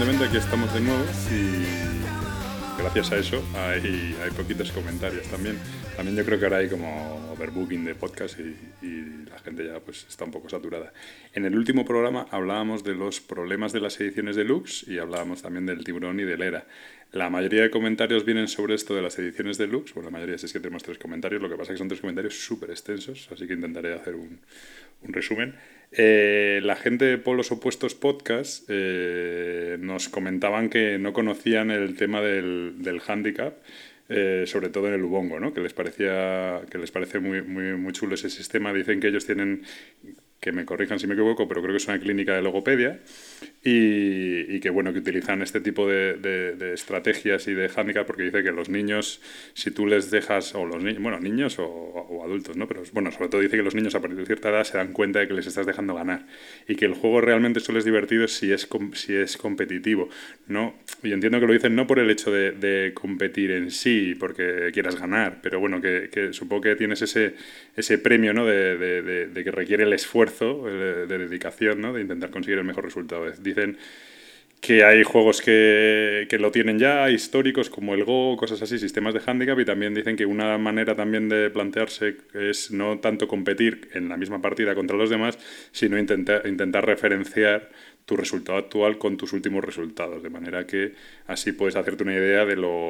simplemente aquí estamos de nuevo y gracias a eso hay poquitos comentarios también. También yo creo que ahora hay como overbooking de podcast y la gente ya pues está un poco saturada. En el último programa hablábamos de los problemas de las ediciones deluxe y hablábamos también del tiburón y del ERA. La mayoría de comentarios vienen sobre esto de las ediciones deluxe. Bueno, la mayoría, si es que tenemos 3 comentarios, lo que pasa es que son 3 comentarios súper extensos, así que intentaré hacer un resumen. La gente de Polos Opuestos Podcast nos comentaban que no conocían el tema del handicap, sobre todo en el Ubongo, ¿no? Que les parece muy chulo ese sistema. Dicen que ellos tienen, que me corrijan si me equivoco, pero creo que es una clínica de logopedia y que bueno, que utilizan este tipo de estrategias y de handicap, porque dice que los niños, si tú les dejas, o los niños, bueno, niños o adultos, ¿no? Pero bueno, sobre todo dice que los niños a partir de cierta edad se dan cuenta de que les estás dejando ganar y que el juego realmente solo es divertido si es competitivo, ¿no? Y entiendo que lo dicen no por el hecho de competir en sí, porque quieras ganar, pero bueno, que supongo que tienes ese premio, ¿no? De que requiere el esfuerzo, de dedicación, ¿no? De intentar conseguir el mejor resultado. Dicen que hay juegos que lo tienen ya, históricos como el Go, cosas así, sistemas de handicap, y también dicen que una manera también de plantearse es no tanto competir en la misma partida contra los demás, sino intentar referenciar tu resultado actual con tus últimos resultados, de manera que así puedes hacerte una idea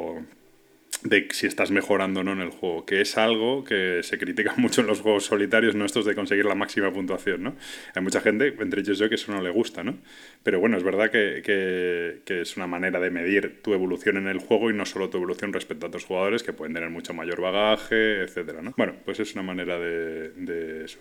de si estás mejorando o no en el juego, que es algo que se critica mucho en los juegos solitarios, no estos de conseguir la máxima puntuación, ¿no? Hay mucha gente, entre ellos yo, que eso no le gusta, ¿no? Pero bueno, es verdad que es una manera de medir tu evolución en el juego y no solo tu evolución respecto a otros jugadores que pueden tener mucho mayor bagaje, etcétera, ¿no? Bueno, pues es una manera de eso.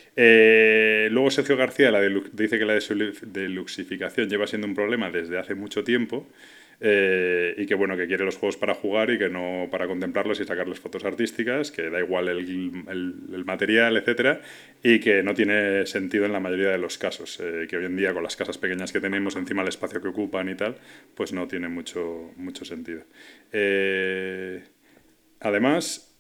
Luego Sergio García dice que la deluxificación lleva siendo un problema desde hace mucho tiempo. Y que bueno, que quiere los juegos para jugar y que no para contemplarlos y sacarles fotos artísticas, que da igual el material, etcétera, y que no tiene sentido en la mayoría de los casos, que hoy en día con las casas pequeñas que tenemos, encima el espacio que ocupan y tal, pues no tiene mucho sentido. Además,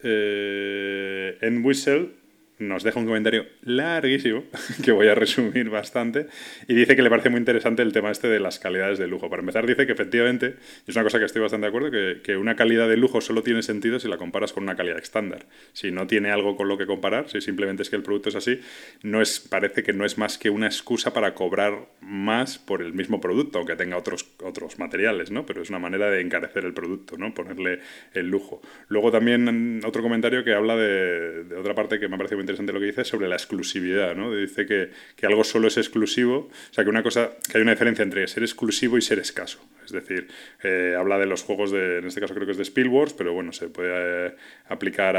en Whistle nos deja un comentario larguísimo, que voy a resumir bastante, y dice que le parece muy interesante el tema este de las calidades de lujo. Para empezar, dice que efectivamente, y es una cosa que estoy bastante de acuerdo, que una calidad de lujo solo tiene sentido si la comparas con una calidad estándar. Si no tiene algo con lo que comparar, si simplemente es que el producto es así, parece que no es más que una excusa para cobrar más por el mismo producto, aunque tenga otros materiales, ¿no? Pero es una manera de encarecer el producto, ¿no? Ponerle el lujo. Luego también otro comentario que habla de otra parte que me ha parecido muy interesante lo que dice sobre la exclusividad, ¿no? Dice que algo solo es exclusivo, o sea, que hay una diferencia entre ser exclusivo y ser escaso. Es decir, habla de los juegos en este caso creo que es de Spielworks, pero bueno, se puede aplicar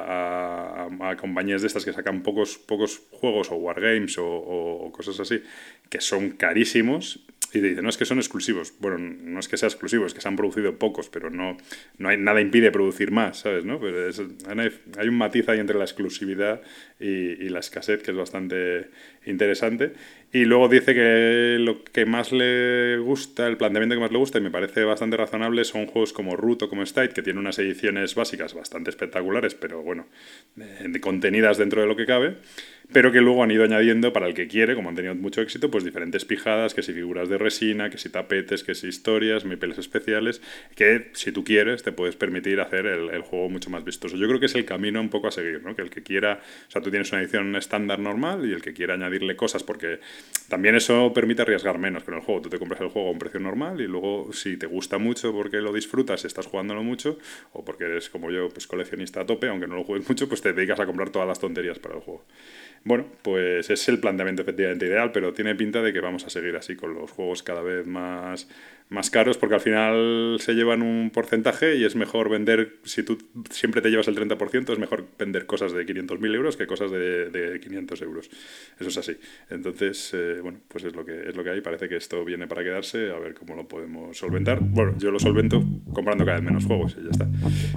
a compañías de estas que sacan pocos juegos o wargames o cosas así, que son carísimos. Y te dicen, no, es que son exclusivos. Bueno, no es que sea exclusivo, es que se han producido pocos, pero no hay nada impide producir más, ¿sabes? ¿No? Pero hay un matiz ahí entre la exclusividad y la escasez que es bastante interesante. Y luego dice que lo que más le gusta, el planteamiento que más le gusta, y me parece bastante razonable, son juegos como Root o como Stite, que tienen unas ediciones básicas bastante espectaculares, pero bueno, contenidas dentro de lo que cabe, pero que luego han ido añadiendo, para el que quiere, como han tenido mucho éxito, pues diferentes pijadas, que si figuras de resina, que si tapetes, que si historias, meeples especiales, que si tú quieres te puedes permitir hacer el juego mucho más vistoso. Yo creo que es el camino un poco a seguir, ¿no? Que el que quiera, o sea, tú tienes una edición estándar normal y el que quiera añadirle cosas, porque también eso permite arriesgar menos que en el juego. Tú te compras el juego a un precio normal y luego si te gusta mucho porque lo disfrutas, estás jugándolo mucho, o porque eres como yo, pues coleccionista a tope, aunque no lo juegues mucho, pues te dedicas a comprar todas las tonterías para el juego. Bueno, pues es el planteamiento efectivamente ideal, pero tiene pinta de que vamos a seguir así con los juegos cada vez más caros, porque al final se llevan un porcentaje y es mejor vender, si tú siempre te llevas el 30%, es mejor vender cosas de 500.000 euros que cosas de 500 euros. Eso es así. Entonces, bueno, pues es lo que hay. Parece que esto viene para quedarse, a ver cómo lo podemos solventar. Bueno, yo lo solvento comprando cada vez menos juegos y ya está.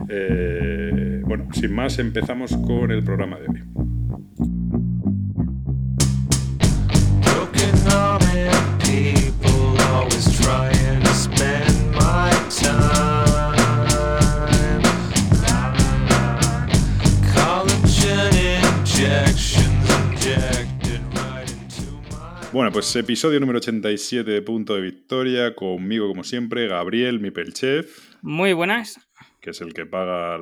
Bueno, sin más, empezamos con el programa de hoy. People always trying to spend my time. Collagen injections injected right into my Bueno, pues episodio número 87 de Punto de Victoria, conmigo como siempre, Gabriel Mipelchef. Muy buenas. Que es el que paga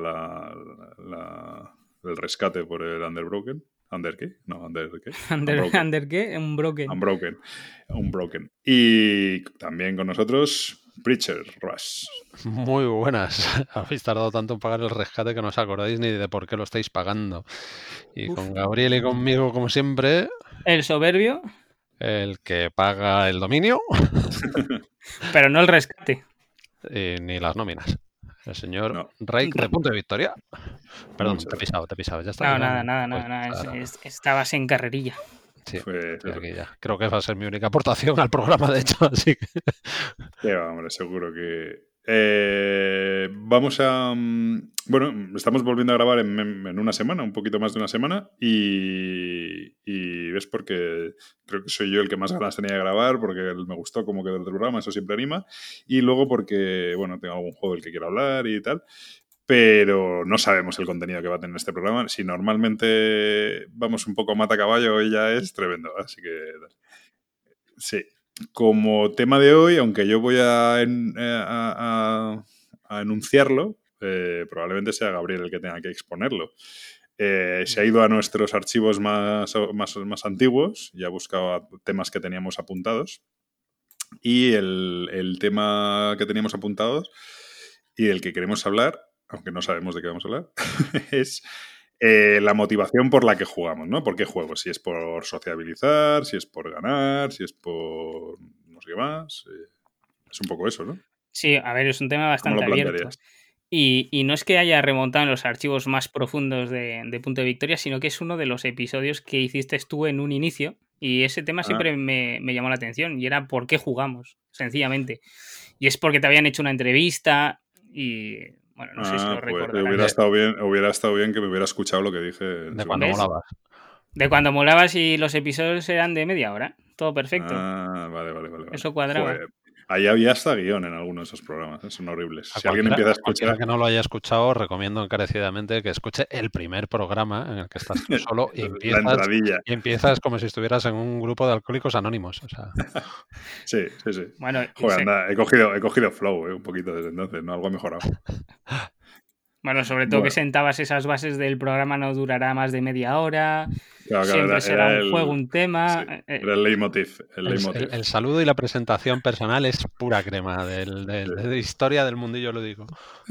el rescate por el Underbroken. ¿Under qué? No, ¿Under qué? ¿Under qué? Unbroken. Y también con nosotros, Preacher Rush. Muy buenas. Habéis tardado tanto en pagar el rescate que no os acordáis ni de por qué lo estáis pagando. Y con Gabriel y conmigo, como siempre... El soberbio. El que paga el dominio. Pero no el rescate. Ni las nóminas. El señor Rake de Punto de Victoria. Perdón, te he pisado. Ya está. No, nada. Estabas en carrerilla. Sí, aquí ya. Creo que va a ser mi única aportación al programa, de hecho, así que... Sí, hombre, seguro que... vamos a... Bueno, estamos volviendo a grabar en una semana, un poquito más de una semana, y es porque creo que soy yo el que más ganas tenía de grabar, porque me gustó cómo quedó el programa, eso siempre anima, y luego porque, bueno, tengo algún juego del que quiero hablar y tal, pero no sabemos el contenido que va a tener este programa. Si normalmente vamos un poco mata caballo, hoy ya es tremendo, así que... Sí. Como tema de hoy, aunque yo voy a enunciarlo, probablemente sea Gabriel el que tenga que exponerlo. Se ha ido a nuestros archivos más antiguos y ha buscado temas que teníamos apuntados. Y el tema que teníamos apuntados y del que queremos hablar, aunque no sabemos de qué vamos a hablar, es... la motivación por la que jugamos, ¿no? ¿Por qué juego? Si es por sociabilizar, si es por ganar, si es por no sé qué más. Es un poco eso, ¿no? Sí, a ver, es un tema bastante abierto. Y no es que haya remontado en los archivos más profundos de Punto de Victoria, sino que es uno de los episodios que hiciste tú en un inicio. Y ese tema siempre me llamó la atención. Y era ¿por qué jugamos? Sencillamente. Y es porque te habían hecho una entrevista y... Bueno, no sé si lo recordarás. Hubiera estado bien que me hubiera escuchado lo que dije. De cuando molabas. De cuando molabas y los episodios eran de media hora. Todo perfecto. Vale. Eso cuadraba. Joder. Ahí había hasta guión en algunos de esos programas. Son horribles. Si alguien empieza a escuchar... que no lo haya escuchado, recomiendo encarecidamente que escuche el primer programa en el que estás tú solo y empiezas como si estuvieras en un grupo de alcohólicos anónimos. O sea... Sí. Bueno, joder, anda, he cogido flow un poquito desde entonces, ¿no? Algo ha mejorado. Bueno, sobre todo que sentabas esas bases del programa no durará más de media hora. Claro, siempre será un juego, un tema. Sí, era el leitmotiv. El saludo y la presentación personal es pura crema de historia del mundillo lúdico.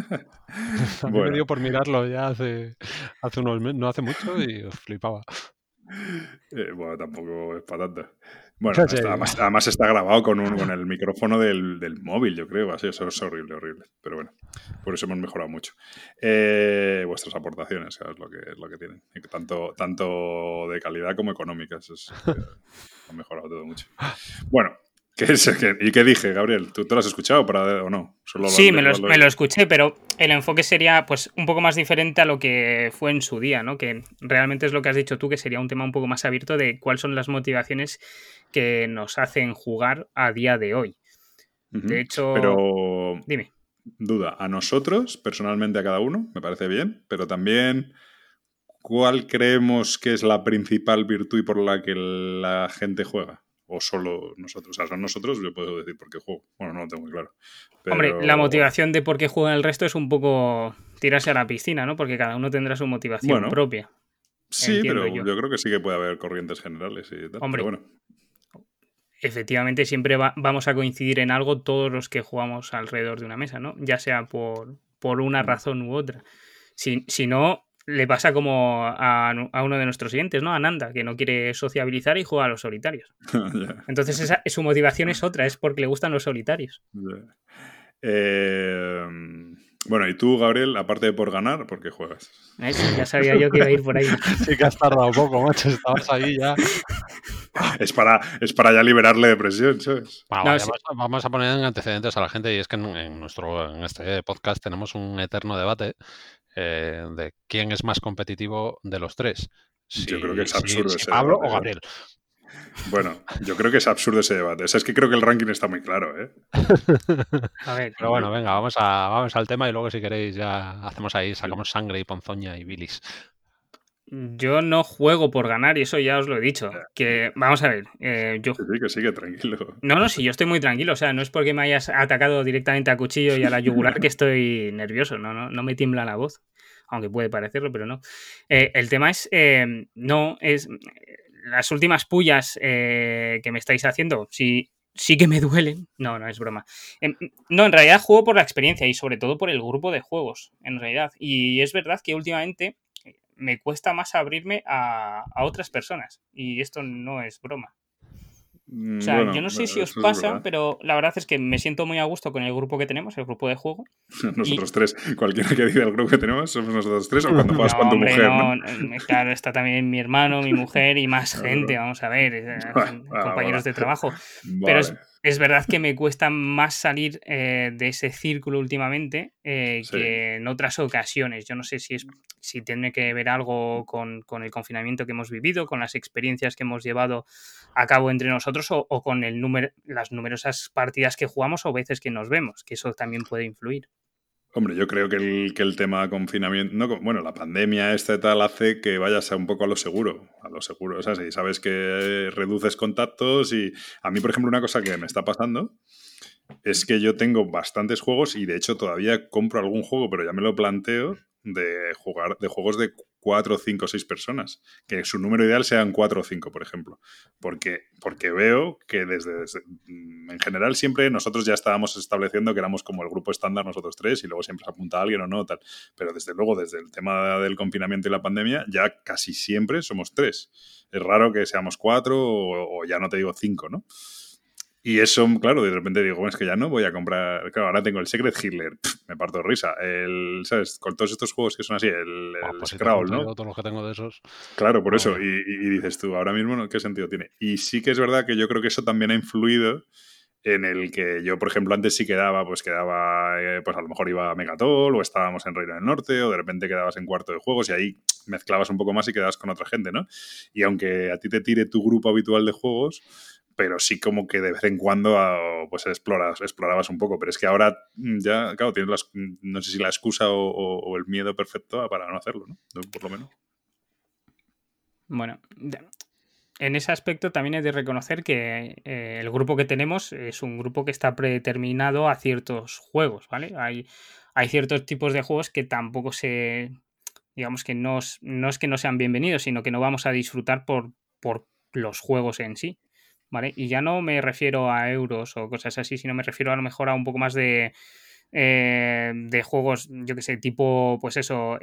A mí me dio por mirarlo ya hace unos meses, no hace mucho, y flipaba. Bueno, tampoco es para tanto. Bueno, además está grabado con el micrófono del móvil, yo creo. Así, eso es horrible. Pero bueno, por eso hemos mejorado mucho. Vuestras aportaciones, es lo que tienen. Tanto de calidad como económicas. Han mejorado todo mucho. Bueno, ¿y qué dije, Gabriel? ¿Tú te lo has escuchado o no? Sí, me lo escuché, pero el enfoque sería pues un poco más diferente a lo que fue en su día, ¿no? Que realmente es lo que has dicho tú, que sería un tema un poco más abierto de cuáles son las motivaciones que nos hacen jugar a día de hoy. De hecho... Pero... Dime. Duda, a nosotros, personalmente a cada uno, me parece bien, pero también... ¿Cuál creemos que es la principal virtud y por la que la gente juega? ¿O solo nosotros? O sea, son nosotros, yo puedo decir por qué juego. Bueno, no lo tengo muy claro. Pero... Hombre, la motivación de por qué juega el resto es un poco tirarse a la piscina, ¿no? Porque cada uno tendrá su motivación propia. Sí, pero yo creo que sí que puede haber corrientes generales y tal. Hombre, pero bueno. Efectivamente, siempre vamos a coincidir en algo todos los que jugamos alrededor de una mesa, ¿no? Ya sea por una razón u otra. Si no... Le pasa como a uno de nuestros siguientes, ¿no? A Nanda, que no quiere sociabilizar y juega a los solitarios. Yeah. Entonces su motivación es otra, es porque le gustan los solitarios. Yeah. Bueno, y tú, Gabriel, aparte de por ganar, ¿por qué juegas? Ya sabía yo que iba a ir por ahí. Sí que has tardado poco, macho, estabas ahí ya. Es para ya liberarle de presión, ¿sabes? Bueno, vamos a poner en antecedentes a la gente, y es que en este podcast tenemos un eterno debate de quién es más competitivo de los tres. Yo creo que es absurdo ese Pablo debate, o Gabriel. Bueno, yo creo que es absurdo ese debate. O sea, es que creo que el ranking está muy claro, ¿eh? A ver, pero bueno, venga, vamos al tema y luego si queréis ya hacemos ahí, sacamos sangre y ponzoña y bilis. Yo no juego por ganar y eso ya os lo he dicho. Que vamos a ver, yo... Sí, que tranquilo. No, sí, yo estoy muy tranquilo. O sea, no es porque me hayas atacado directamente a cuchillo y a la yugular que estoy nervioso. No me tiembla la voz. Aunque puede parecerlo, pero no. El tema es, no, es las últimas pullas que me estáis haciendo, sí que me duelen. No, es broma. No, en realidad juego por la experiencia y sobre todo por el grupo de juegos, en realidad. Y es verdad que últimamente me cuesta más abrirme a otras personas. Y esto no es broma. O sea, yo no sé si os eso es pasa, verdad. pero la verdad es que me siento muy a gusto con el grupo que tenemos, el grupo de juego. Nosotros tres. Cualquiera que diga el grupo que tenemos, somos nosotros tres, o cuando juegas con tu Hombre, mujer, ¿no? Claro, está también mi hermano, mi mujer y más gente, vamos a ver, compañeros de trabajo. Pero Vale. es verdad que me cuesta más salir de ese círculo últimamente Sí. que en otras ocasiones. Yo no sé si tiene que ver algo con el confinamiento que hemos vivido, con las experiencias que hemos llevado a cabo entre nosotros o con las numerosas partidas que jugamos o veces que nos vemos, que eso también puede influir. Hombre, yo creo que el tema confinamiento, no, bueno, la pandemia esta y tal hace que vayas un poco a lo seguro, o sea, si sabes que reduces contactos y a mí, por ejemplo, una cosa que me está pasando es que yo tengo bastantes juegos y de hecho todavía compro algún juego, pero ya me lo planteo de juegos de 4, 5, 6 personas. Que su número ideal sean 4 o 5, por ejemplo. Porque veo que en general siempre nosotros ya estábamos estableciendo que éramos como el grupo estándar nosotros tres y luego siempre se apunta alguien o no, tal. Pero desde luego, desde el tema del confinamiento y la pandemia, ya casi siempre somos 3. Es raro que seamos 4 o ya no te digo 5, ¿no? Y eso, claro, de repente digo, bueno, es que ya no voy a comprar. Claro, ahora tengo el Secret Hitler, me parto de risa. ¿Sabes? Con todos estos juegos que son así, el Pues si te Scrawl, cuento ¿no? yo todos los que tengo de esos. Claro, por eso. Y dices tú, ahora mismo, ¿qué sentido tiene? Y sí que es verdad que yo creo que eso también ha influido en el que yo, por ejemplo, antes sí quedaba, pues a lo mejor iba a Megatol o estábamos en Reino del Norte o de repente quedabas en cuarto de juegos y ahí mezclabas un poco más y quedabas con otra gente, ¿no? Y aunque a ti te tire tu grupo habitual de juegos, pero sí como que de vez en cuando pues explorabas un poco. Pero es que ahora ya, claro, tienes no sé si la excusa o el miedo perfecto para no hacerlo, ¿no? Por lo menos. Bueno, en ese aspecto también he de reconocer que el grupo que tenemos es un grupo que está predeterminado a ciertos juegos, ¿vale? Hay ciertos tipos de juegos que tampoco digamos que no es que no sean bienvenidos, sino que no vamos a disfrutar por los juegos en sí, ¿vale? Y ya no me refiero a euros o cosas así, sino me refiero a lo mejor a un poco más de juegos, yo que sé, tipo, pues eso,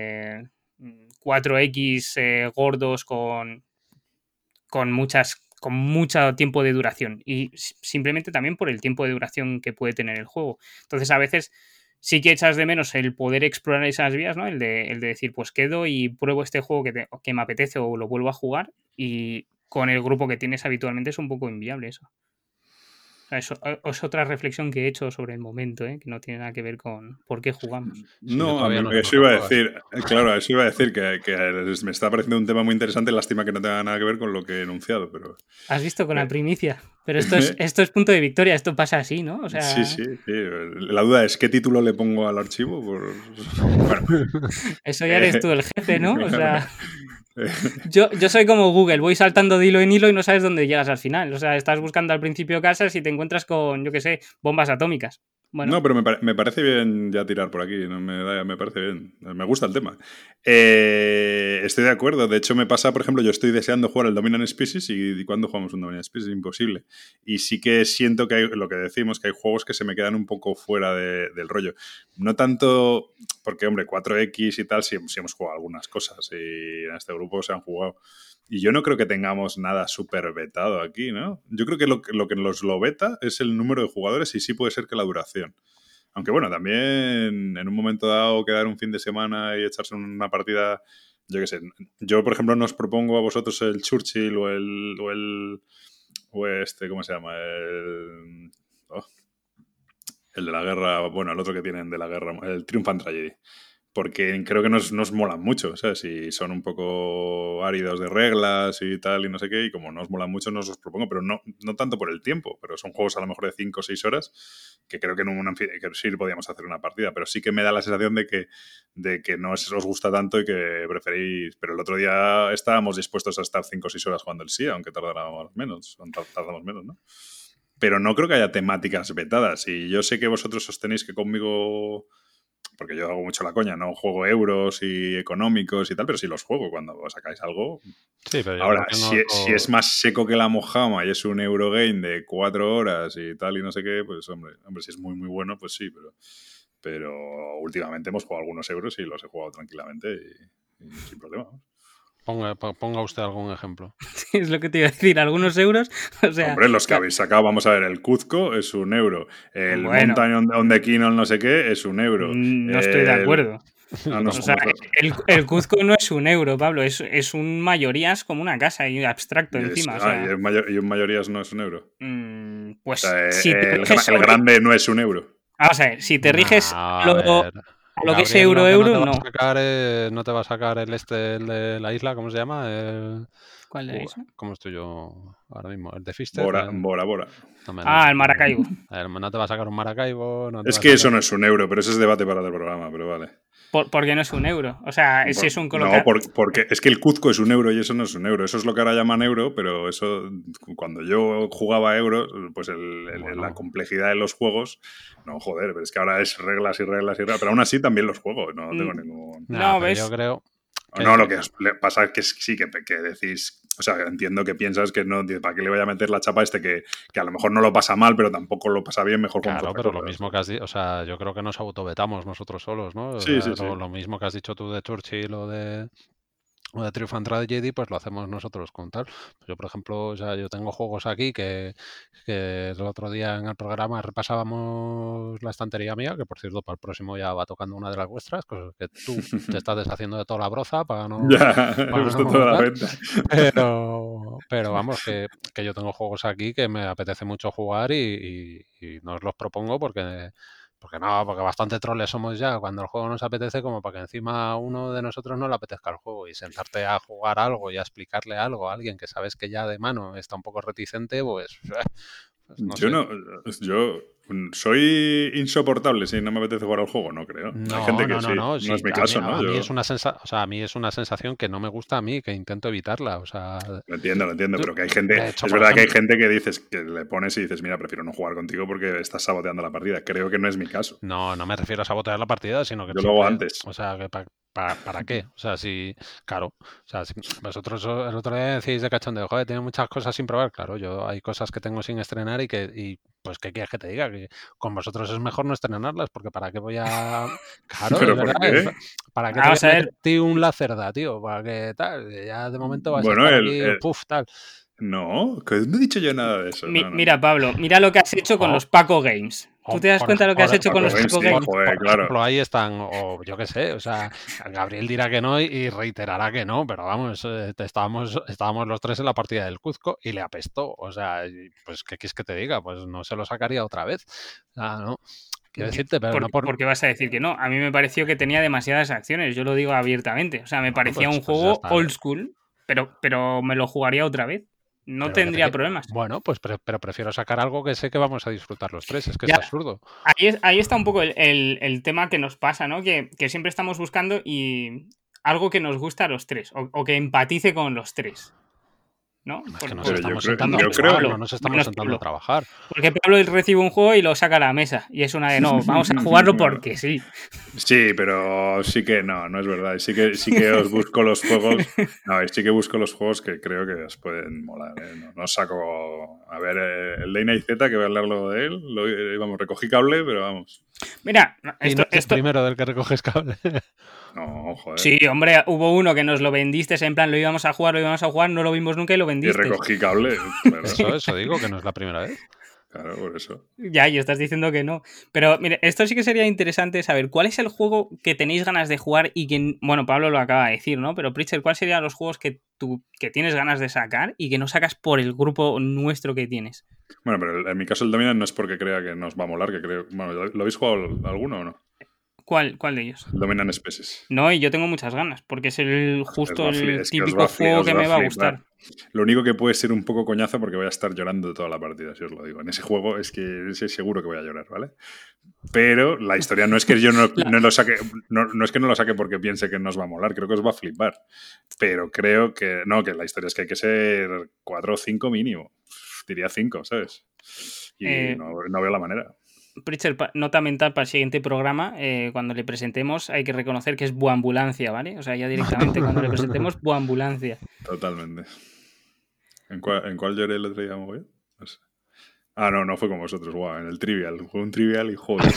4X gordos con mucho tiempo de duración y simplemente también por el tiempo de duración que puede tener el juego. Entonces a veces sí que echas de menos el poder explorar esas vías, ¿no? El de decir, pues quedo y pruebo este juego que me apetece o lo vuelvo a jugar y con el grupo que tienes habitualmente es un poco inviable eso. Eso es otra reflexión que he hecho sobre el momento, ¿eh? Que no tiene nada que ver con por qué jugamos. Sí, yo No, a todavía mí no sé lo eso que iba a juegas. decir, claro, eso iba a decir que me está pareciendo un tema muy interesante, lástima que no tenga nada que ver con lo que he enunciado, pero... Has visto con la primicia, pero esto es punto de victoria, esto pasa así, ¿no? O sea... Sí. La duda es, ¿qué título le pongo al archivo? Bueno. Eso ya eres tú el jefe, ¿no? O sea... Claro. Yo soy como Google, voy saltando de hilo en hilo y no sabes dónde llegas al final. O sea, estás buscando al principio casas y te encuentras con, yo qué sé, bombas atómicas. Bueno. No, pero me parece bien ya tirar por aquí, ¿no? Me parece bien, me gusta el tema. Estoy de acuerdo, de hecho me pasa, por ejemplo, yo estoy deseando jugar el Dominant Species y ¿cuándo jugamos un Dominant Species? Imposible. Y sí que siento que hay, lo que decimos, que hay juegos que se me quedan un poco fuera del rollo. No tanto, porque hombre, 4X y tal, sí hemos jugado algunas cosas y en este grupo se han jugado. Y yo no creo que tengamos nada súper vetado aquí, ¿no? Yo creo que lo que nos lo veta es el número de jugadores y sí puede ser que la duración. Aunque bueno, también en un momento dado quedar un fin de semana y echarse una partida, yo qué sé. Yo, por ejemplo, nos propongo a vosotros el Churchill o este, ¿cómo se llama? El de la guerra, bueno, el otro que tienen de la guerra, el Triumph and Tragedy. porque creo que nos molan mucho, ¿sabes? Si son un poco áridos de reglas y tal y no sé qué, y como nos molan mucho nos los propongo, pero no tanto por el tiempo, pero son juegos a lo mejor de 5 o 6 horas que creo que que sí podíamos hacer una partida, pero sí que me da la sensación de que no os gusta tanto y que preferís... Pero el otro día estábamos dispuestos a estar 5 o 6 horas jugando el sí, aunque tardáramos menos, tardamos menos, ¿no? Pero no creo que haya temáticas vetadas, y yo sé que vosotros sostenéis que conmigo... Porque yo hago mucho la coña, no juego euros y económicos y tal, pero sí los juego cuando sacáis algo. Sí, pero ahora, si es más seco que la mojama y es un Eurogame de 4 horas y tal y no sé qué, pues hombre, si es muy muy bueno, pues sí, pero últimamente hemos jugado algunos euros y los he jugado tranquilamente y sin problema. Ponga usted algún ejemplo. Sí, es lo que te iba a decir, algunos euros. O sea, hombre, los que habéis sacado, vamos a ver, el Cuzco es un euro. El Mountain on the Kino no sé qué es un euro. No estoy de acuerdo. O sea, el Cuzco no es un euro, Pablo, es un mayorías como una casa y abstracto encima. O sea, y un mayorías no es un euro. Pues o sea, si el grande no es un euro. Vamos a ver, si te riges lo que es Gabriel, euro, no te va a sacar el de la isla, ¿cómo se llama? ¿Cuál de eso? ¿Cómo estoy yo ahora mismo? El de Fister. Bora. El Maracaibo. No te va a sacar un Maracaibo. Es que eso no es un euro, pero ese es debate para el programa, pero vale. ¿Por qué no es un euro? O sea, si es un No, porque es que el Cuzco es un euro y eso no es un euro. Eso es lo que ahora llaman euro, pero eso, cuando yo jugaba euro, pues la complejidad de los juegos, no, joder, pero es que ahora es reglas y reglas y reglas, pero aún así también los juego, no tengo ningún... No, ¿ves? Yo creo... No, lo que pasa es que sí, que decís... O sea, entiendo que piensas que no, ¿para qué le voy a meter la chapa a este que a lo mejor no lo pasa mal, pero tampoco lo pasa bien, mejor con Claro, pero lo mismo que has dicho, o sea, yo creo que nos autovetamos nosotros solos, ¿no? O sí, sea, sí. Lo mismo que has dicho tú de Churchill o de Triumph and Tragedy, pues lo hacemos nosotros con tal. Yo, por ejemplo, o sea, yo tengo juegos aquí que el otro día en el programa repasábamos la estantería mía, que por cierto para el próximo ya va tocando una de las vuestras, cosas que tú te estás deshaciendo de toda la broza para no... Ya, he visto toda la venta. Pero vamos, que yo tengo juegos aquí que me apetece mucho jugar y no os los propongo porque bastante troles somos ya cuando el juego nos apetece como para que encima uno de nosotros no le apetezca el juego y sentarte a jugar algo y a explicarle algo a alguien que sabes que ya de mano está un poco reticente, pues no sé. Yo soy insoportable si no me apetece jugar al juego, no creo. Hay gente que no es mi caso, ¿no? A mí es una sensación que no me gusta a mí, que intento evitarla, o sea... Lo entiendo, pero que hay gente... Es verdad que hay gente que dices, que le pones y dices, mira, prefiero no jugar contigo porque estás saboteando la partida. Creo que no es mi caso. No me refiero a sabotear la partida, sino que... Yo lo hago antes. O sea, que ¿para qué? O sea, claro, o sea, si vosotros el otro día decís de cachondeo, joder, tiene muchas cosas sin probar, claro, yo hay cosas que tengo sin estrenar y pues, ¿qué quieres que te diga? Que con vosotros es mejor no estrenarlas, porque ¿para qué voy a...? Claro, ¿pero es verdad, por qué? ¿para qué te voy a meter tío un Lacerda, tío? ¿Para qué tal? Ya de momento vas a estar aquí, tal. No, que no he dicho yo nada de eso. Mira, Pablo, mira lo que has hecho con los Paco Games. ¿Tú te das cuenta de lo que has hecho con los Paco Games? Joder, por ejemplo, ahí están, o yo qué sé, o sea, Gabriel dirá que no y reiterará que no, pero vamos, estábamos los tres en la partida del Cuzco y le apestó. O sea, pues, ¿qué quieres que te diga? Pues no se lo sacaría otra vez. O sea, no. Quiero decirte, pero no por... ¿Por qué vas a decir que no? A mí me pareció que tenía demasiadas acciones, yo lo digo abiertamente. O sea, me parecía un juego old school, pero me lo jugaría otra vez. No tendría problemas. Bueno, pues pero prefiero sacar algo que sé que vamos a disfrutar los tres. Es que es absurdo. Ahí está un poco el tema que nos pasa, ¿no? Que siempre estamos buscando y algo que nos gusta a los tres o que empatice con los tres. ¿No? Es que nos estamos sentando a trabajar. Porque Pablo recibe un juego y lo saca a la mesa. Y es una de no, vamos a jugarlo porque sí. Sí, pero sí que no es verdad. Sí que os busco los juegos. No, sí que busco los juegos que creo que os pueden molar. No saco. A ver, el de IZ, que voy a hablarlo de él. Recogí cable, pero vamos. Mira, esto primero del que recoges cable. No, joder. Sí, hombre, hubo uno que nos lo vendiste, en plan, lo íbamos a jugar, no lo vimos nunca y lo vendiste. Y recogí cable. Eso digo, que no es la primera vez. Claro, por eso. Ya, y estás diciendo que no. Pero, mire, esto sí que sería interesante saber, ¿cuál es el juego que tenéis ganas de jugar y que, bueno, Pablo lo acaba de decir, ¿no? Pero, Pritchard, ¿cuáles serían los juegos que tienes ganas de sacar y que no sacas por el grupo nuestro que tienes? Bueno, pero en mi caso el Dominion no es porque crea que nos va a molar, que creo... Bueno, ¿lo habéis jugado alguno o no? ¿Cuál de ellos? Dominan Species. No, y yo tengo muchas ganas, porque es el típico juego que me va a gustar. Lo único que puede ser un poco coñazo porque voy a estar llorando toda la partida, si os lo digo. En ese juego es que es seguro que voy a llorar, ¿vale? Pero la historia no es que yo no lo saque, no es que no lo saque porque piense que nos va a molar, creo que os va a flipar. Pero creo que no, que la historia es que hay que ser 4 o 5 mínimo. Diría 5, ¿sabes? Y no veo la manera. Pritcher, nota mental para el siguiente programa, cuando le presentemos hay que reconocer que es Buambulancia, ¿vale? O sea, ya directamente cuando le presentemos Buambulancia. Totalmente. ¿En cuál lloré el otro día, güey? No sé. Ah, no fue como vosotros, guau, en el Trivial. Fue un Trivial y joder.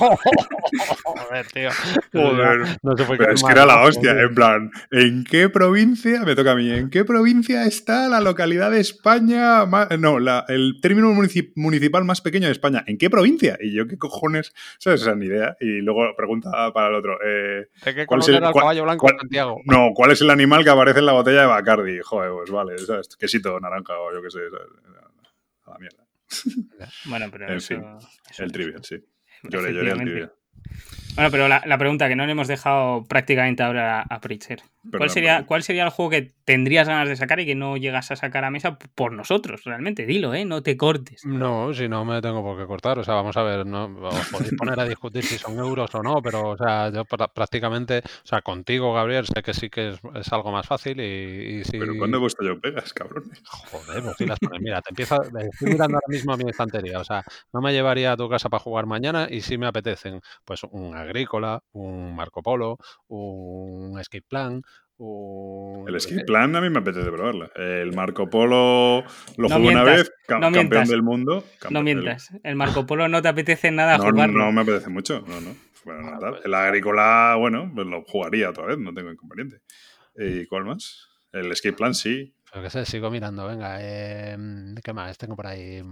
Joder, tío. Joder. No se puede pero es que era la hostia, en plan, ¿en qué provincia? Me toca a mí, ¿en qué provincia está la localidad de España? El término municipal más pequeño de España. ¿En qué provincia? Y yo, ¿qué cojones? ¿Sabes? Esa ni idea. Y luego pregunta para el otro. ¿De qué color era el caballo blanco en Santiago? No, ¿cuál es el animal que aparece en la botella de Bacardi? Joder, pues vale, ¿sabes? Quesito naranja o yo qué sé, ¿sabes? A la mierda. Bueno, pero en eso, fin, eso el Trivial, sí. Lloré al Trivial. Bueno, pero la pregunta que no le hemos dejado prácticamente ahora a Pritcher. ¿Cuál sería el juego que tendrías ganas de sacar y que no llegas a sacar a mesa por nosotros, realmente? Dilo, no te cortes. No, si no me tengo por qué cortar. O sea, vamos a ver, no os podéis poner a discutir si son euros o no, pero, o sea, yo prácticamente, o sea, contigo, Gabriel, sé que sí que es algo más fácil y sí... Pero ¿cuándo he puesto yo pegas, cabrones? Joder, pues sí las pones. Mira, estoy mirando ahora mismo a mi estantería. O sea, no me llevaría a tu casa para jugar mañana y sí me apetecen, pues, un Agrícola, un Marco Polo, un Escape Plan... El Escape Plan a mí me apetece probarlo. El Marco Polo lo jugué una vez, campeón del mundo. No mientas. El Marco Polo no te apetece nada jugarlo. No me apetece mucho. No. Bueno, nada. Pues, el Agrícola, bueno, pues lo jugaría otra vez, no tengo inconveniente. ¿Y cuál más? El Escape Plan, sí. Pero que sé, sigo mirando, venga. ¿Qué más tengo por ahí?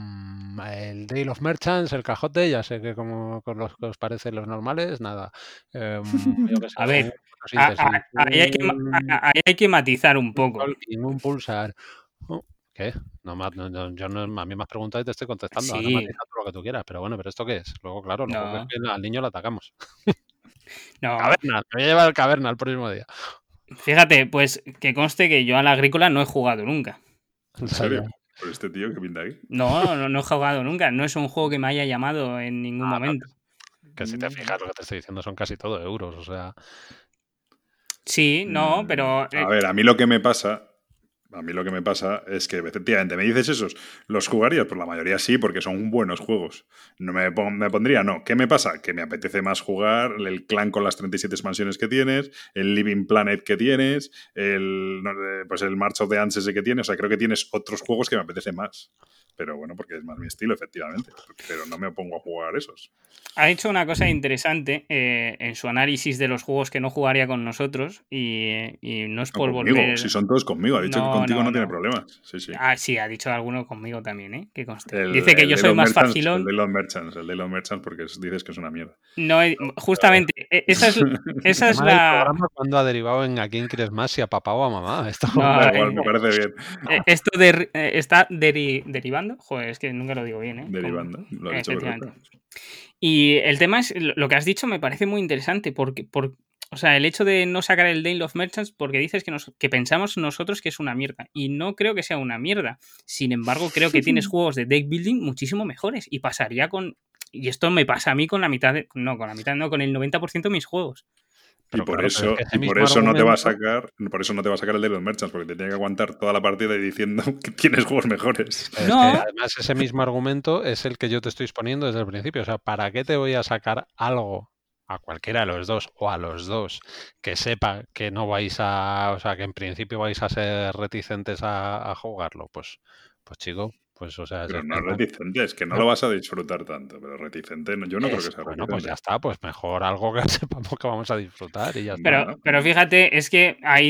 El Day of Merchants, el Cajote, ya sé que como con los que os parecen los normales, nada. Yo que sé, a ver, ahí hay que matizar un poco. Un Pulsar. ¿Qué? Yo no, a mí me has preguntado y te estoy contestando. Sí. Ahora matizar todo lo que tú quieras, pero bueno, ¿pero esto qué es? Luego, claro, es que al niño lo atacamos. No. Caverna, me voy a llevar al Caverna el próximo día. Fíjate, pues que conste que yo a la Agrícola no he jugado nunca. ¿En serio? ¿Por este tío que pinta aquí? No he jugado nunca. No es un juego que me haya llamado en ningún momento. Que si te fijas, lo que te estoy diciendo son casi todo euros, o sea... Sí, no, pero... A ver, a mí lo que me pasa es que efectivamente me dices esos, ¿los jugarías? Pues la mayoría sí, porque son buenos juegos. No me pondría, no. ¿Qué me pasa? Que me apetece más jugar el Clan con las 37 expansiones que tienes, el Living Planet que tienes, el March of the Ants ese que tienes. O sea, creo que tienes otros juegos que me apetece más. Pero bueno, porque es más mi estilo, efectivamente. Pero no me opongo a jugar esos. Ha dicho una cosa interesante en su análisis de los juegos que no jugaría con nosotros y no es por volver... Si son todos conmigo, ha dicho que contigo no tiene problemas. Sí. Ah, sí, ha dicho alguno conmigo también, que conste. Dice que yo soy más facilón. El de los Merchants, porque dices que es una mierda. No, justamente, esa es la... programa cuando ha derivado en a quién quieres más, si a papá o a mamá. Esto da igual, me parece bien. Esto está derivando. Joder, es que nunca lo digo bien, Derivando, lo he dicho perfecto. Y el tema es, lo que has dicho me parece muy interesante, porque o sea, el hecho de no sacar el Day of Merchants porque dices que pensamos nosotros que es una mierda. Y no creo que sea una mierda. Sin embargo, creo que tienes juegos de deck building muchísimo mejores. Y pasaría con... Y esto me pasa a mí con la mitad con el 90% de mis juegos. Pero por eso no te va a sacar el de los Merchants, porque te tiene que aguantar toda la partida y diciendo que tienes juegos mejores. Es que además ese mismo argumento es el que yo te estoy exponiendo desde el principio. O sea, ¿para qué te voy a sacar algo a cualquiera de los dos o a los dos que sepa que no vais a... O sea, que en principio vais a ser reticentes a jugarlo? Pues chico... Pues, o sea, pero no es reticente, es que no lo vas a disfrutar tanto, pero reticente, yo no creo que sea reticente. Bueno, pues ya está, pues mejor algo que sepamos que vamos a disfrutar y ya está. Pero fíjate, es que hay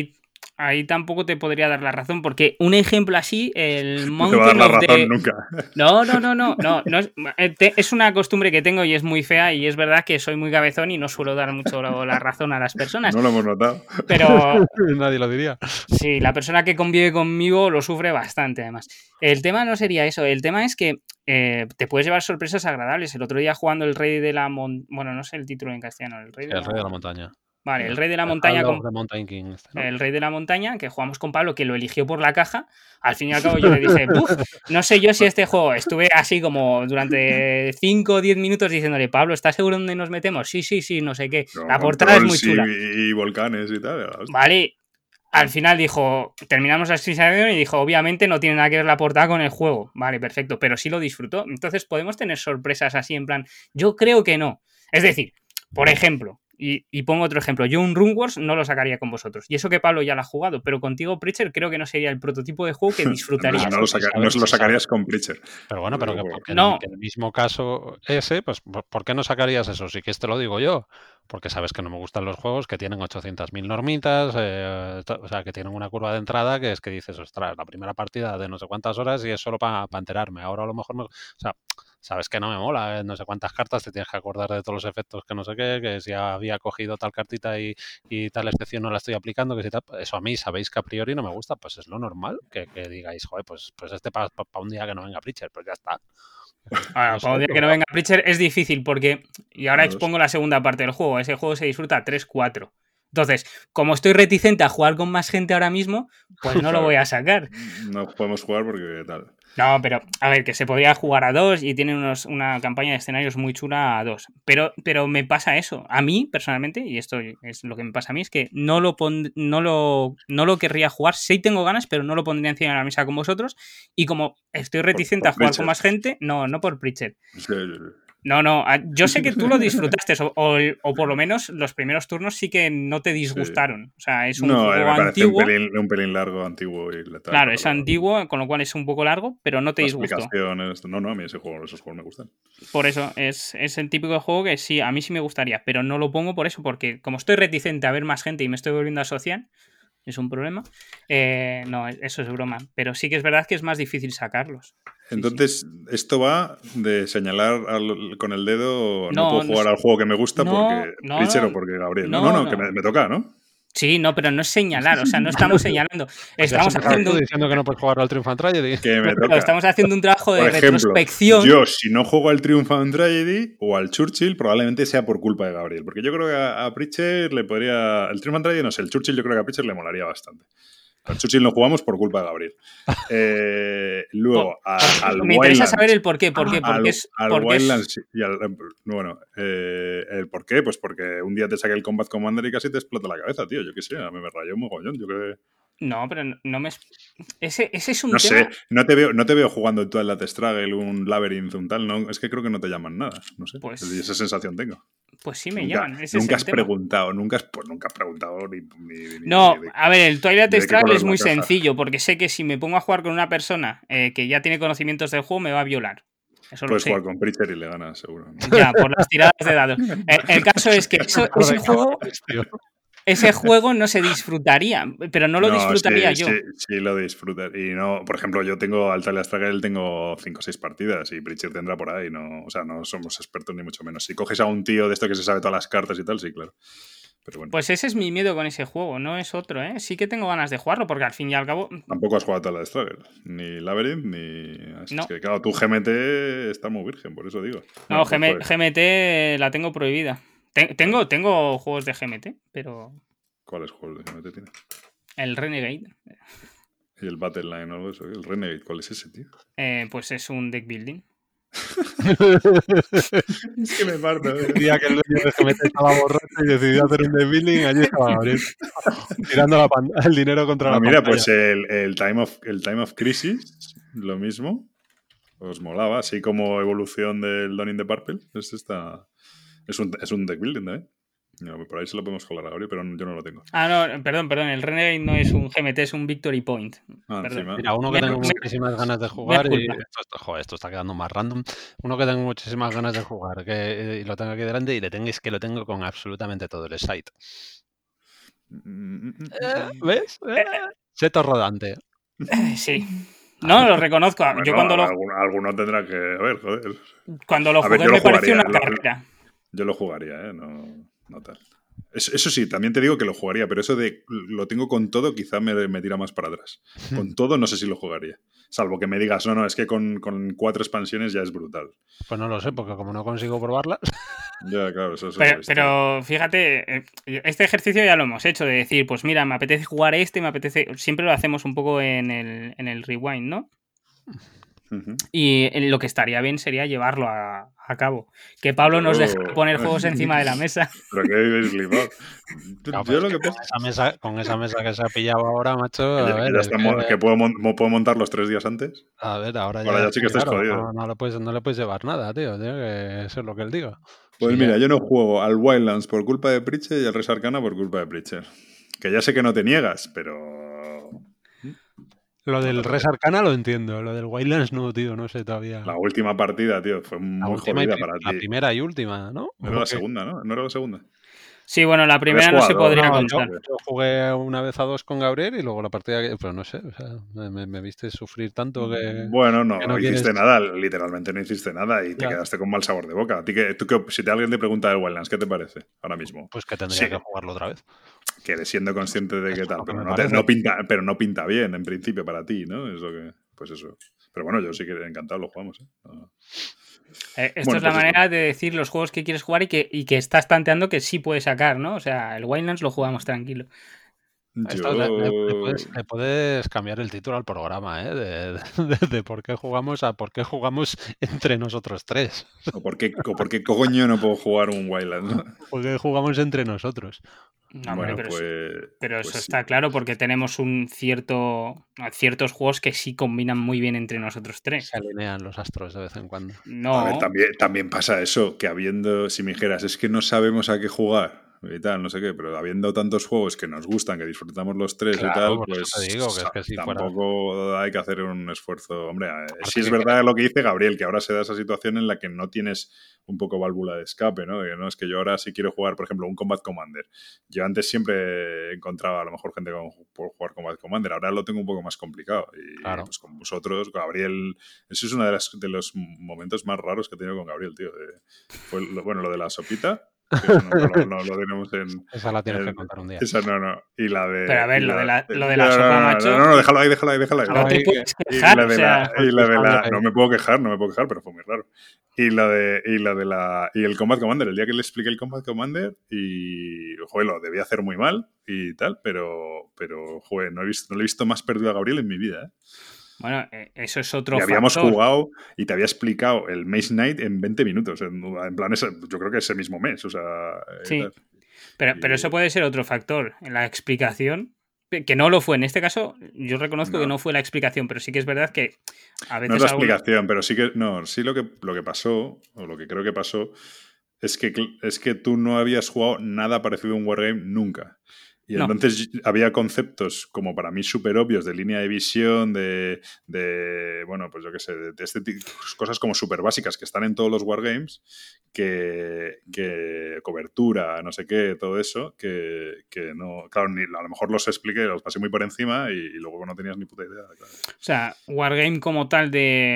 ahí tampoco te podría dar la razón, porque un ejemplo así, el No te va a dar la razón nunca. No, es una costumbre que tengo y es muy fea, y es verdad que soy muy cabezón y no suelo dar mucho la razón a las personas. No lo hemos notado. Pero nadie lo diría. Sí, la persona que convive conmigo lo sufre bastante, además. El tema no sería eso, el tema es que te puedes llevar sorpresas agradables. El otro día jugando el Rey de la Montaña, bueno, no sé el título en castellano, el Rey de la Montaña. Vale, el Rey de la Montaña ¿no? El Rey de la Montaña, que jugamos con Pablo, que lo eligió por la caja. Al fin y al cabo yo le dije, ¡buf! No sé yo si este juego, estuve así como durante 5 o 10 minutos diciéndole, Pablo, ¿estás seguro dónde nos metemos? Sí, no sé qué. No, la portada es muy chula. Y volcanes y tal. Vale. Al final dijo, terminamos la explicación y dijo, obviamente no tiene nada que ver la portada con el juego. Vale, perfecto, pero sí lo disfrutó. Entonces, ¿podemos tener sorpresas así en plan? Yo creo que no. Es decir, por ejemplo, y pongo otro ejemplo, yo un Runewars no lo sacaría con vosotros. Y eso que Pablo ya lo ha jugado, pero contigo, Preacher, creo que no sería el prototipo de juego que disfrutarías. no lo sacarías con Preacher. Pero bueno, pero que en el mismo caso ese, pues ¿por qué no sacarías eso? Sí que te lo digo yo. Porque sabes que no me gustan los juegos que tienen 800.000 normitas, o sea, que tienen una curva de entrada que es que dices, ostras, la primera partida de no sé cuántas horas y es solo para enterarme. Ahora a lo mejor o sea, sabes que no me mola, no sé cuántas cartas, te tienes que acordar de todos los efectos que no sé qué, que si había cogido tal cartita y tal especie no la estoy aplicando, que si tal, eso a mí sabéis que a priori no me gusta, pues es lo normal que digáis, joder, pues este para un día que no venga Preacher, pues ya está. Ahora, para un día que no venga Preacher es difícil porque, y ahora expongo la segunda parte del juego, ese juego se disfruta 3-4. Entonces, como estoy reticente a jugar con más gente ahora mismo, pues no lo voy a sacar. No podemos jugar porque tal. No, pero a ver, que se podría jugar a 2 y tiene una campaña de escenarios muy chula a 2. Pero me pasa eso. A mí, personalmente, y esto es lo que me pasa a mí, es que no lo querría jugar. Sí tengo ganas, pero no lo pondría encima de la mesa con vosotros. Y como estoy reticente a jugar Preacher con más gente, no por Preacher. Sí. No, yo sé que tú lo disfrutaste, o por lo menos los primeros turnos sí que no te disgustaron. Sí. O sea, es un juego antiguo. Un pelín largo, antiguo y letal. Claro, es antiguo, con lo cual es un poco largo, pero no te disgustó. No, a mí esos juegos me gustan. Por eso, es el típico juego que sí, a mí sí me gustaría, pero no lo pongo por eso, porque como estoy reticente a ver más gente y me estoy volviendo a asociar, es un problema. No, eso es broma. Pero sí que es verdad que es más difícil sacarlos. Entonces, esto va de señalar con el dedo, no puedo jugar al juego que me gusta porque Preacher o porque Gabriel. No, que me toca, ¿no? Sí, no, pero no es señalar, o sea, no estamos señalando. Estamos haciendo diciendo que no puedes jugar al Triumph and Tragedy. Que me toca. Estamos haciendo un trabajo de retrospección. Yo, si no juego al Triumph and Tragedy o al Churchill, probablemente sea por culpa de Gabriel. Porque yo creo que a Preacher le podría. El Triumph and Tragedy, no sé, el Churchill yo creo que a Preacher le molaría bastante. Al Churchill no jugamos por culpa de Gabriel. Luego, al me interesa saber el porqué. Porque al Wildlands y bueno, el porqué, pues porque un día te saqué el Combat Commander y casi te explota la cabeza, tío. Yo qué sé, a mí me rayó un mogollón. Yo creo que... No, pero no me... Ese es un no tema... sé, no te veo jugando en Twilight Struggle, un Labyrinth, un tal, no, es que creo que no te llaman nada, no sé. Pues, esa sensación tengo. Pues sí me llaman. Nunca has preguntado, nunca has preguntado ni no, a ver, el Twilight Struggle es muy sencillo, porque sé que si me pongo a jugar con una persona que ya tiene conocimientos del juego, me va a violar. Eso puedes jugar con Preacher y le ganas, seguro. Ya, por las tiradas de dados. El caso es que ese juego no se disfrutaría, pero no lo disfrutaría yo. Sí, lo disfrutaría. Y no, por ejemplo, yo tengo al Twilight Struggle, tengo 5 o 6 partidas y Preacher tendrá por ahí. No, o sea, no somos expertos ni mucho menos. Si coges a un tío de esto que se sabe todas las cartas y tal, sí, claro. Pero bueno. Pues ese es mi miedo con ese juego, no es otro, ¿eh? Sí que tengo ganas de jugarlo, porque al fin y al cabo... Tampoco has jugado a Twilight Struggle, ni Labyrinth, ni... No. Es que, claro, tu GMT está muy virgen, por eso digo. No, GMT la tengo prohibida. Tengo juegos de GMT, pero... ¿Cuáles juegos de GMT tienes? El Renegade. ¿Y el Battleline o algo de eso? ¿El Renegade cuál es ese, tío? Pues es un deck building. Es que me parto. El día que el dueño de GMT estaba borracho y decidió hacer un deck building, allí estaba Gabriel tirando el dinero contra la mira, pantalla. Pues el Time of Crisis, lo mismo. Os molaba, así como evolución del Dawn in the Purple. Es un deck building, ¿eh? No, por ahí se lo podemos colar a Gabriel, pero yo no lo tengo. No, perdón, el Renegade no es un GMT, es un Victory Point. Mira, uno que tengo muchísimas ganas de jugar y esto está quedando más random. Uno que tengo muchísimas ganas de jugar y lo tengo aquí delante y lo tengo con absolutamente todo el site. ¿Ves? Seto rodante. Sí. No, lo reconozco. Bueno, yo cuando alguno tendrá que... A ver, joder. Cuando lo jugué me pareció una carrera. Yo lo jugaría, no tal. Eso sí, también te digo que lo jugaría, pero eso de lo tengo con todo quizá me tira más para atrás. Con todo no sé si lo jugaría. Salvo que me digas, no, es que con 4 expansiones ya es brutal. Pues no lo sé, porque como no consigo probarlas... Ya, claro, eso es pero fíjate, este ejercicio ya lo hemos hecho, de decir, pues mira, me apetece jugar me apetece... Siempre lo hacemos un poco en el rewind, ¿no? Y lo que estaría bien sería llevarlo a cabo. Que Pablo nos deje poner juegos encima de la mesa. Pero que habéis flipado. No, yo lo que con esa mesa que se ha pillado ahora, macho. A ver, que puedo montar los 3 días antes. A ver, ahora ya sí que estás jodido. No le puedes llevar nada, tío. Que eso es lo que él diga. Pues sí, mira, yo no juego al Wildlands por culpa de Pritchard y al Res Arcana por culpa de Pritchard. Que ya sé que no te niegas, pero... Lo del Res Arcana lo entiendo, lo del Wildlands no, tío, no sé todavía. La última partida, tío, fue muy jodida para ti. La primera y última, ¿no? No era la segunda, ¿no? ¿No era la segunda? Sí, bueno, la primera no se podría contar. Yo jugué una vez a 2 con Gabriel y luego la partida que... Pero no sé, o sea, me viste sufrir tanto que... Bueno, no hiciste nada, literalmente no hiciste nada y te quedaste con mal sabor de boca. Si alguien te pregunta del Wildlands, ¿qué te parece ahora mismo? Pues que tendría que jugarlo otra vez. Que siendo consciente de que tal, pero no pinta bien en principio para ti, ¿no? Es lo que... Pues eso. Pero bueno, yo sí que encantado lo jugamos, ¿eh? Esto es la manera de decir los juegos que quieres jugar y que estás tanteando que sí puedes sacar, ¿no? O sea, el Wildlands lo jugamos tranquilo. Le puedes cambiar el título al programa, ¿eh? De por qué jugamos a por qué jugamos entre nosotros 3. O por qué coño no puedo jugar un Wildlands, ¿no? ¿Por qué jugamos entre nosotros? No, bueno, pero eso está claro porque tenemos ciertos juegos que sí combinan muy bien entre nosotros 3. Se alinean los astros de vez en cuando. No. A ver, también pasa eso, que si me dijeras, es que no sabemos a qué jugar y tal, no sé qué, pero habiendo tantos juegos que nos gustan, que disfrutamos los 3 y tal, pues te digo, que es que si tampoco hay que hacer un esfuerzo. Hombre, sí es verdad lo que dice Gabriel, que ahora se da esa situación en la que no tienes un poco válvula de escape, ¿no? De que no, es que yo ahora sí quiero jugar, por ejemplo, un Combat Commander. Yo antes siempre encontraba a lo mejor gente por jugar Combat Commander, ahora lo tengo un poco más complicado. Y pues con vosotros, Gabriel, eso es uno de los momentos más raros que he tenido con Gabriel, tío. Fue lo de la sopita. No lo tenemos en... Esa la tienes que contar un día. Esa no. Y la de... Pero a ver, lo de la sopa, macho... No, déjalo ahí. No te puedes quejar, No me puedo quejar, pero fue muy raro. Y el Combat Commander, el día que le expliqué el Combat Commander y... Joder, lo debía hacer muy mal y tal, pero joder, no le he visto más perdido a Gabriel en mi vida, ¿eh? Bueno, eso es otro factor. Habíamos jugado y te había explicado el Maze Knight en 20 minutos. En plan, yo creo que ese mismo mes. O sea, sí, pero eso puede ser otro factor. En la explicación, que no lo fue. En este caso, yo reconozco que no fue la explicación, pero sí que es verdad que a veces... No es la explicación, pero sí que... No, sí lo que pasó, o lo que creo que pasó, es que tú no habías jugado nada parecido a un Wargame nunca. Y entonces había conceptos como para mí súper obvios de línea de visión, de bueno, pues yo qué sé, de este tipo, cosas como súper básicas que están en todos los wargames, que cobertura, no sé qué, todo eso, que no, claro, a lo mejor los expliqué, los pasé muy por encima y luego no tenías ni puta idea. Claro. O sea, wargame como tal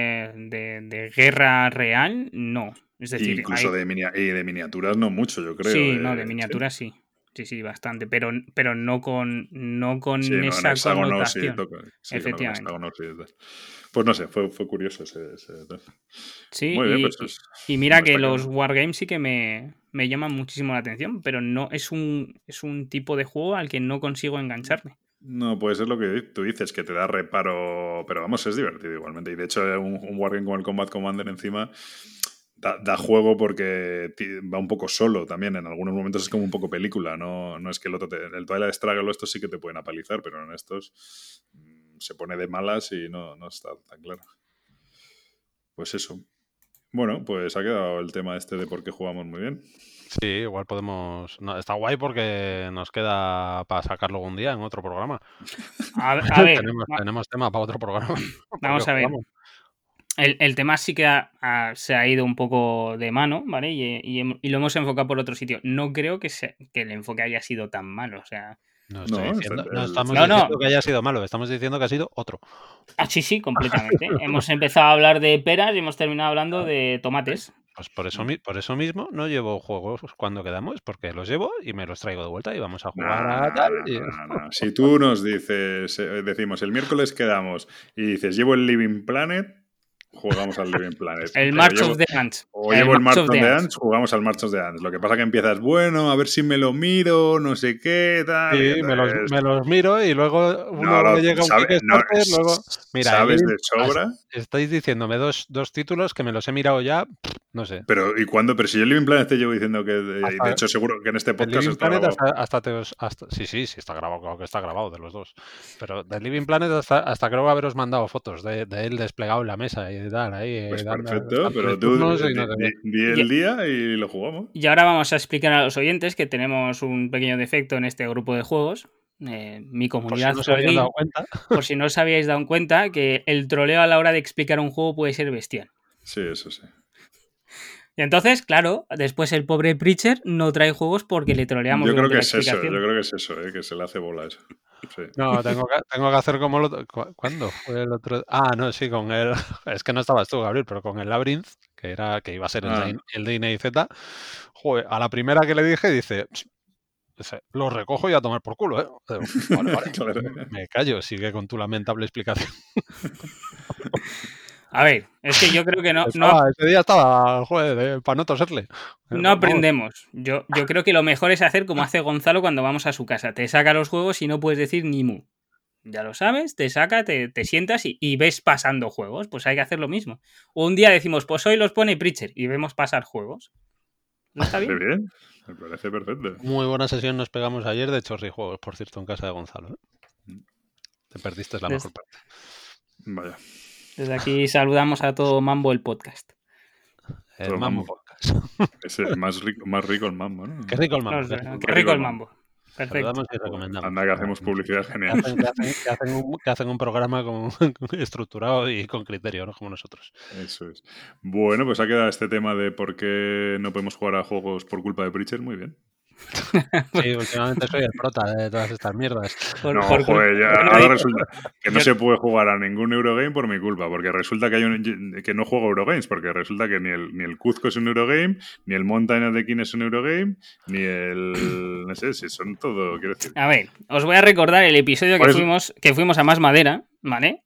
de guerra real, no. Es decir, incluso de miniaturas no mucho, yo creo. Sí, de miniaturas sí. Sí, bastante, pero no con esa connotación. Efectivamente. Pues no sé, fue curioso ese. Sí, muy bien, y mira que los wargames sí que me llaman muchísimo la atención, pero no es un tipo de juego al que no consigo engancharme. No, pues es lo que tú dices, que te da reparo, pero vamos, es divertido igualmente. Y de hecho, un wargame como el Combat Commander encima... Da juego porque va un poco solo también. En algunos momentos es como un poco película. No es que el Twilight Struggle o estos sí que te pueden apalizar, pero en estos se pone de malas y no está tan claro. Pues eso. Bueno, pues ha quedado el tema este de por qué jugamos muy bien. Sí, igual podemos... No, está guay porque nos queda para sacarlo un día en otro programa. A ver, tenemos tema para otro programa. Vamos a ver. El tema sí que se ha ido un poco de mano, ¿vale? Y lo hemos enfocado por otro sitio. No creo que el enfoque haya sido tan malo. O sea, No estamos diciendo que haya sido malo, estamos diciendo que ha sido otro. Sí, completamente. Hemos empezado a hablar de peras y hemos terminado hablando de tomates. Pues por eso mismo no llevo juegos cuando quedamos, porque los llevo y me los traigo de vuelta y vamos a jugar a tal. No. Si tú nos decimos el miércoles quedamos y dices llevo el Living Planet, jugamos al Living Planet. El March of the Ants. O llevo el March of the Ants, jugamos al March of the Ants. Lo que pasa que empiezas, bueno, a ver si me lo miro, no sé qué, tal. Sí, me los miro y luego uno le llega un Kickstarter, luego... Mira, ¿sabes de sobra? Estáis diciéndome dos títulos que me los he mirado ya, no sé. Pero, ¿y cuándo? Pero si yo el Living Planet te llevo diciendo que... de hecho, seguro que en este podcast está grabado. Sí, está grabado, claro que está grabado de los dos. Pero del Living Planet hasta creo que haberos mandado fotos de él desplegado en la mesa y tal, ahí. Pues perfecto, pero tú di el día y lo jugamos. Y ahora vamos a explicar a los oyentes que tenemos un pequeño defecto en este grupo de juegos. Mi comunidad, por si no os habíais dado cuenta, que el troleo a la hora de explicar un juego puede ser bestial. Sí, eso sí. Y entonces, claro, después el pobre Preacher no trae juegos porque le troleamos. Yo creo que es eso, que se le hace bola eso. Sí. No, tengo que hacer como el otro. ¿Cuándo fue el otro? No, sí, con el... Es que no estabas tú, Gabriel, pero con el Labyrinth, que iba a ser el de INEIZ. Joder, a la primera que le dije, dice... Lo recojo y a tomar por culo, ¿eh? Vale. Claro. Me callo, sigue con tu lamentable explicación. A ver, es que yo creo que no... Ese día estaba, joder, para no toserle. No aprendemos. Yo creo que lo mejor es hacer como hace Gonzalo cuando vamos a su casa. Te saca los juegos y no puedes decir ni mu. Ya lo sabes, te saca, te sientas y ves pasando juegos. Pues hay que hacer lo mismo. O un día decimos, pues hoy los pone Preacher y vemos pasar juegos. ¿No está bien? Bien. Me parece perfecto. Muy buena sesión nos pegamos ayer de chorrijuegos, por cierto, en casa de Gonzalo. Te perdiste la mejor parte. Vaya. Desde aquí saludamos a todo Mambo el podcast. El Mambo Podcast. Es el más rico el Mambo, ¿no? Qué rico el Mambo. Qué rico el Mambo. Perfecto. Y recomendamos. Anda que hacemos publicidad genial. Que hacen un programa estructurado y con criterio, ¿no? Como nosotros. Eso es. Bueno, pues ha quedado este tema de por qué no podemos jugar a juegos por culpa de Preacher muy bien. Sí, últimamente soy el prota de todas estas mierdas. Joder, ahora resulta que no se puede jugar a ningún Eurogame por mi culpa, porque resulta que que no juego Eurogames, porque resulta que ni el Cuzco es un Eurogame, ni el Mountain of the King es un Eurogame, ni el... no sé, si son todo, quiero decir. A ver, os voy a recordar el episodio que fuimos a Más Madera, ¿vale?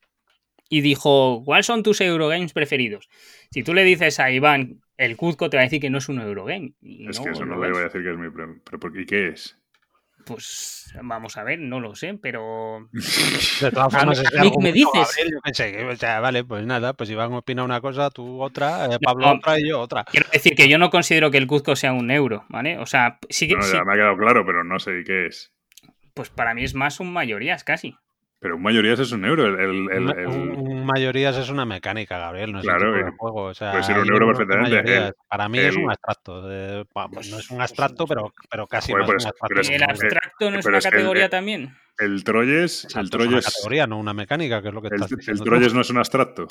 Y dijo, ¿cuáles son tus Eurogames preferidos? Si tú le dices a Iván, el Cuzco te va a decir que no es un Eurogame. Es que eso no le voy a decir que es mi... ¿Y qué es? Pues vamos a ver, no lo sé, pero... De todas formas, a mí me dices. Vale, pues nada, pues Iván opina una cosa, tú otra, Pablo otra y yo otra. Quiero decir que yo no considero que el Cuzco sea un euro, ¿vale? O sea, sí que... ya me ha quedado claro, pero no sé qué es. Pues para mí es más un mayorías, casi. Pero un mayorías es un euro. Un mayorías es una mecánica, Gabriel, no es un tipo de juego. O sea, puede ser un euro perfectamente. Para mí es un abstracto. No es un abstracto, pero casi más un abstracto. ¿Y el abstracto no es una categoría también? El Troyes... Es una categoría, no una mecánica, que es lo que estás diciendo. ¿El Troyes no es un abstracto?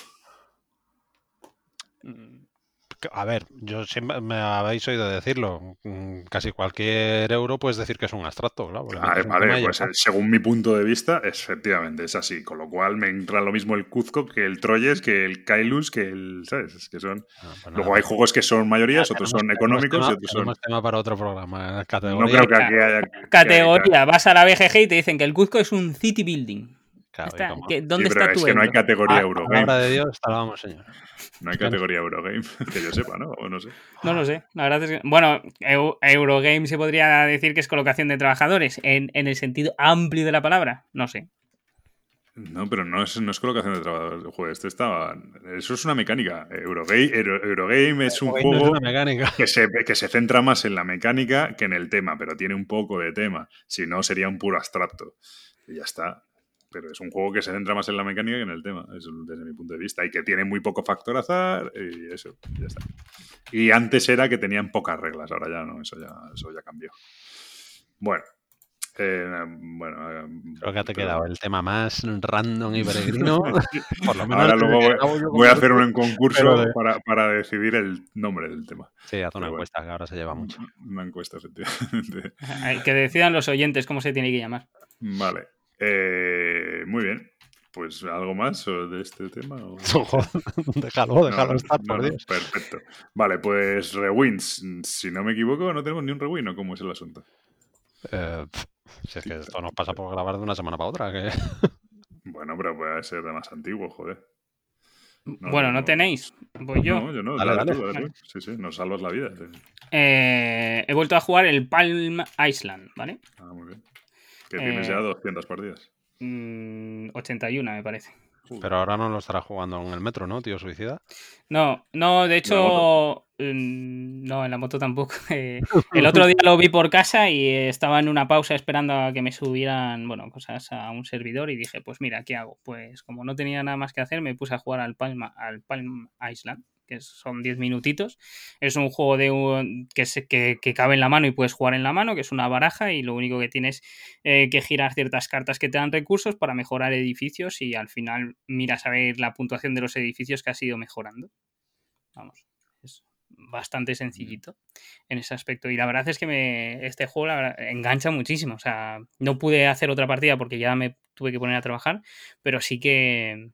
A ver, yo siempre me habéis oído decirlo. Casi cualquier euro puedes decir que es un abstracto, claro. Vale, pues según mi punto de vista, efectivamente es así. Con lo cual me entra lo mismo el Cuzco que el Troyes, que el Kailus, que el... ¿Sabes? Es que son... Luego hay juegos que son mayorías, otros son económicos y otros son... Tenemos tema para otro programa. No creo que aquí haya... Categoría. Vas a la BGG y te dicen que el Cuzco es un city building. Claro, ¿Dónde está tu euro? Es que no hay categoría Eurogame. Palabra de Dios, vamos, señor. No hay categoría Eurogame, que yo sepa, ¿no? O no sé. No lo sé. La verdad es que... Bueno, Eurogame se podría decir que es colocación de trabajadores en el sentido amplio de la palabra. No sé. No, pero no es colocación de trabajadores. Joder, eso es una mecánica. Eurogame es un juego que se centra más en la mecánica que en el tema, pero tiene un poco de tema. Si no, sería un puro abstracto. Y ya está. Pero es un juego que se centra más en la mecánica que en el tema, eso desde mi punto de vista, y que tiene muy poco factor azar, y eso, ya está. Y antes era que tenían pocas reglas, ahora ya no, eso ya cambió. Bueno, Bueno, creo que te ha quedado el tema más random y peregrino. Por lo menos ahora luego voy a hacer un concurso para decidir el nombre del tema. Sí, haz una encuesta, que ahora se lleva mucho. Una encuesta, efectivamente. Que decidan los oyentes cómo se tiene que llamar. Vale. Muy bien. Pues, ¿algo más de este tema? Déjalo estar, por Dios. Perfecto. Vale, pues rewins. Si no me equivoco, no tenemos ni un rewind, ¿o cómo es el asunto? Si es que esto nos pasa por grabar de una semana para otra. ¿Qué? Bueno, pero puede ser de más antiguo, joder. ¿No tenéis? Voy yo. No, yo no. Dale. Tú. Sí, nos salvas la vida. Sí. He vuelto a jugar el Palm Island, ¿vale? Muy bien. Que tienes ya 200 partidas. 81, me parece. Pero ahora no lo estará jugando en el metro, ¿no, tío suicida? No, de hecho, no, en la moto tampoco. El otro día lo vi por casa y estaba en una pausa esperando a que me subieran, cosas a un servidor y dije, pues mira, ¿qué hago? Pues como no tenía nada más que hacer, me puse a jugar al Palm Island, que son 10 minutitos. Es un juego que cabe en la mano y puedes jugar en la mano, que es una baraja y lo único que tienes que girar ciertas cartas que te dan recursos para mejorar edificios y al final miras a ver la puntuación de los edificios que has ido mejorando. Vamos, es bastante sencillito en ese aspecto. Y la verdad es que este juego engancha muchísimo. O sea, no pude hacer otra partida porque ya me tuve que poner a trabajar, pero sí que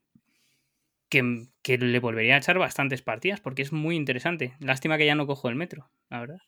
le volvería a echar bastantes partidas porque es muy interesante. Lástima que ya no cojo el metro, la verdad.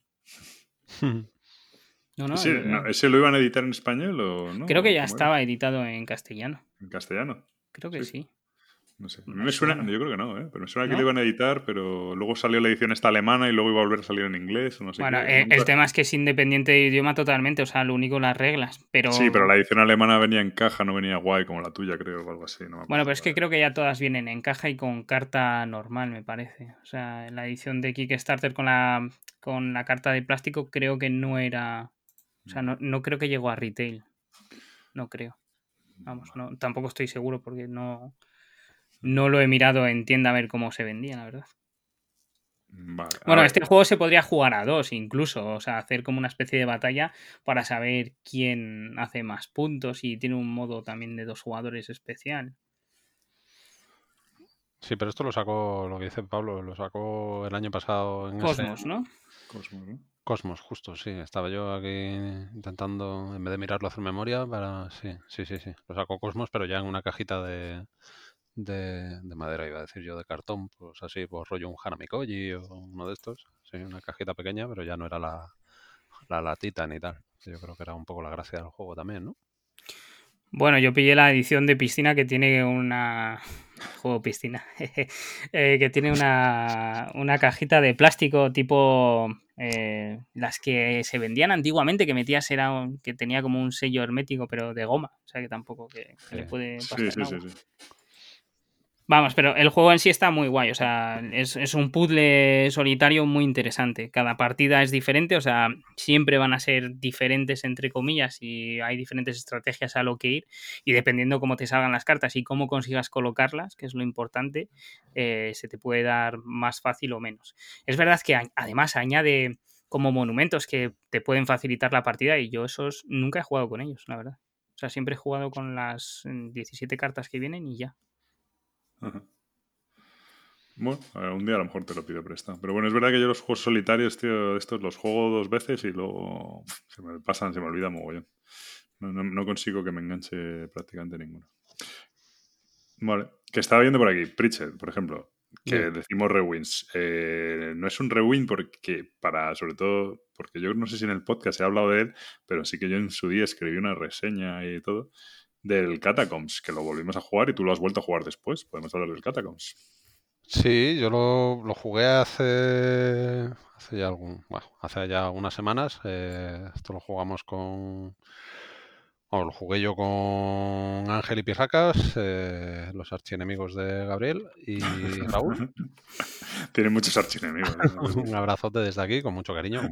¿Ese lo iban a editar en español o no? Creo que ya estaba editado en castellano. ¿En castellano? Creo que sí. No sé. A mí me suena, yo creo que no, pero me suena que lo iban a editar, pero luego salió la edición esta alemana y luego iba a volver a salir en inglés o no sé qué. El tema es que es independiente de idioma totalmente, o sea, lo único las reglas, pero... Sí, pero la edición alemana venía en caja, no venía guay como la tuya, creo, o algo así. No me pero es que creo que ya todas vienen en caja y con carta normal, me parece. O sea, la edición de Kickstarter con la carta de plástico creo que no era... O sea, no creo que llegó a retail. No creo. Vamos, no, tampoco estoy seguro porque no lo he mirado en tienda a ver cómo se vendía, la verdad. Vale, este juego se podría jugar a 2 incluso, o sea, hacer como una especie de batalla para saber quién hace más puntos y tiene un modo también de 2 jugadores especial. Sí, pero esto lo sacó, lo que dice Pablo, lo sacó el año pasado en Cosmos, ¿no? Cosmos, justo, sí. Estaba yo aquí intentando, en vez de mirarlo, hacer memoria para... Sí. Lo sacó Cosmos, pero ya en una cajita de madera, iba a decir yo, de cartón, pues así, pues rollo un Hanamikoji o uno de estos. Sí, una cajita pequeña, pero ya no era la latita ni tal. Yo creo que era un poco la gracia del juego también, ¿no? Bueno, yo pillé la edición de piscina que tiene una... Juego piscina. Que tiene una cajita de plástico tipo... las que se vendían antiguamente, que metías que tenía como un sello hermético, pero de goma. O sea que tampoco que le puede pasar nada. Sí. Vamos, pero el juego en sí está muy guay, o sea, es un puzzle solitario muy interesante. Cada partida es diferente, o sea, siempre van a ser diferentes, entre comillas, y hay diferentes estrategias a lo que ir, y dependiendo cómo te salgan las cartas y cómo consigas colocarlas, que es lo importante, se te puede dar más fácil o menos. Es verdad que además añade como monumentos que te pueden facilitar la partida, y yo esos nunca he jugado con ellos, la verdad. O sea, siempre he jugado con las 17 cartas que vienen y ya. Bueno, un día a lo mejor te lo pido prestado. Pero bueno, es verdad que yo los juegos solitarios, tío, estos los juego 2 veces y luego se me olvida mogollón. No consigo que me enganche prácticamente ninguno. Vale, que estaba viendo por aquí, Pritchett, por ejemplo, que decimos rewins. No es un rewind sobre todo, porque yo no sé si en el podcast he hablado de él, pero sí que yo en su día escribí una reseña y todo del Catacombs, que lo volvimos a jugar y tú lo has vuelto a jugar después. Podemos hablar del Catacombs. Sí, yo lo jugué hace ya algunas semanas. Esto lo jugamos lo jugué yo con Ángel y Pirracas, los archienemigos de Gabriel y Raúl. Tienen muchos archienemigos. Un abrazote desde aquí, con mucho cariño.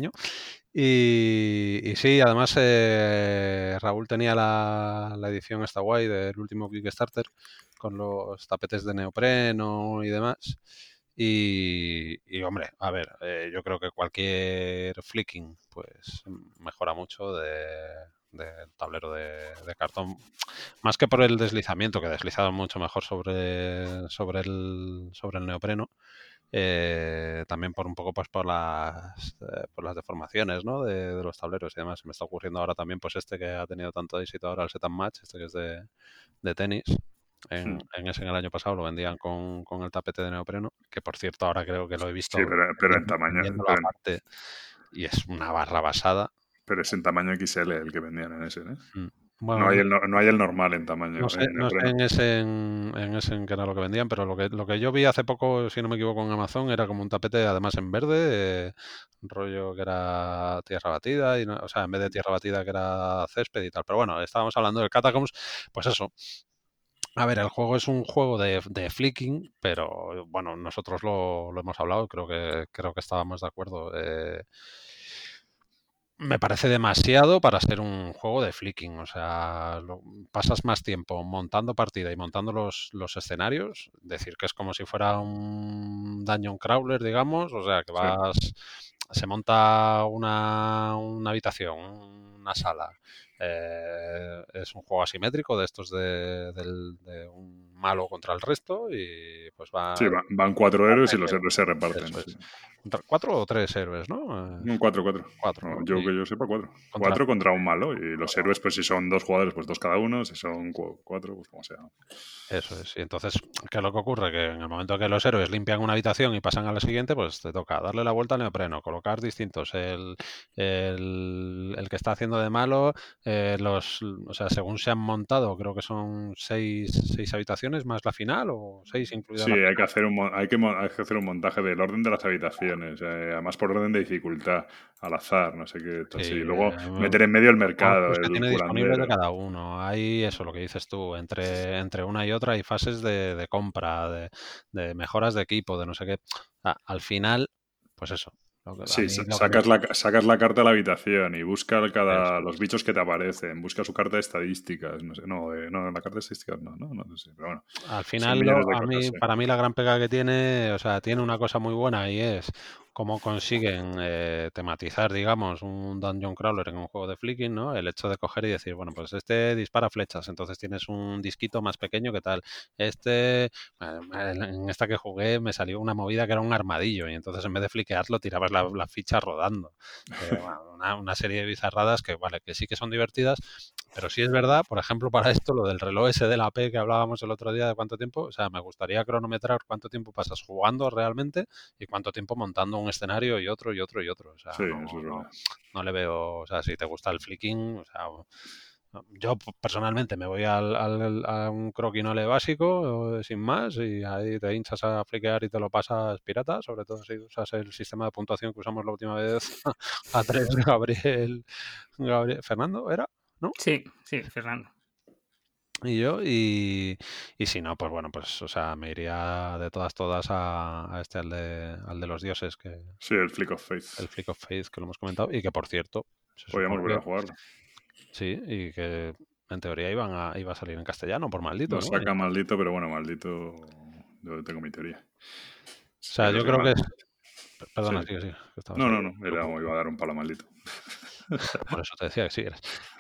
Y sí, además Raúl tenía la edición esta guay del último Kickstarter con los tapetes de neopreno y demás. Y hombre, a ver, yo creo que cualquier flicking pues mejora mucho de tablero de cartón. Más que por el deslizamiento, que deslizaba mucho mejor sobre el neopreno. También por un poco pues por las deformaciones, ¿no? de los tableros y demás. Me está ocurriendo ahora también pues que ha tenido tanto éxito ahora el Set and Match, que es de tenis. En el año pasado lo vendían con el tapete de neopreno, que por cierto ahora creo que lo he visto sí, pero en tamaño aparte, y es una barra basada. Pero es en tamaño XL el que vendían en ese, ¿eh? Bueno, no hay el normal en tamaño. No sé en ese en que era lo que vendían, pero lo que yo vi hace poco, si no me equivoco, en Amazon, era como un tapete, además en verde, rollo que era tierra batida, y o sea, en vez de tierra batida que era césped y tal. Pero bueno, estábamos hablando del Catacombs, pues eso. A ver, el juego es un juego de flicking, pero bueno, nosotros lo hemos hablado, creo que estábamos de acuerdo. Me parece demasiado para ser un juego de flicking. O sea, pasas más tiempo montando partida y montando los escenarios. Decir que es como si fuera un dungeon crawler, digamos. O sea, que vas... Sí. Se monta una habitación, una sala. Es un juego asimétrico de estos de un malo contra el resto y pues va... Sí, van 4 héroes y los héroes se reparten. Sí. 4 o 3 héroes, ¿no? Un 4. No, que yo sepa 4. 4 contra un malo. Y los héroes, pues si son 2 jugadores, pues 2 cada uno. Si son 4, pues como sea. Eso es. Y entonces, ¿qué es lo que ocurre? Que en el momento que los héroes limpian una habitación y pasan a la siguiente, pues te toca darle la vuelta al neopreno, colocar distintos. El que está haciendo de malo, o sea, según se han montado, creo que son 6 habitaciones más la final, o 6 incluidas. Sí, hay que hacer un montaje del orden de las habitaciones, además por orden de dificultad, al azar, no sé qué. Sí, luego meter en medio el mercado, que tiene disponible de cada uno. Hay eso, lo que dices tú, entre una y otra hay fases de compra, de mejoras de equipo, de no sé qué. Al final, pues eso. Sí, sacas la carta de la habitación y busca los bichos que te aparecen, busca su carta de estadísticas, no sé, la carta de estadísticas no sé, pero bueno. Al final, para mí la gran pega que tiene, o sea, tiene una cosa muy buena y es cómo consiguen tematizar, digamos, un dungeon crawler en un juego de flicking, ¿no? El hecho de coger y decir, bueno, pues dispara flechas, entonces tienes un disquito más pequeño que tal. En esta que jugué me salió una movida que era un armadillo y entonces en vez de fliquearlo tirabas la ficha rodando. Una serie de bizarradas que, vale, que sí que son divertidas, pero sí es verdad, por ejemplo, para esto, lo del reloj ese de la P que hablábamos el otro día de cuánto tiempo, o sea, me gustaría cronometrar cuánto tiempo pasas jugando realmente y cuánto tiempo montando un escenario y otro y otro y otro. O sea, sí, eso es verdad. No le veo, o sea, si te gusta el flicking, o sea, yo personalmente me voy a un croquinole básico, sin más, y ahí te hinchas a fliquear y te lo pasas pirata, sobre todo si usas el sistema de puntuación que usamos la última vez a 3, Gabriel, Fernando, ¿era? ¿No? Sí, Fernando. Y yo, y si no, pues bueno, pues, o sea, me iría de todas al de los dioses. Sí, el Flick of Faith. El Flick of Faith, que lo hemos comentado, y que por cierto... Podríamos volver a jugarlo. Sí, y que en teoría iba a salir en castellano por Maldito, ¿no? Saca Maldito, pero bueno, Maldito, yo tengo mi teoría. O sea, yo creo que es... Perdona, sí. Sí. No, iba a dar un palo a Maldito. Por eso te decía que sí eres.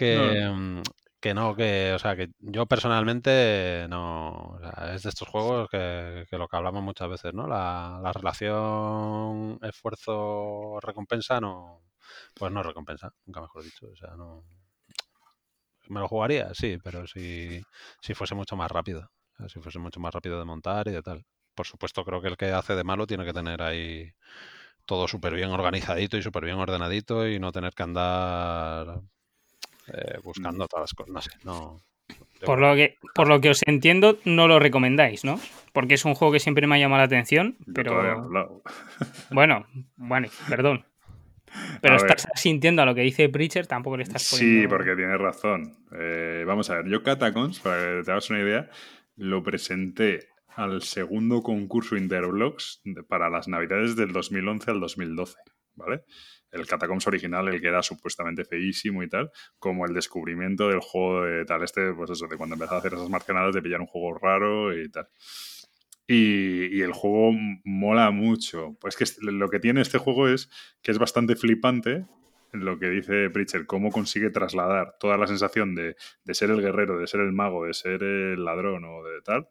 O sea, que yo personalmente no, o sea, es de estos juegos que lo que hablamos muchas veces, ¿no? La relación esfuerzo-recompensa pues no recompensa, nunca mejor dicho, o sea, no... ¿Me lo jugaría? Sí, pero si fuese mucho más rápido, o sea, si fuese mucho más rápido de montar y de tal. Por supuesto, creo que el que hace de malo tiene que tener ahí todo súper bien organizadito y súper bien ordenadito y no tener que andar buscando todas las cosas. No sé, no. Por lo que os entiendo, no lo recomendáis, ¿no? Porque es un juego que siempre me ha llamado la atención, pero... Yo todavía no he hablado. Bueno, perdón. Pero estás sintiendo a lo que dice Preacher, tampoco le estás poniendo... Sí, porque tienes razón. Vamos a ver, yo Catacombs, para que te hagas una idea, lo presenté al segundo concurso Interblox para las navidades del 2011 al 2012, ¿vale? El Catacombs original, el que era supuestamente feísimo y tal, como el descubrimiento del juego de tal, pues eso, de cuando empezaba a hacer esas marcanadas de pillar un juego raro y tal. Y el juego mola mucho. Pues que lo que tiene este juego es que es bastante flipante, lo que dice Pritchard, cómo consigue trasladar toda la sensación de ser el guerrero, de ser el mago, de ser el ladrón o de tal,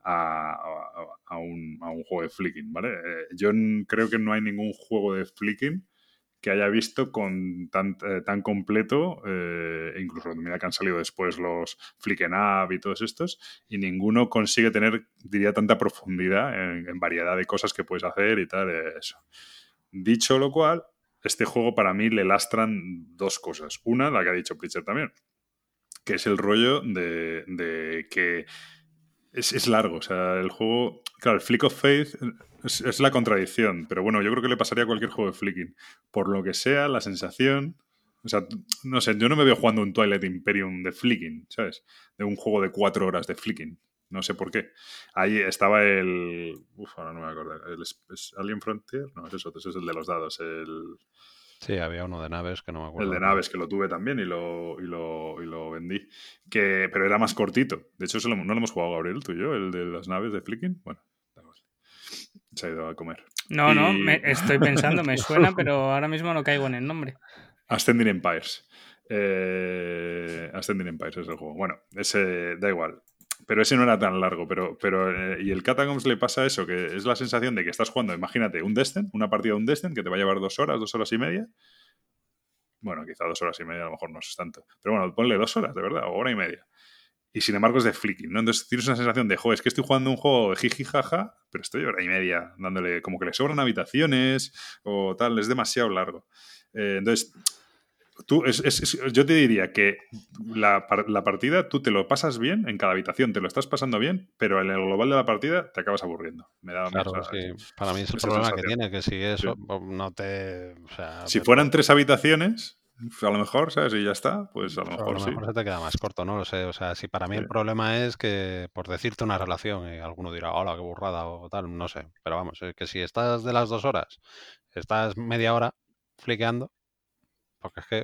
a un juego de flicking, ¿vale? Yo creo que no hay ningún juego de flicking que haya visto tan completo, incluso mira que han salido después los Flicken Up y todos estos, y ninguno consigue tener, diría, tanta profundidad en variedad de cosas que puedes hacer y tal, eso. Dicho lo cual, este juego para mí le lastran dos cosas. Una, la que ha dicho Pritchard también, que es el rollo de que es largo. O sea, el juego... Claro, el Flick of Faith es la contradicción, pero bueno, yo creo que le pasaría a cualquier juego de flicking. Por lo que sea, la sensación... O sea, no sé, yo no me veo jugando un Twilight Imperium de flicking, ¿sabes? De un juego de 4 horas de flicking. No sé por qué. Ahí estaba el... ahora no me acuerdo. ¿Es Alien Frontier? No, ese es el de los dados. Sí, había uno de naves que no me acuerdo. El de naves, que lo tuve también y lo vendí. Pero era más cortito. De hecho, no lo hemos jugado, Gabriel, tú y yo, el de las naves de flicking. Bueno, se ha ido a comer. No, estoy pensando, me suena, pero ahora mismo no caigo en el nombre. Ascending Empires. Ascending Empires es el juego. Bueno, ese da igual. Pero ese no era tan largo. Y el Catacombs le pasa eso, que es la sensación de que estás jugando, imagínate, un Destin, una partida de un Destin que te va a llevar 2 horas y media. Bueno, quizá 2 horas y media a lo mejor no es tanto. Pero bueno, ponle 2 horas, de verdad, o hora y media. Y sin embargo es de flicking, ¿no? Entonces tienes una sensación de, es que estoy jugando un juego de jiji jaja, pero estoy hora y media dándole, como que le sobran habitaciones o tal, es demasiado largo. Entonces, yo te diría que la partida tú te lo pasas bien, en cada habitación te lo estás pasando bien, pero en el global de la partida te acabas aburriendo. Me da claro, sí. Para mí es el problema que tiene, que si eso no te... O sea, si fueran 3 habitaciones, a lo mejor, ¿sabes? Y ya está, pues a lo mejor sí. A lo mejor se te queda más corto, no lo sé. O sea, si para mí el problema es que, por decirte una relación, y alguno dirá, hola, qué burrada o tal, no sé. Pero vamos, es que si estás de las 2 horas, estás media hora fliqueando, porque es que...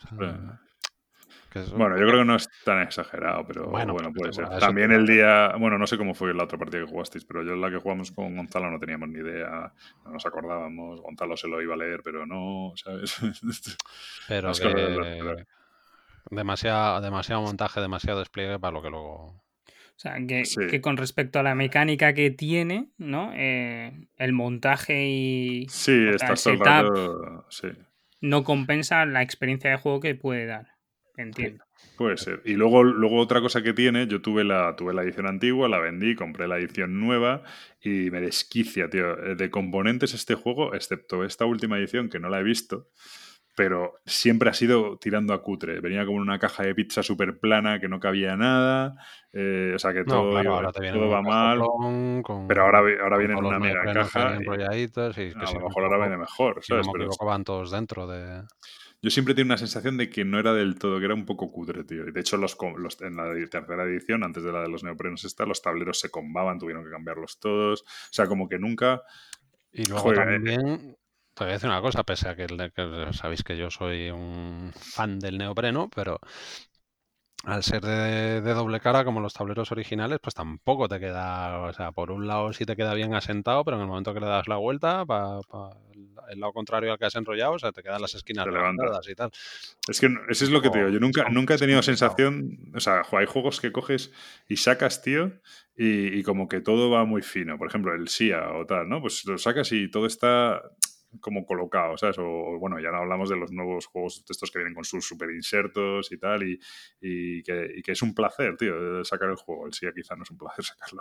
Bueno, yo creo que no es tan exagerado, pero bueno, puede ser. También el día... Bueno, no sé cómo fue la otra partida que jugasteis, pero yo en la que jugamos con Gonzalo no teníamos ni idea, no nos acordábamos, Gonzalo se lo iba a leer, pero no, ¿sabes? Pero que... demasiado montaje, demasiado despliegue para lo que luego... O sea, que con respecto a la mecánica que tiene, ¿no? El montaje y el setup no compensa la experiencia de juego que puede dar. Entiendo. Puede ser. Y luego otra cosa que tiene, yo tuve la edición antigua, la vendí, compré la edición nueva y me desquicia, tío. De componentes este juego, excepto esta última edición que no la he visto, pero siempre ha sido tirando a cutre. Venía como una caja de pizza súper plana que no cabía nada. O sea que todo va mal. Pero ahora viene en una mega caja. A lo mejor ahora viene mejor. Si no me equivoco, van todos dentro de... Yo siempre tengo una sensación de que no era del todo, que era un poco cutre, tío. Y de hecho, en la tercera edición, antes de la de los neoprenos los tableros se combaban, tuvieron que cambiarlos todos. O sea, como que nunca... Y luego también... Te voy a decir una cosa, pese a que sabéis que yo soy un fan del neopreno, pero al ser de doble cara, como los tableros originales, pues tampoco te queda... O sea, por un lado sí te queda bien asentado, pero en el momento que le das la vuelta, el lado contrario al que has enrollado, o sea, te quedan las esquinas levantadas y tal. Es que eso es lo que te digo. Yo nunca he tenido sensación... O sea, hay juegos que coges y sacas, tío, y como que todo va muy fino. Por ejemplo, el SIA o tal, ¿no? Pues lo sacas y todo está como colocado, ¿sabes? O bueno, ya no hablamos de los nuevos juegos de estos que vienen con sus super insertos y tal, y que es un placer, tío, sacar el juego. El SIA quizá no es un placer sacarlo.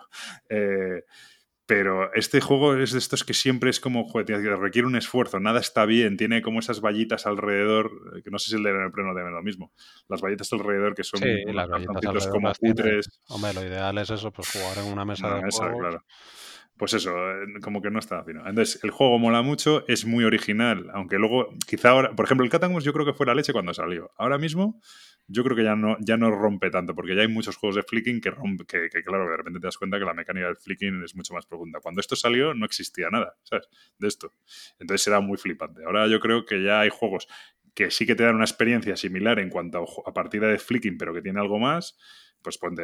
Pero este juego es de estos que siempre es como, joder, requiere un esfuerzo, nada está bien, tiene como esas vallitas alrededor, que no sé si el de neopreno debe lo mismo, las vallitas alrededor que son unos cartoncitos como cutres. Hombre, lo ideal es eso, pues jugar en una mesa de juegos. Claro. Pues eso, como que no está fino. Entonces, el juego mola mucho, es muy original, aunque luego, quizá ahora, por ejemplo, el Catacombs yo creo que fue la leche cuando salió. Ahora mismo, yo creo que ya no rompe tanto, porque ya hay muchos juegos de flicking que claro, de repente te das cuenta que la mecánica del flicking es mucho más profunda. Cuando esto salió, no existía nada, ¿sabes? De esto. Entonces era muy flipante. Ahora yo creo que ya hay juegos que sí que te dan una experiencia similar en cuanto a partida de flicking, pero que tiene algo más. pues ponte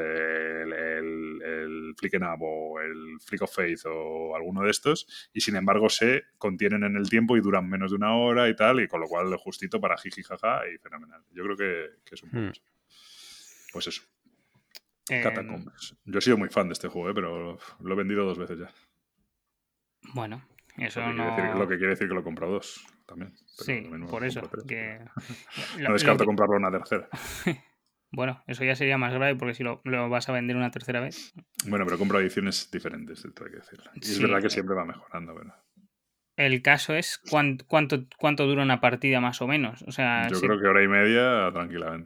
el Flick and Up o el Flick of Faith o alguno de estos, y sin embargo se contienen en el tiempo y duran menos de una hora y tal, y con lo cual justito para jiji jaja y fenomenal. Yo creo que es un poco eso. Pues eso. Catacombs. Yo he sido muy fan de este juego, pero lo he vendido 2 veces ya. Bueno, eso lo que quiere decir que lo he comprado 2 también. Sí, por eso. No descarto comprarlo una tercera. Bueno, eso ya sería más grave porque si lo vas a vender una tercera vez. Bueno, pero compro ediciones diferentes, esto hay que decirlo. Y es verdad que siempre va mejorando. Pero... El caso es cuánto dura una partida más o menos. O sea, yo creo que hora y media tranquilamente.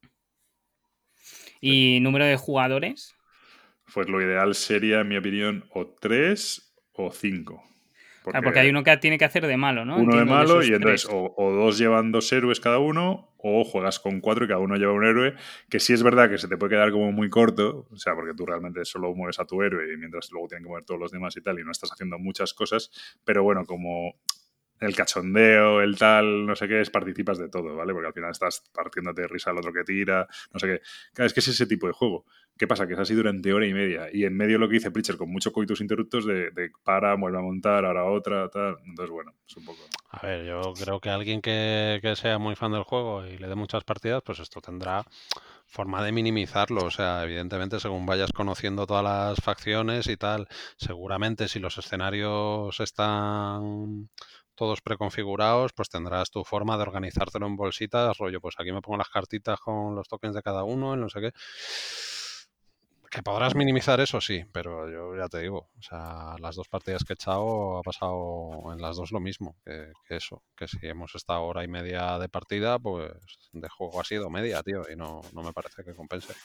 ¿Y número de jugadores? Pues lo ideal sería, en mi opinión, o 3 o 5. Porque hay uno que tiene que hacer de malo, ¿no? Uno de malo y entonces o 2 llevan 2 héroes cada uno o juegas con 4 y cada uno lleva un héroe, que sí es verdad que se te puede quedar como muy corto, o sea, porque tú realmente solo mueves a tu héroe y mientras luego tienen que mover todos los demás y tal y no estás haciendo muchas cosas, pero bueno, como el cachondeo, el tal, no sé qué, participas de todo, ¿vale? Porque al final estás partiéndote de risa al otro que tira, no sé qué. Claro, es que es ese tipo de juego. ¿Qué pasa? Que es así durante hora y media. Y en medio lo que dice Pritchard, con mucho coitus interruptos de para, vuelve a montar, ahora otra, tal. Entonces, bueno, es un poco... A ver, yo creo que alguien que sea muy fan del juego y le dé muchas partidas, pues esto tendrá forma de minimizarlo. O sea, evidentemente, según vayas conociendo todas las facciones y tal, seguramente si los escenarios están todos preconfigurados, pues tendrás tu forma de organizártelo en bolsitas, rollo, pues aquí me pongo las cartitas con los tokens de cada uno, en no sé qué. Que podrás minimizar eso, sí, pero yo ya te digo, o sea, las 2 partidas que he echado ha pasado en las 2 lo mismo, que eso, que si hemos estado hora y media de partida, pues de juego ha sido media, tío, y no me parece que compense.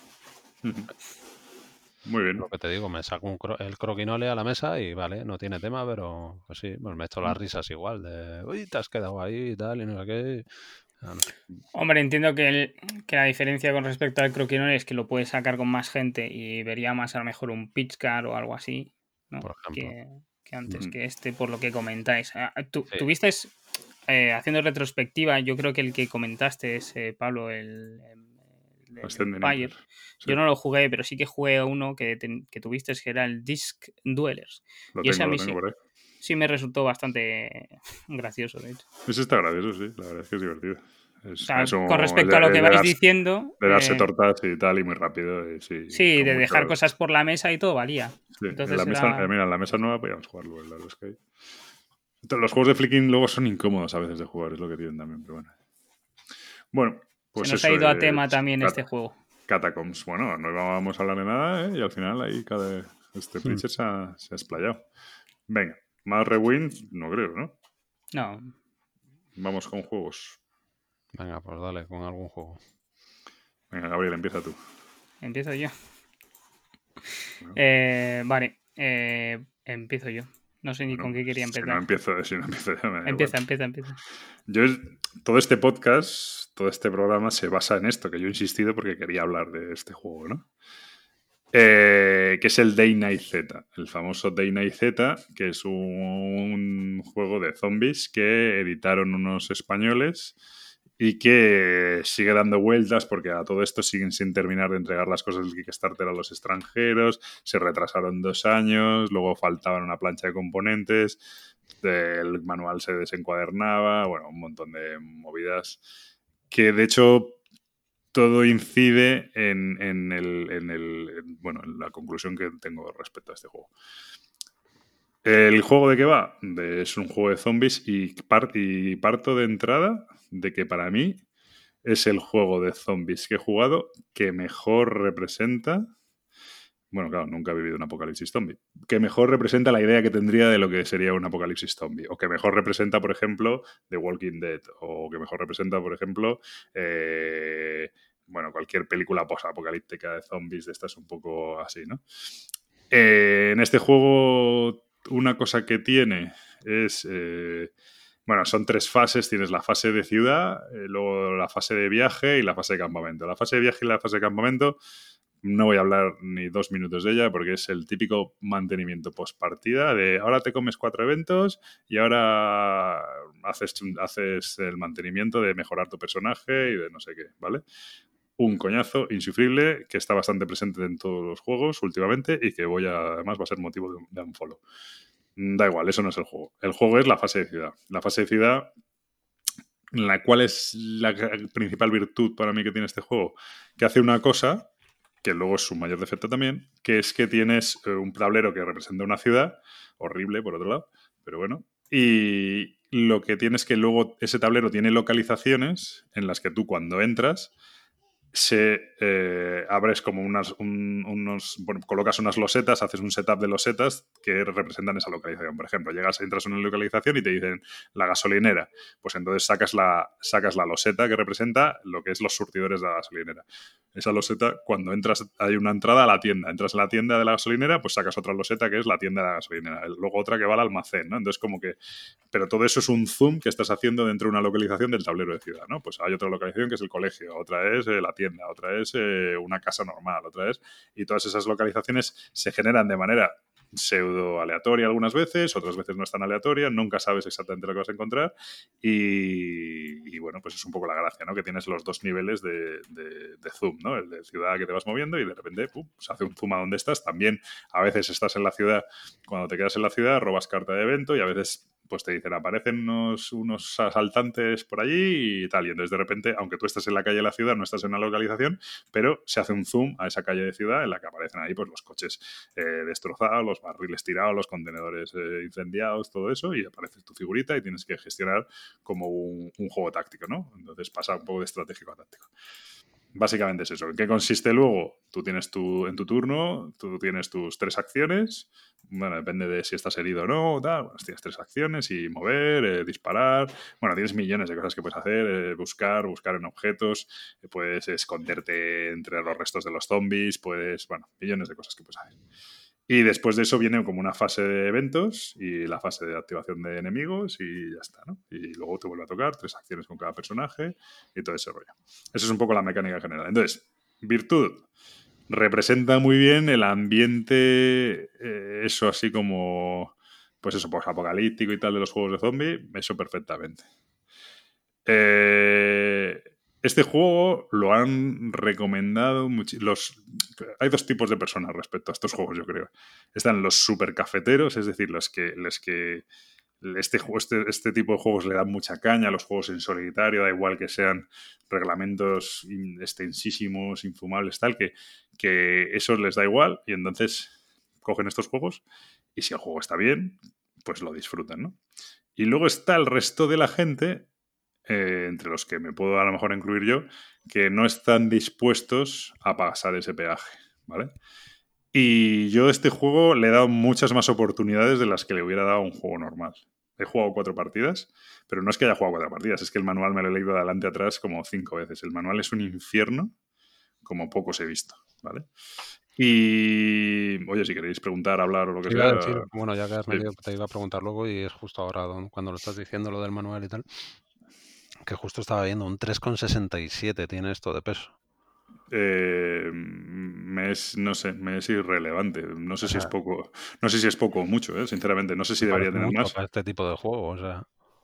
Muy bien. Lo que te digo, me saco el croquinole a la mesa y vale, no tiene tema, pero pues sí, pues me echo las risas igual, de uy, te has quedado ahí y tal, y no sé qué. No sé. Hombre, entiendo que la diferencia con respecto al croquinole es que lo puedes sacar con más gente y vería más a lo mejor un pitch car o algo así, ¿no? Por ejemplo. Que antes que este, por lo que comentáis. Sí. Tuviste, haciendo retrospectiva, yo creo que el que comentaste es Pablo, el Empire. Sí. Yo no lo jugué, pero sí que jugué uno que tuviste, que era el Disc Dwellers. Lo tengo por ahí. Sí me resultó bastante gracioso, de hecho. Ese está gracioso, sí, la verdad es que es divertido. O sea, con respecto a lo que vais diciendo... De darse tortas y tal, y muy rápido. Sí, de dejar cosas por la mesa y todo valía. Sí, entonces mira, en la mesa nueva podíamos jugarlo, la verdad es que los juegos de flicking luego son incómodos a veces de jugar, es lo que tienen también, pero bueno. Bueno, pues se nos ha ido a tema también este juego. Catacombs. Bueno, no íbamos a hablar de nada, y al final ahí este Pritchard se ha explayado. Venga, más rewind, no creo, ¿no? No. Vamos con juegos. Venga, pues dale, con algún juego. Venga, Gabriel, empieza tú. Empiezo yo. No. Vale, empiezo yo. No sé ni con qué quería empezar. Si no empiezo ya me Empieza. Yo, todo este podcast, todo este programa se basa en esto, que yo he insistido porque quería hablar de este juego, ¿no? Que es el Day Night Z, el famoso Day Night Z, que es un juego de zombies que editaron unos españoles y que sigue dando vueltas porque a todo esto siguen sin terminar de entregar las cosas del Kickstarter a los extranjeros, se retrasaron 2 años, luego faltaban una plancha de componentes, el manual se desencuadernaba, bueno, un montón de movidas que de hecho todo incide en la conclusión que tengo respecto a este juego. ¿El juego de qué va? Es un juego de zombies y parto de entrada de que para mí es el juego de zombies que he jugado que mejor representa... Bueno, claro, nunca he vivido un apocalipsis zombie. Que mejor representa la idea que tendría de lo que sería un apocalipsis zombie. O que mejor representa, por ejemplo, The Walking Dead. O que mejor representa, por ejemplo... cualquier película post-apocalíptica de zombies de estas un poco así, ¿no? En este juego, una cosa que tiene es... son 3 fases. Tienes la fase de ciudad, luego la fase de viaje y la fase de campamento. La fase de viaje y la fase de campamento no voy a hablar ni 2 minutos de ella porque es el típico mantenimiento post partida de ahora te comes 4 eventos y ahora haces el mantenimiento de mejorar tu personaje y de no sé qué, ¿vale? un coñazo insufrible que está bastante presente en todos los juegos últimamente y que además va a ser motivo de un follow. Da igual, eso no es el juego. El juego es la fase de ciudad. La fase de ciudad, la cual es la principal virtud para mí que tiene este juego, que hace una cosa, que luego es su mayor defecto también, que es que tienes un tablero que representa una ciudad, horrible por otro lado, pero bueno, y lo que tienes que luego ese tablero tiene localizaciones en las que tú cuando entras abres como colocas unas losetas, haces un setup de losetas que representan esa localización. Por ejemplo, entras en una localización y te dicen la gasolinera. Pues entonces sacas la loseta que representa lo que es los surtidores de la gasolinera. Esa loseta, cuando entras, hay una entrada a la tienda. Entras en la tienda de la gasolinera, pues sacas otra loseta que es la tienda de la gasolinera. Luego otra que va al almacén, ¿no? Entonces como que... Pero todo eso es un zoom que estás haciendo dentro de una localización del tablero de ciudad, ¿no? Pues hay otra localización que es el colegio, otra es la tienda, otra es una casa normal, otra es... Y todas esas localizaciones se generan de manera pseudo aleatoria algunas veces, otras veces no es tan aleatoria, nunca sabes exactamente lo que vas a encontrar y bueno, pues es un poco la gracia, ¿no? Que tienes los dos niveles de zoom, ¿no? El de ciudad que te vas moviendo y de repente se hace un zoom a donde estás. También a veces estás en la ciudad, cuando te quedas en la ciudad robas carta de evento y a veces pues te dicen aparecen unos asaltantes por allí y tal, y entonces de repente, aunque tú estés en la calle de la ciudad, no estás en una localización, pero se hace un zoom a esa calle de ciudad en la que aparecen ahí pues los coches destrozados, los barriles tirados, los contenedores incendiados, todo eso, y aparece tu figurita y tienes que gestionar como un juego táctico, ¿no? Entonces pasa un poco de estratégico a táctico. Básicamente es eso. ¿En qué consiste luego? Tú tienes en tu turno, tú tienes tus 3 acciones. Bueno, depende de si estás herido o no, tal. Bueno, tienes 3 acciones y mover, disparar. Bueno, tienes millones de cosas que puedes hacer. Buscar en objetos. Puedes esconderte entre los restos de los zombies. Bueno, millones de cosas que puedes hacer. Y después de eso viene como una fase de eventos y la fase de activación de enemigos y ya está, ¿no? Y luego te vuelve a tocar 3 acciones con cada personaje y todo ese rollo. Eso es un poco la mecánica general. Entonces, virtud. Representa muy bien el ambiente, eso así como, pues eso, apocalíptico y tal de los juegos de zombie, eso perfectamente. Este juego lo han recomendado hay 2 tipos de personas respecto a estos juegos, yo creo. Están los super cafeteros, es decir, los que este tipo de juegos le dan mucha caña a los juegos en solitario, da igual que sean reglamentos extensísimos, infumables, tal, que eso les da igual y entonces cogen estos juegos y si el juego está bien, pues lo disfrutan, ¿no? Y luego está el resto de la gente, entre los que me puedo a lo mejor incluir yo, que no están dispuestos a pasar ese peaje, ¿vale? Y yo a este juego le he dado muchas más oportunidades de las que le hubiera dado a un juego normal. He jugado 4 partidas, pero no es que haya jugado 4 partidas, es que el manual me lo he leído de adelante a atrás como 5 veces. El manual es un infierno, como pocos he visto, ¿vale? Y, oye, si queréis preguntar, hablar o lo que sea... Decir, bueno, ya que has metido, te iba a preguntar luego y es justo ahora cuando lo estás diciendo lo del manual y tal, que justo estaba viendo un 3,67 tiene esto de peso. Me es irrelevante. No sé si es poco. No sé si es poco o mucho, sinceramente. No sé si debería tener más. Para este tipo de juego, o sea.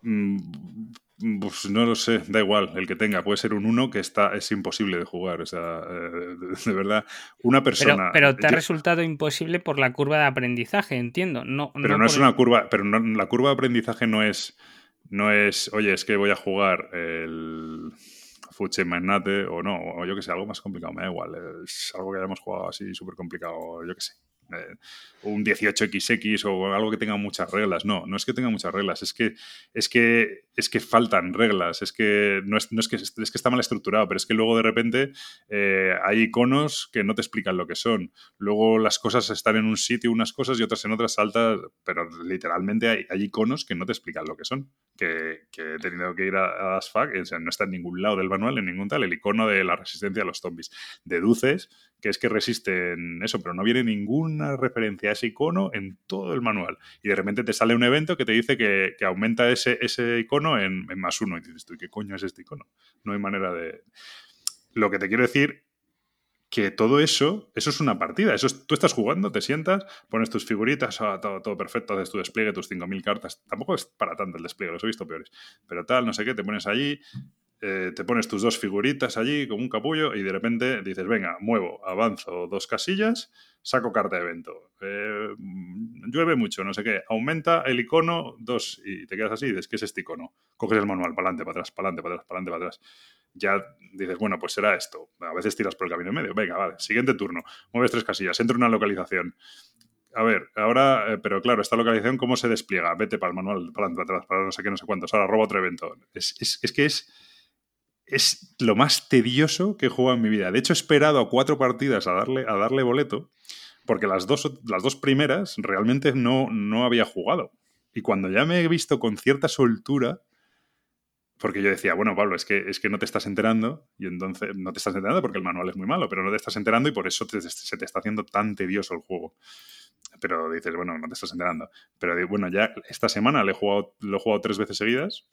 Pues no lo sé, da igual, el que tenga. Puede ser un 1 que es imposible de jugar. O sea, de verdad, una persona. Pero te ha resultado imposible por la curva de aprendizaje, entiendo. Pero no es una curva. Pero la curva de aprendizaje no es. Oye, es que voy a jugar el Fuche Magnate o no, o yo que sé, algo más complicado, me da igual. Es algo que hayamos jugado así súper complicado, yo que sé. Un 18XX o algo que tenga muchas reglas. No es que tenga muchas reglas, es que faltan reglas, es que está mal estructurado, pero es que luego de repente hay iconos que no te explican lo que son. Luego las cosas están en un sitio, unas cosas y otras en otras saltas, pero literalmente hay iconos que no te explican lo que son. Que he tenido que ir a ASFAC, o sea, no está en ningún lado del manual, en ningún tal, el icono de la resistencia a los zombies. Deduces que es que resisten eso, pero no viene ninguna referencia a ese icono en todo el manual. Y de repente te sale un evento que te dice que aumenta ese icono en +1. Y dices tú, ¿qué coño es este icono? No hay manera de... Lo que te quiero decir, que todo eso es una partida. Tú estás jugando, te sientas, pones tus figuritas, todo perfecto, haces tu despliegue, tus 5.000 cartas. Tampoco es para tanto el despliegue, los he visto peores. Pero tal, no sé qué, te pones allí... te pones tus 2 figuritas allí como un capullo y de repente dices, venga, muevo, avanzo 2 casillas, saco carta de evento. Llueve mucho, no sé qué. Aumenta el icono 2 y te quedas así y dices, ¿qué es este icono? Coges el manual, para adelante, para atrás, para adelante, para atrás, para adelante, para atrás. Ya dices, bueno, pues será esto. A veces tiras por el camino en medio. Venga, vale, siguiente turno. Mueves 3 casillas, entra una localización. A ver, ahora, pero claro, esta localización, ¿cómo se despliega? Vete para el manual, para adelante, para atrás, para no sé qué, no sé cuántos. Ahora roba otro evento. Es que es lo más tedioso que he jugado en mi vida. De hecho, he esperado a 4 partidas a darle boleto, porque las dos primeras realmente no había jugado. Y cuando ya me he visto con cierta soltura, porque yo decía, bueno, Pablo, es que no te estás enterando, y entonces no te estás enterando porque el manual es muy malo, pero no te estás enterando y por eso se te está haciendo tan tedioso el juego. Pero dices, bueno, no te estás enterando. Pero bueno, ya esta semana lo he jugado 3 veces seguidas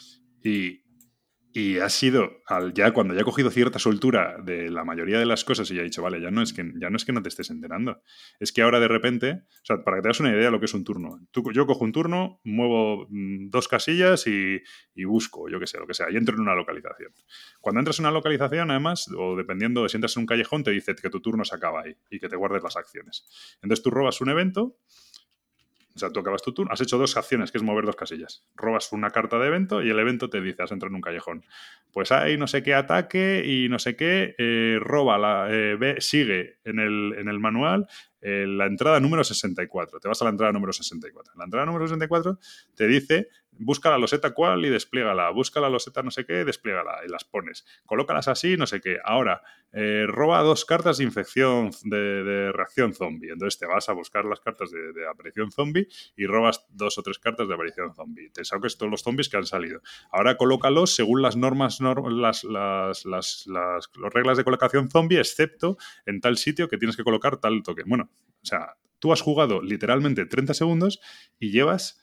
y ha sido, cuando ya he cogido cierta soltura de la mayoría de las cosas y ya he dicho, vale, ya no es que no te estés enterando. Es que ahora de repente, o sea, para que te hagas una idea de lo que es un turno. Yo cojo un turno, muevo 2 casillas y busco, yo qué sé, lo que sea, y entro en una localización. Cuando entras en una localización, además, o dependiendo de si entras en un callejón, te dice que tu turno se acaba ahí y que te guardes las acciones. Entonces tú robas un evento. O sea, tú acabas tu turno, has hecho 2 acciones, que es mover 2 casillas. Robas una carta de evento y el evento te dice, has entrado en un callejón. Pues hay no sé qué ataque y no sé qué, sigue en el manual la entrada número 64. Te vas a la entrada número 64. En la entrada número 64 te dice, busca la loseta cual y despliégala. Busca la loseta no sé qué, despliégala. Y las pones. Colócalas así, no sé qué. Ahora, roba 2 cartas de infección, de reacción zombie. Entonces te vas a buscar las cartas de aparición zombie y robas 2 o 3 cartas de aparición zombie. Te sacas todos los zombies que han salido. Ahora colócalos según las normas, las reglas de colocación zombie, excepto en tal sitio que tienes que colocar tal token. Bueno, o sea, tú has jugado literalmente 30 segundos y llevas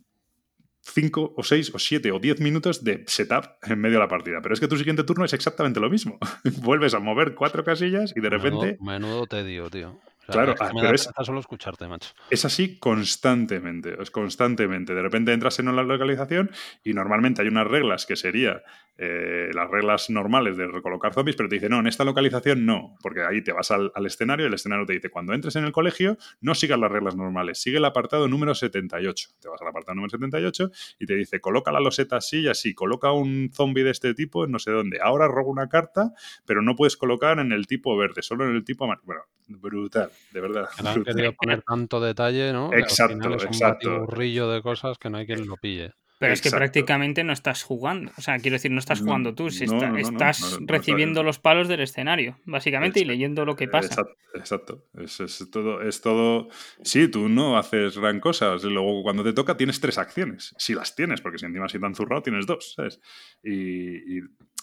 5 o 6 o 7 o 10 minutos de setup en medio de la partida. Pero es que tu siguiente turno es exactamente lo mismo. Vuelves a mover 4 casillas y de repente... Menudo tedio, tío. O sea, Claro, es que me da pereza solo escucharte, macho. Es así constantemente, De repente entras en una localización y normalmente hay unas reglas que serían las reglas normales de recolocar zombies, pero te dice, no, en esta localización no, porque ahí te vas al escenario y el escenario te dice, cuando entres en el colegio, no sigas las reglas normales, sigue el apartado número 78. Te vas al apartado número 78 y te dice, coloca la loseta así y así, coloca un zombie de este tipo en no sé dónde. Ahora roba una carta, pero no puedes colocar en el tipo verde, solo en el tipo amarillo. Bueno, brutal, de verdad. Que no han querido poner tanto detalle, ¿no? Exacto, que al final es un batiburrillo de cosas que no hay quien lo pille. Pero es que prácticamente no estás jugando. O sea, quiero decir, no estás jugando tú. Estás recibiendo los palos del escenario, básicamente, y leyendo lo que pasa. Exacto. Es todo. Sí, tú no haces gran cosas. Luego, cuando te toca, tienes 3 acciones. Si las tienes, porque si encima si te han zurrado, tienes 2, ¿sabes? Y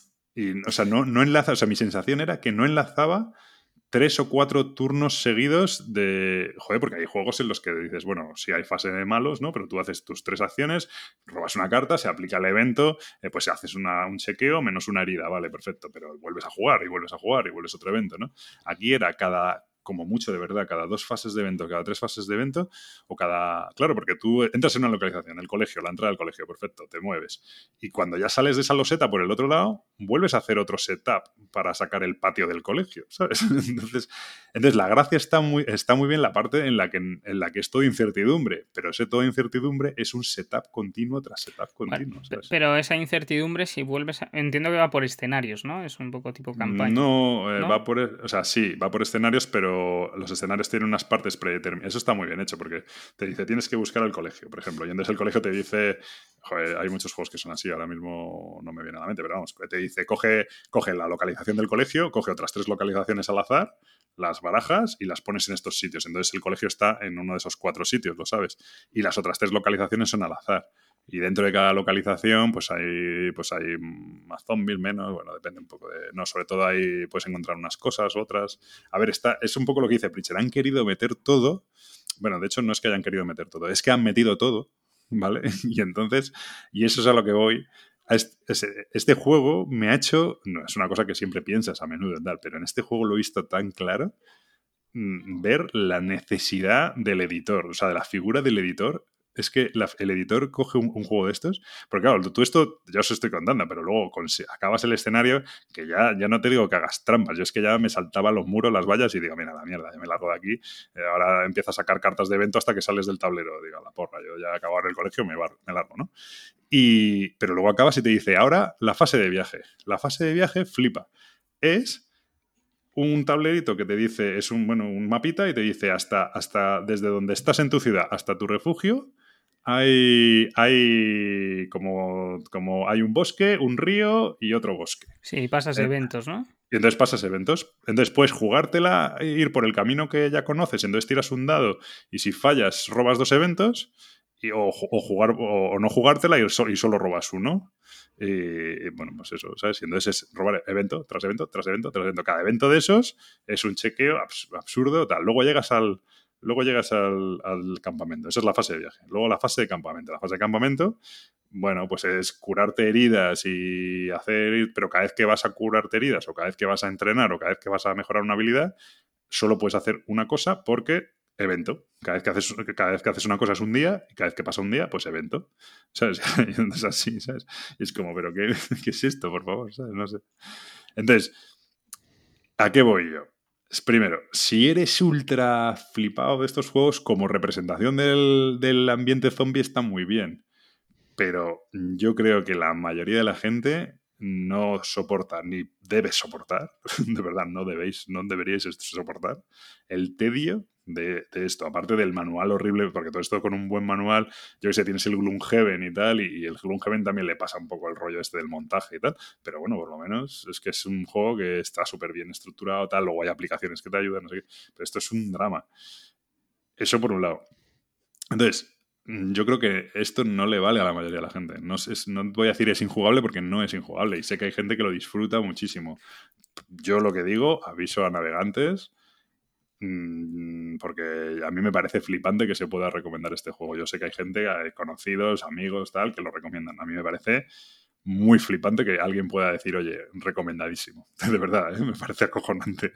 o sea, no enlaza. O sea, mi sensación era que no enlazaba 3 o 4 turnos seguidos de... Joder, porque hay juegos en los que dices, bueno, sí hay fase de malos, ¿no? Pero tú haces tus 3 acciones, robas una carta, se aplica el evento, pues haces un chequeo menos una herida, vale, perfecto, pero vuelves a jugar y vuelves a jugar y vuelves a otro evento, ¿no? Aquí era como mucho de verdad, cada 2 fases de evento, cada 3 fases de evento, o cada... Claro, porque tú entras en una localización, el colegio, la entrada del colegio, perfecto, te mueves. Y cuando ya sales de esa loseta por el otro lado, vuelves a hacer otro setup para sacar el patio del colegio, ¿sabes? Entonces la gracia está muy bien la parte en la que es todo incertidumbre, pero ese todo incertidumbre es un setup continuo tras setup continuo, bueno, ¿sabes? Pero esa incertidumbre, si vuelves entiendo que va por escenarios, ¿no? Es un poco tipo campaña. ¿No? Va por... O sea, sí, va por escenarios, pero los escenarios tienen unas partes predeterminadas. Eso está muy bien hecho, porque te dice, tienes que buscar el colegio, por ejemplo, y entonces el colegio te dice... Joder, hay muchos juegos que son así, ahora mismo no me viene a la mente, pero vamos, te dice, coge la localización del colegio, coge otras 3 localizaciones al azar, las barajas y las pones en estos sitios. Entonces el colegio está en uno de esos 4 sitios, lo sabes. Y las otras 3 localizaciones son al azar. Y dentro de cada localización, pues hay más zombies, menos, bueno, depende un poco de... No, sobre todo ahí puedes encontrar unas cosas, otras... A ver, es un poco lo que dice Pritchard. Han querido meter todo... Bueno, de hecho no es que hayan querido meter todo, es que han metido todo, ¿vale? Y entonces, y eso es a lo que voy. Este juego me ha hecho... No, es una cosa que siempre piensas a menudo y tal, pero en este juego lo he visto tan claro, ver la necesidad del editor, o sea, de la figura del editor es que el editor coge un juego de estos, porque claro, tú esto ya os estoy contando, pero luego acabas el escenario que ya no te digo que hagas trampas, yo es que ya me saltaba los muros, las vallas y digo, mira, la mierda, ya me largo de aquí, ahora empiezo a sacar cartas de evento hasta que sales del tablero, digo, la porra, yo ya acabo el colegio, me largo, ¿no? Pero luego acabas y te dice, ahora la fase de viaje. La fase de viaje flipa. Es un tablerito que te dice, es un mapita y te dice hasta desde donde estás en tu ciudad hasta tu refugio hay como hay un bosque, un río y otro bosque. Sí, pasas eventos, ¿no? Y entonces pasas eventos. Entonces puedes jugártela, ir por el camino que ya conoces, entonces tiras un dado y si fallas robas 2 eventos o no jugártela y solo robas uno. Y bueno, pues eso, ¿sabes? Y entonces es robar evento tras evento, tras evento, tras evento. Cada evento de esos es un chequeo absurdo, tal. Luego llegas al campamento. Esa es la fase de viaje. Luego la fase de campamento. La fase de campamento, bueno, pues es curarte heridas y pero cada vez que vas a curarte heridas o cada vez que vas a entrenar o cada vez que vas a mejorar una habilidad, solo puedes hacer una cosa porque evento. Cada vez que haces una cosa es un día y cada vez que pasa un día, pues evento. ¿Sabes? Y entonces así, ¿sabes? Y es como, ¿pero qué es esto, por favor? ¿Sabes? No sé. Entonces, ¿a qué voy yo? Primero, si eres ultra flipado de estos juegos, como representación del ambiente zombie está muy bien. Pero yo creo que la mayoría de la gente no soporta ni debe soportar, de verdad, no deberíais soportar el tedio de esto, aparte del manual horrible, porque todo esto con un buen manual, yo que sé, tienes el Gloomhaven y tal, y el Gloomhaven también le pasa un poco el rollo este del montaje y tal, pero bueno, por lo menos es que es un juego que está súper bien estructurado, tal, luego hay aplicaciones que te ayudan, no sé qué, pero esto es un drama. Eso por un lado. Entonces, yo creo que esto no le vale a la mayoría de la gente. No voy a decir es injugable porque no es injugable y sé que hay gente que lo disfruta muchísimo. Yo lo que digo, aviso a navegantes, porque a mí me parece flipante que se pueda recomendar este juego. Yo sé que hay gente, conocidos, amigos, tal, que lo recomiendan. A mí me parece muy flipante que alguien pueda decir, oye, recomendadísimo. De verdad, me parece acojonante.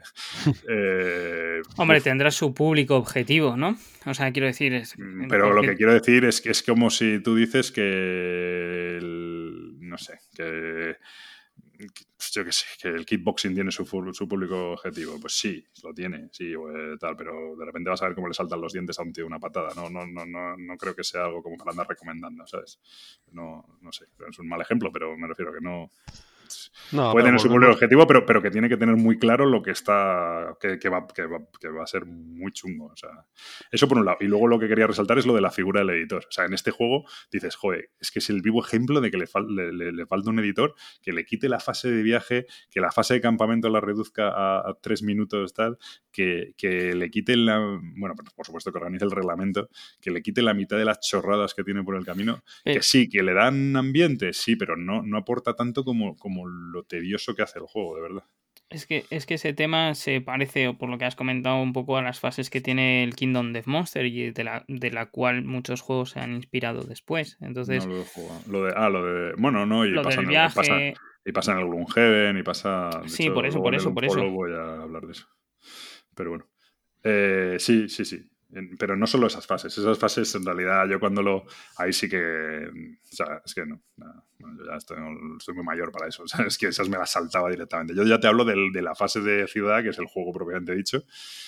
Hombre, tendrá su público objetivo, ¿no? O sea, quiero decir... Pero lo que quiero decir es que es como si tú dices que no sé, que yo qué sé, que el kickboxing tiene su público objetivo. Pues sí, lo tiene, sí, tal, pero de repente vas a ver cómo le saltan los dientes a un tío una patada. No creo que sea algo como para andar recomendando, ¿sabes? No sé, es un mal ejemplo, pero me refiero a que no puede tener su público objetivo, pero que tiene que tener muy claro lo que está que va a ser muy chungo. O sea, eso por un lado. Y luego lo que quería resaltar es lo de la figura del editor. O sea, en este juego dices, joder, es que es el vivo ejemplo de que le falta un editor que le quite la fase de viaje, que la fase de campamento la reduzca a 3 minutos, tal, que le quite bueno, por supuesto que organice el reglamento, que le quite la mitad de las chorradas que tiene por el camino, que sí, que le dan ambiente, sí, pero no aporta tanto como lo tedioso que hace el juego, de verdad. Es que ese tema se parece, o por lo que has comentado, un poco a las fases que tiene el Kingdom Death Monster y de la cual muchos juegos se han inspirado después. Entonces, no lo he jugado. Lo de bueno, no, y pasa en el Gloomhaven y pasa... Sí, por eso. Voy a hablar de eso. Pero bueno. Sí. Pero no solo esas fases en realidad yo cuando ahí sí que... O sea, es que no. Yo ya estoy muy mayor para eso. O sea, es que esas me las saltaba directamente. Yo ya te hablo de la fase de ciudad, que es el juego propiamente dicho,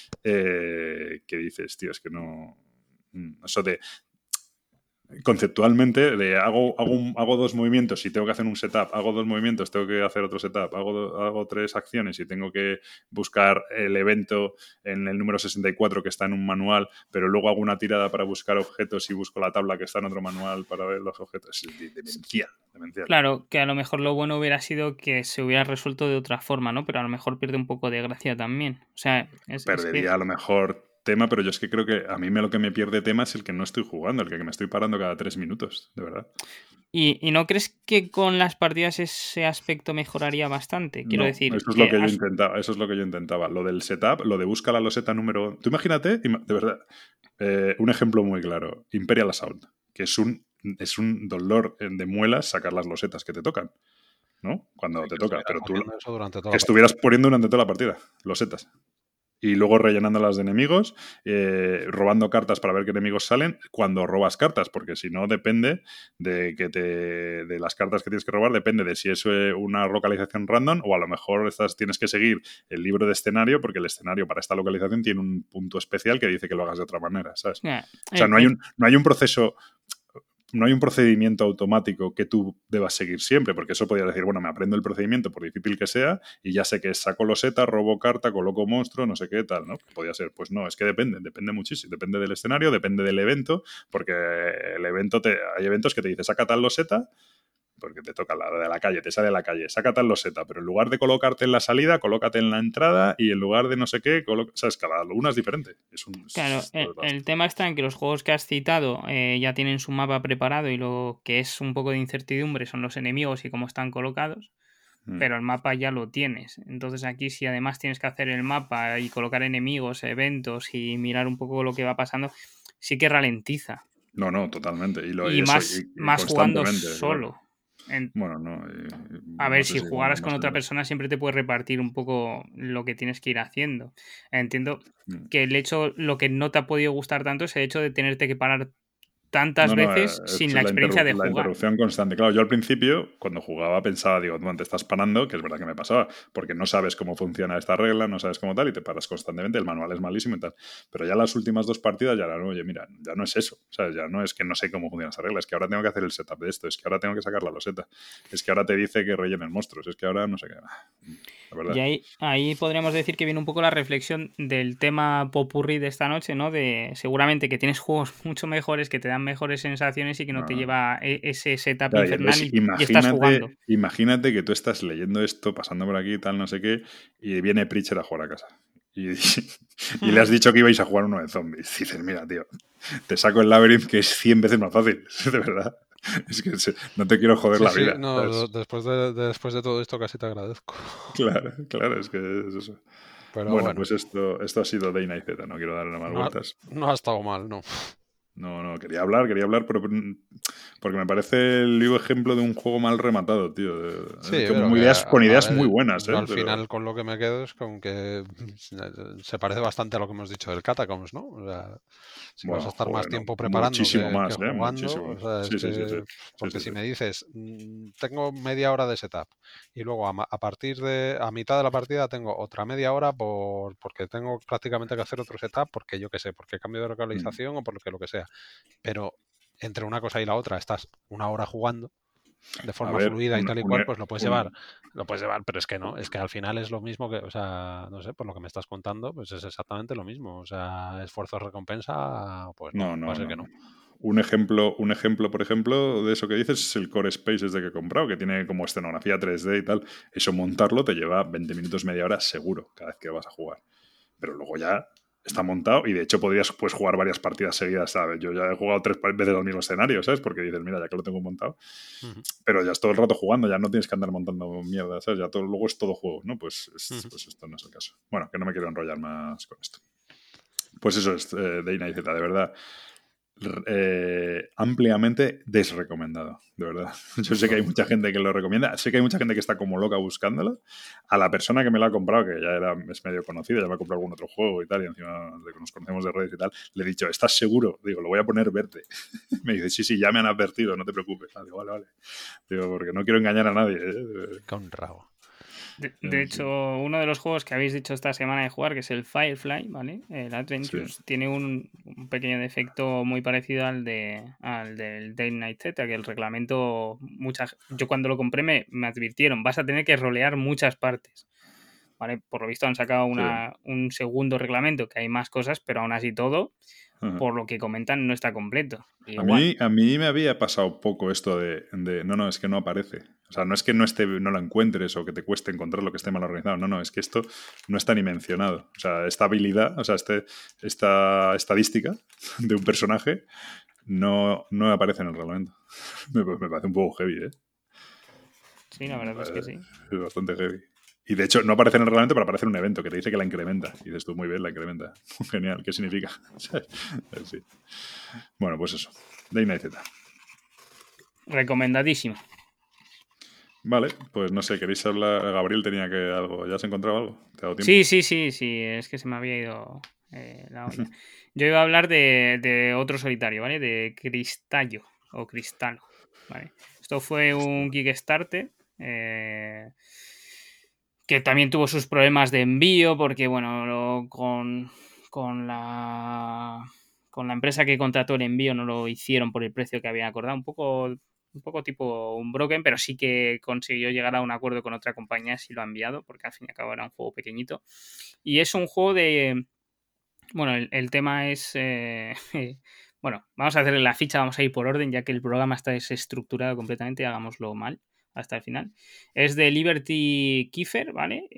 que dices, tío, es que no... Eso de... Conceptualmente, hago 2 movimientos y tengo que hacer un setup, hago 2 movimientos, tengo que hacer otro setup, hago 3 acciones y tengo que buscar el evento en el número 64 que está en un manual, pero luego hago una tirada para buscar objetos y busco la tabla que está en otro manual para ver los objetos. Es demencial. Claro, que a lo mejor lo bueno hubiera sido que se hubiera resuelto de otra forma, ¿no? Pero a lo mejor pierde un poco de gracia también. O sea, perdería a lo mejor tema, pero yo es que creo que a mí lo que me pierde tema es el que no estoy jugando, el que me estoy parando cada 3 minutos, de verdad. ¿Y no crees que con las partidas ese aspecto mejoraría bastante? Quiero decir... Eso es lo que yo intentaba. Lo del setup, lo de busca la loseta número... Tú imagínate, de verdad, un ejemplo muy claro. Imperial Assault, que es un dolor de muelas sacar las losetas que te tocan, ¿no? Cuando te toca. Pero tú que estuvieras poniendo durante toda la partida, losetas. y luego rellenándolas de enemigos, robando cartas para ver qué enemigos salen cuando robas cartas, porque si no depende de las cartas que tienes que robar, depende de si es una localización random o a lo mejor tienes que seguir el libro de escenario, porque el escenario para esta localización tiene un punto especial que dice que lo hagas de otra manera, ¿sabes? O sea, no hay un proceso... No hay un procedimiento automático que tú debas seguir siempre, porque eso podría decir, bueno, me aprendo el procedimiento por difícil que sea y ya sé que saco loseta, robo carta, coloco monstruo, no sé qué tal, ¿no? Podría ser, pues no, es que depende muchísimo, depende del escenario, depende del evento, porque el evento hay eventos que te dicen, saca tal loseta, porque te toca la de la calle, te sale a la calle, saca tal loseta, pero en lugar de colocarte en la salida, colócate en la entrada y en lugar de no sé qué, ¿sabes? Cada una es diferente. Claro, el tema está en que los juegos que has citado ya tienen su mapa preparado y lo que es un poco de incertidumbre son los enemigos y cómo están colocados, pero el mapa ya lo tienes. Entonces aquí si además tienes que hacer el mapa y colocar enemigos, eventos y mirar un poco lo que va pasando, sí que ralentiza. No, totalmente. Y más jugando solo. Claro. Bueno, no. A ver, si jugaras con otra persona siempre te puedes repartir un poco lo que tienes que ir haciendo. Entiendo que el hecho, lo que no te ha podido gustar tanto es el hecho de tenerte que parar tantas veces sin la experiencia de jugar. La interrupción constante. Claro, yo al principio, cuando jugaba, pensaba, digo, bueno, te estás parando, que es verdad que me pasaba, porque no sabes cómo funciona esta regla, no sabes cómo tal, y te paras constantemente, el manual es malísimo y tal. Pero ya las últimas 2 partidas ya era, oye, mira, ya no es eso, ¿sabes? Ya no es que no sé cómo funciona esta regla, es que ahora tengo que hacer el setup de esto, es que ahora tengo que sacar la loseta, es que ahora te dice que rellenen monstruos, es que ahora no sé qué. La verdad. Y ahí podríamos decir que viene un poco la reflexión del tema popurrí de esta noche, ¿no? De seguramente que tienes juegos mucho mejores, que te dan mejores sensaciones y que no te lleva ese setup infernal y estás jugando. Imagínate que tú estás leyendo esto, pasando por aquí, tal, no sé qué, y viene Preacher a jugar a casa. Y le has dicho que ibais a jugar uno de zombies. Y dices, mira, tío, te saco el Labyrinth, que es 100 veces más fácil, de verdad. Es que no te quiero joder la vida. No, después de todo esto casi te agradezco. Claro, es que es eso. Pero bueno, pues esto ha sido Day Night Z, no quiero darle más vueltas. No ha estado mal, no. No, quería hablar, pero porque me parece el vivo ejemplo de un juego mal rematado, tío. Sí, con ideas muy buenas, al final con lo que me quedo es con que se parece bastante a lo que hemos dicho del Catacombs, ¿no? O sea, si vas a estar más tiempo preparando muchísimo que más, jugando, muchísimo. O sea, porque si me dices, tengo media hora de setup y luego a partir de a mitad de la partida tengo otra media hora porque tengo prácticamente que hacer otro setup porque yo qué sé, porque cambio de localización o porque lo que sea. Pero entre una cosa y la otra estás una hora jugando de forma fluida y tal y cual, pues lo puedes llevar, pero es que no, es que al final es lo mismo que, o sea, no sé, por lo que me estás contando, pues es exactamente lo mismo, o sea, esfuerzo recompensa, pues no, va a ser que no. Un ejemplo, por ejemplo, de eso que dices es el Core Spaces de que he comprado, que tiene como escenografía 3D y tal. Eso montarlo te lleva 20 minutos, media hora seguro cada vez que vas a jugar. Pero luego ya está montado y de hecho puedes jugar varias partidas seguidas, ¿sabes? Yo ya he jugado 3 veces el mismo escenario, ¿sabes? Porque dices, mira, ya que lo tengo montado. Pero ya es todo el rato jugando, ya no tienes que andar montando mierda, ¿sabes? Ya luego es todo juego, ¿no? Pues esto no es el caso. Bueno, que no me quiero enrollar más con esto. Pues eso es Day Night Z, de verdad. Ampliamente desrecomendado, de verdad. Yo sé que hay mucha gente que lo recomienda, sé que hay mucha gente que está como loca buscándolo. A la persona que me lo ha comprado, que ya es medio conocido, ya me ha comprado algún otro juego y tal, y encima de que nos conocemos de redes y tal, le he dicho, ¿estás seguro? Digo, lo voy a poner verde. Me dice, sí, ya me han advertido, no te preocupes. Digo, vale. Digo, porque no quiero engañar a nadie. Con rabo. De hecho, uno de los juegos que habéis dicho esta semana de jugar, que es el Firefly, ¿vale? El Adventures, tiene un pequeño defecto muy parecido al del Day Night Z, que el reglamento, yo cuando lo compré me advirtieron, vas a tener que rolear muchas partes, ¿vale? Por lo visto han sacado un segundo reglamento, que hay más cosas, pero aún así todo, por lo que comentan, no está completo. A mí me había pasado poco esto de no, es que no aparece. O sea, no es que no lo encuentres o que te cueste encontrar lo que esté mal organizado. No, es que esto no está ni mencionado. O sea, esta habilidad, o sea, esta estadística de un personaje no aparece en el reglamento. Me parece un poco heavy, ¿eh? Sí, la verdad es que sí. Es bastante heavy. Y de hecho, no aparece en el reglamento, pero aparece en un evento que te dice que la incrementa. Y dices tú, muy bien, la incrementa. Genial, ¿qué significa? Sí. Bueno, pues eso. Day Night Z. Recomendadísimo. Vale, pues no sé, ¿queréis hablar? Gabriel tenía que algo. ¿Ya has encontrado algo? ¿Te ha dado Sí, tiempo? es que se me había ido la olla. Yo iba a hablar de otro solitario, ¿vale? De Cristallo o Cristalo, ¿vale? Esto fue un Kickstarter que también tuvo sus problemas de envío porque, bueno, con la empresa que contrató el envío no lo hicieron por el precio que habían acordado, un poco tipo un broken, pero sí que consiguió llegar a un acuerdo con otra compañía si lo ha enviado, porque al fin y al cabo era un juego pequeñito. Y es un juego de... Bueno, el tema es... bueno, vamos a hacerle la ficha, vamos a ir por orden, ya que el programa está desestructurado completamente, hagámoslo mal hasta el final. Es de Liberty Kiefer, ¿vale?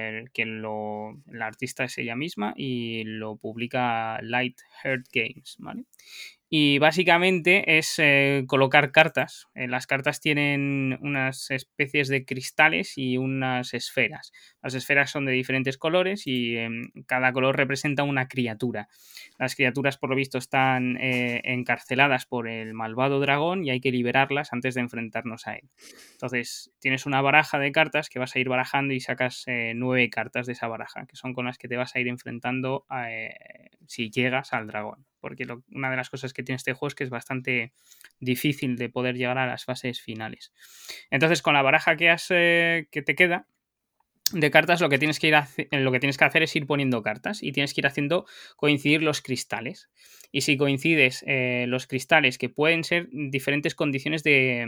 La artista es ella misma y lo publica Light Heart Games, ¿vale? Y básicamente es colocar cartas. Las cartas tienen unas especies de cristales y unas esferas. Las esferas son de diferentes colores y cada color representa una criatura. Las criaturas, por lo visto, están encarceladas por el malvado dragón y hay que liberarlas antes de enfrentarnos a él. Entonces, tienes una baraja de cartas que vas a ir barajando y sacas 9 cartas de esa baraja, que son con las que te vas a ir enfrentando si llegas al dragón. Porque una de las cosas que tiene este juego es que es bastante difícil de poder llegar a las fases finales. Entonces, con la baraja que te queda de cartas, lo que tienes que hacer es ir poniendo cartas y tienes que ir haciendo coincidir los cristales. Y si coincides los cristales, que pueden ser diferentes condiciones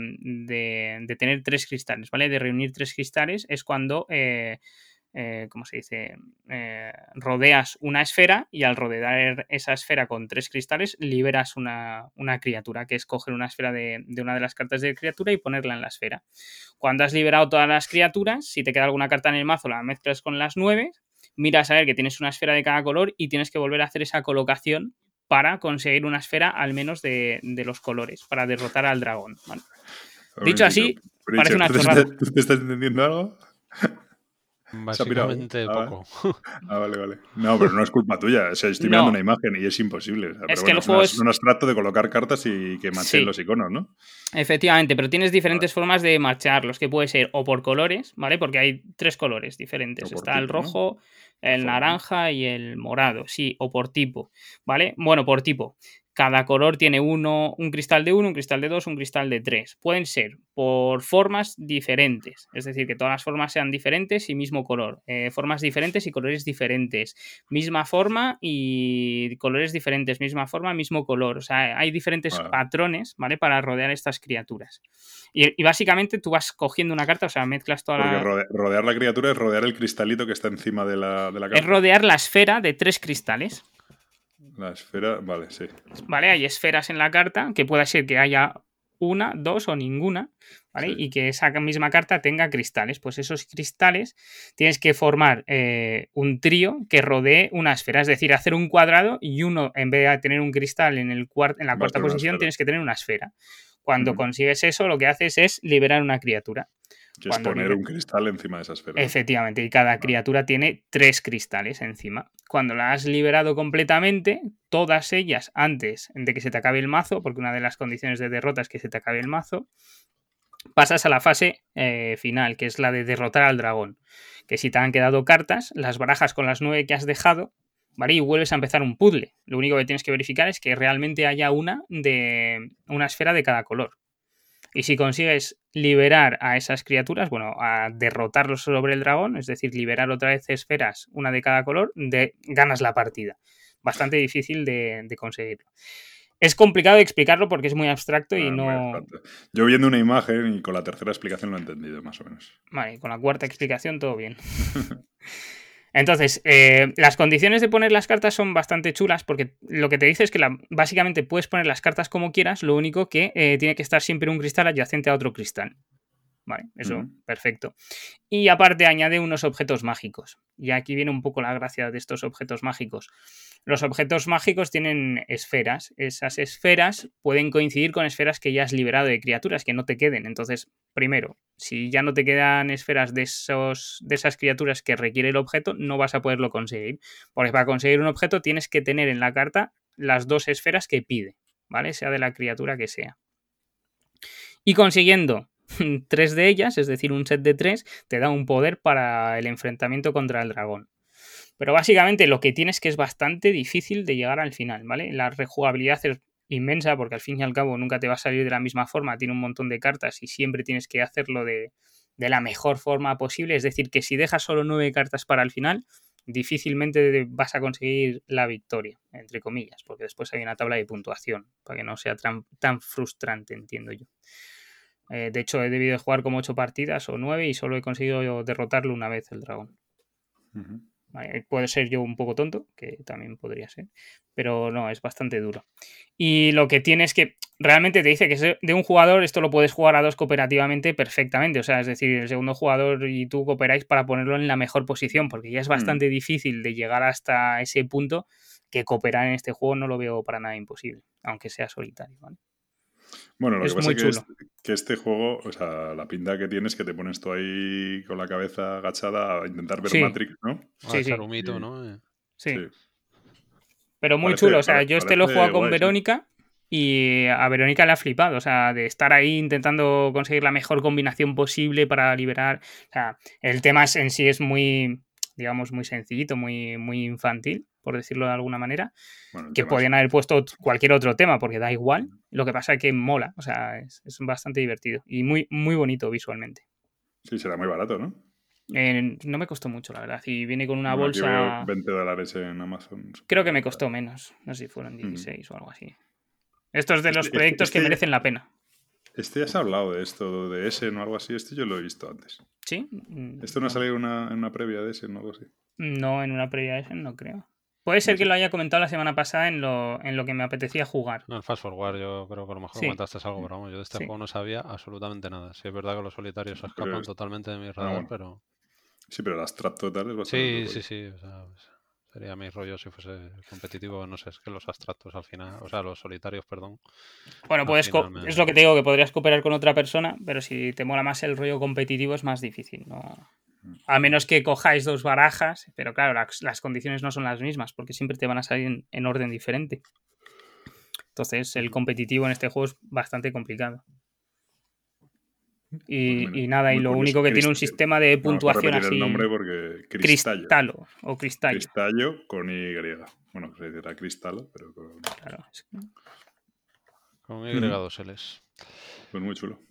de tener 3 cristales, ¿vale? De reunir 3 cristales es cuando... ¿cómo se dice? Rodeas una esfera y al rodear esa esfera con 3 cristales liberas una criatura, que es coger una esfera de una de las cartas de criatura y ponerla en la esfera. Cuando has liberado todas las criaturas, si te queda alguna carta en el mazo, la mezclas con las 9, miras a ver que tienes una esfera de cada color y tienes que volver a hacer esa colocación para conseguir una esfera al menos de los colores, para derrotar al dragón, ¿vale? Dicho así, parece una chorrada. ¿Tú te estás entendiendo algo? Básicamente poco. Vale. No, pero no es culpa tuya. O sea, estoy mirando una imagen y es imposible. O sea, es pero que bueno, el juego es un abstracto de colocar cartas y que machen los iconos, ¿no? Efectivamente, pero tienes diferentes formas de marcharlos, que puede ser o por colores, ¿vale? Porque hay 3 colores diferentes. Está el rojo, ¿no? El naranja y el morado. Sí, o por tipo, ¿vale? Bueno, por tipo. Cada color tiene un cristal de 1, un cristal de 2, un cristal de 3. Pueden ser por formas diferentes, es decir, que todas las formas sean diferentes y mismo color. Formas diferentes y colores diferentes. Misma forma y colores diferentes. Misma forma, mismo color. O sea, hay diferentes patrones, ¿vale? Para rodear estas criaturas. Y básicamente tú vas cogiendo una carta, o sea, mezclas toda Porque rodear la criatura es rodear el cristalito que está encima de la carta. Es rodear la esfera de 3 cristales. La esfera, vale, sí. Vale, hay esferas en la carta, que puede ser que haya 1, 2 o ninguna, ¿vale? Sí. Y que esa misma carta tenga cristales. Pues esos cristales tienes que formar un trío que rodee una esfera, es decir, hacer un cuadrado y uno, en vez de tener un cristal en la cuarta posición, tienes que tener una esfera. Cuando consigues eso, lo que haces es liberar una criatura. Que es poner un cristal encima de esa esfera. Efectivamente, y cada criatura tiene 3 cristales encima. Cuando la has liberado completamente, todas ellas antes de que se te acabe el mazo, porque una de las condiciones de derrota es que se te acabe el mazo, pasas a la fase final, que es la de derrotar al dragón. Que si te han quedado cartas, las barajas con las 9 que has dejado, ¿vale? Y vuelves a empezar un puzzle. Lo único que tienes que verificar es que realmente haya una esfera de cada color. Y si consigues liberar a esas criaturas, bueno, a derrotarlos sobre el dragón, es decir, liberar otra vez esferas, una de cada color, ganas la partida. Bastante difícil de conseguirlo. Es complicado de explicarlo porque es muy abstracto y no... Yo viendo una imagen y con la tercera explicación lo he entendido, más o menos. Vale, con la cuarta explicación todo bien. Entonces, las condiciones de poner las cartas son bastante chulas porque lo que te dice es que básicamente puedes poner las cartas como quieras, lo único que tiene que estar siempre un cristal adyacente a otro cristal. Vale, eso, perfecto. Y aparte añade unos objetos mágicos. Y aquí viene un poco la gracia de estos objetos mágicos. Los objetos mágicos tienen esferas. Esas esferas pueden coincidir con esferas que ya has liberado de criaturas, que no te queden. Entonces, primero, si ya no te quedan esferas de esas criaturas que requiere el objeto, no vas a poderlo conseguir. Porque para conseguir un objeto tienes que tener en la carta las 2 esferas que pide, ¿vale? Sea de la criatura que sea. Y consiguiendo 3 de ellas, es decir, un set de 3, te da un poder para el enfrentamiento contra el dragón. Pero básicamente lo que tienes que es bastante difícil de llegar al final, ¿vale? La rejugabilidad es inmensa porque al fin y al cabo nunca te va a salir de la misma forma, tiene un montón de cartas y siempre tienes que hacerlo de la mejor forma posible, es decir, que si dejas solo 9 cartas para el final, difícilmente vas a conseguir la victoria, entre comillas, porque después hay una tabla de puntuación, para que no sea tan frustrante, entiendo yo. De hecho, he debido jugar como 8 partidas o 9 y solo he conseguido derrotarlo una vez el dragón. Uh-huh. Puede ser yo un poco tonto, que también podría ser, pero no, es bastante duro. Y lo que tiene es que realmente te dice que es de un jugador, esto lo puedes jugar a 2 cooperativamente perfectamente, o sea, es decir, el segundo jugador y tú cooperáis para ponerlo en la mejor posición, porque ya es bastante difícil de llegar hasta ese punto, que cooperar en este juego no lo veo para nada imposible, aunque sea solitario, ¿vale? Bueno, lo que pasa es que este juego, o sea, la pinta que tienes es que te pones tú ahí con la cabeza agachada a intentar ver Matrix, ¿no? Sí, sí. Un mito, ¿no? Sí. Pero muy chulo, o sea, yo lo he jugado con Verónica y a Verónica le ha flipado, o sea, de estar ahí intentando conseguir la mejor combinación posible para liberar, o sea, el tema en sí es muy, digamos, muy sencillito, muy, muy infantil, por decirlo de alguna manera, bueno, que podían haber puesto cualquier otro tema, porque da igual, lo que pasa es que mola, o sea, es bastante divertido y muy, muy bonito visualmente. Sí, será muy barato, ¿no? No me costó mucho, la verdad, y viene con una bolsa... Aquí veo $20 en Amazon. Creo que me costó menos, no sé si fueron 16 o algo así. Esto es de los proyectos que merecen la pena. Ya se ha hablado de esto, de Essen o algo así. Yo lo he visto antes. ¿Sí? ¿Esto no ha salido en una previa de Essen o algo así? No, en una previa de Essen no creo. Puede ser que lo haya comentado la semana pasada en lo que me apetecía jugar. No, el Fast Forward yo creo que a lo mejor comentaste algo, pero vamos, yo de este juego no sabía absolutamente nada. Sí, es verdad que los solitarios se escapan totalmente de mi radar, pero... Sí, pero el abstracto tal es bastante... Sí. O sea, sería mi rollo si fuese competitivo, no sé, es que los abstractos al final, o sea, los solitarios, perdón. Bueno, es lo que te digo, que podrías cooperar con otra persona, pero si te mola más el rollo competitivo es más difícil, ¿no? A menos que cojáis 2 barajas, pero claro, las condiciones no son las mismas, porque siempre te van a salir en orden diferente. Entonces, el competitivo en este juego es bastante complicado. Y nada, y lo único que tiene un sistema de puntuación así... el nombre porque Cristallo. Cristallo con Y. Bueno, se dirá Cristalo, pero con... Claro. Con Y dos L's. Pues muy chulo.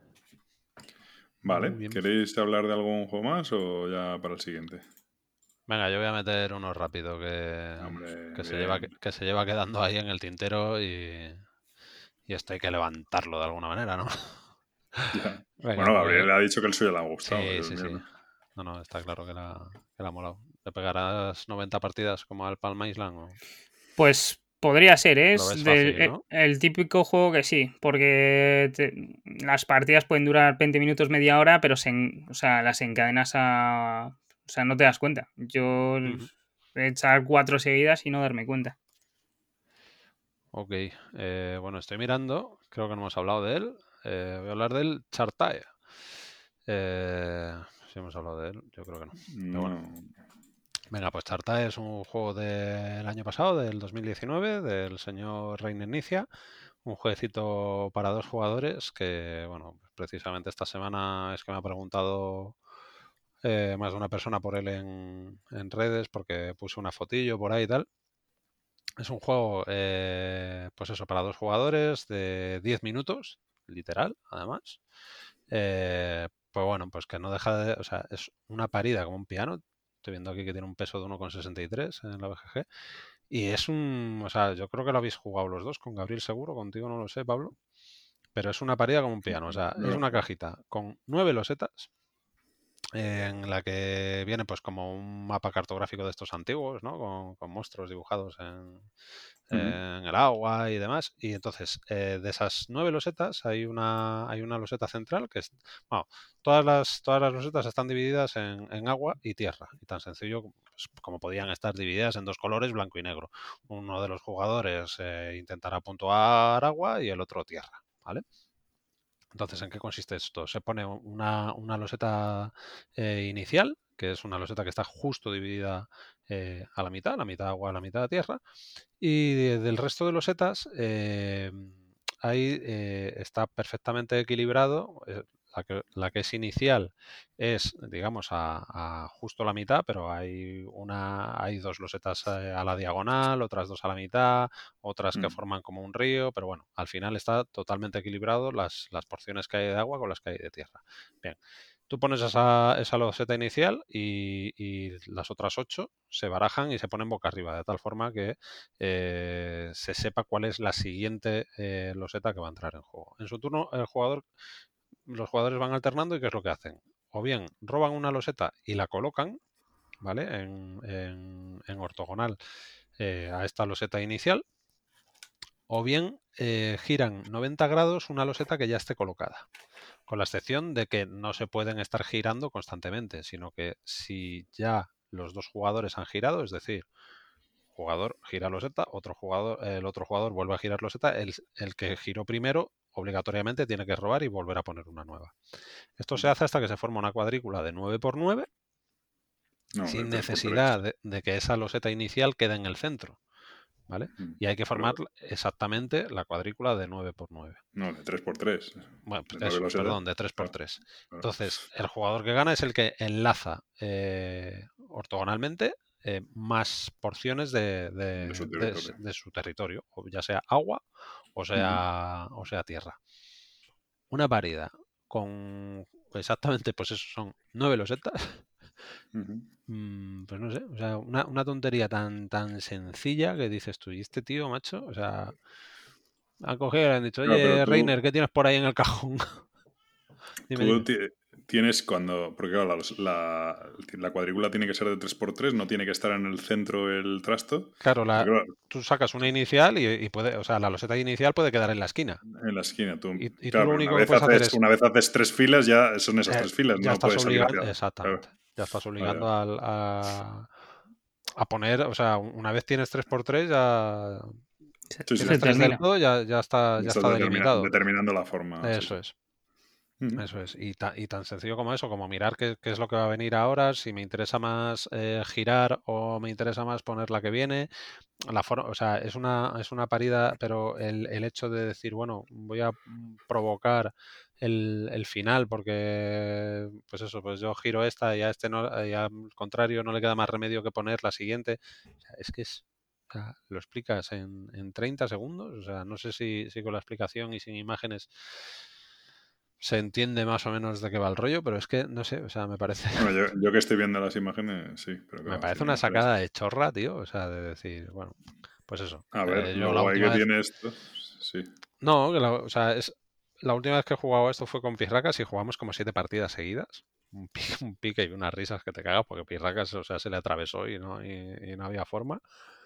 Vale, ¿queréis hablar de algún juego más o ya para el siguiente? Venga, yo voy a meter uno rápido que se lleva quedando ahí en el tintero y esto hay que levantarlo de alguna manera, ¿no? Ya. Venga, bueno, Gabriel ha dicho que el suyo le ha gustado. Sí. No, está claro que le ha molado. ¿Le pegarás 90 partidas como al Palm Island? ¿O? Pues podría ser, es el típico juego que sí, porque las partidas pueden durar 20 minutos, media hora, pero las encadenas a... O sea, no te das cuenta. Yo he echado 4 seguidas y no darme cuenta. Ok, bueno, estoy mirando, creo que no hemos hablado de él. Voy a hablar del Chartae. Si hemos hablado de él, yo creo que no. Pero bueno. Venga, pues Chartae es un juego del año pasado, del 2019, del señor Reiner Nicia. Un jueguecito para 2 jugadores que, bueno, precisamente esta semana es que me ha preguntado más de una persona por él en redes porque puse una fotillo por ahí y tal. Es un juego, pues eso, para 2 jugadores de 10 minutos, literal, además. Pues bueno, pues que no deja de... O sea, es una parida como un piano. Estoy viendo aquí que tiene un peso de 1,63 en la BGG. Y es un... O sea, yo creo que lo habéis jugado los dos, con Gabriel seguro, contigo no lo sé, Pablo. Pero es una parida como un piano. O sea, es una cajita con 9 losetas en la que viene pues como un mapa cartográfico de estos antiguos, ¿no? Con monstruos dibujados en el agua y demás. Y entonces, de esas 9 losetas hay una loseta central que es... Bueno, todas las losetas están divididas en agua y tierra. Y tan sencillo pues, como podían estar divididas en 2 colores, blanco y negro. Uno de los jugadores intentará puntuar agua y el otro tierra, ¿vale? Entonces, ¿en qué consiste esto? Se pone una loseta inicial, que es una loseta que está justo dividida a la mitad agua, a la mitad tierra, y del resto de losetas ahí está perfectamente equilibrado. la que es inicial es, digamos, a justo la mitad, pero hay 2 losetas a la diagonal, otras 2 a la mitad, otras que forman como un río, pero bueno, al final está totalmente equilibrado las porciones que hay de agua con las que hay de tierra. Bien. Tú pones esa loseta inicial y las otras 8 se barajan y se ponen boca arriba, de tal forma que se sepa cuál es la siguiente loseta que va a entrar en juego. En su turno, los jugadores van alternando y ¿qué es lo que hacen? O bien roban una loseta y la colocan, ¿vale? En ortogonal a esta loseta inicial, o bien giran 90 grados una loseta que ya esté colocada. Con la excepción de que no se pueden estar girando constantemente, sino que si ya los 2 jugadores han girado, es decir, jugador gira loseta, el otro jugador vuelve a girar loseta, el que giró primero obligatoriamente tiene que robar y volver a poner una nueva. Esto se hace hasta que se forma una cuadrícula de 9×9 sin necesidad de que esa loseta inicial quede en el centro. ¿Vale? Y hay que formar exactamente la cuadrícula de 9×9. No, de 3×3. Bueno, perdón, de 3×3. Entonces, el jugador que gana es el que enlaza ortogonalmente más porciones de su territorio, o ya sea agua o sea tierra. Una paridad con exactamente, pues eso son 9 losetas. Pues no sé, o sea, una tontería tan sencilla que dices tú, y este tío, macho, o sea, han cogido y le han dicho, oye, Reiner, ¿qué tienes por ahí en el cajón? Dime. Tienes cuando, porque claro, la cuadrícula tiene que ser de 3×3, no tiene que estar en el centro el trasto. Claro, tú sacas una inicial y puede, o sea, la loseta inicial puede quedar en la esquina. En la esquina, y tú lo único que puedes hacer es... Una vez haces 3 filas, ya son esas 3 filas, ya no estás puedes obligando, salir hacia... exactamente, claro. ya estás obligando a poner, o sea, una vez tienes 3×3 ya... Se termina. Ya está delimitado. Determinando la forma. Eso es. Eso es. Y tan sencillo como eso, como mirar qué es lo que va a venir ahora, si me interesa más girar o me interesa más poner la que viene. O sea, es una parida, pero el hecho de decir, bueno, voy a provocar el final porque, pues eso, pues yo giro esta y a este no, y al contrario no le queda más remedio que poner la siguiente. O sea, es que o sea, lo explicas en 30 segundos. O sea, no sé si con la explicación y sin imágenes se entiende más o menos de qué va el rollo, pero es que, no sé, o sea, me parece... Bueno, yo que estoy viendo las imágenes, sí. Pero claro, me parece una sacada de chorra, tío, o sea, de decir, bueno, pues eso. A ver, lo guay que tiene esto, sí. No, o sea, la última vez que he jugado esto fue con Pirracas y jugamos como 7 partidas seguidas. Un pique y unas risas que te cagas porque Pirracas, o sea, se le atravesó y no había forma.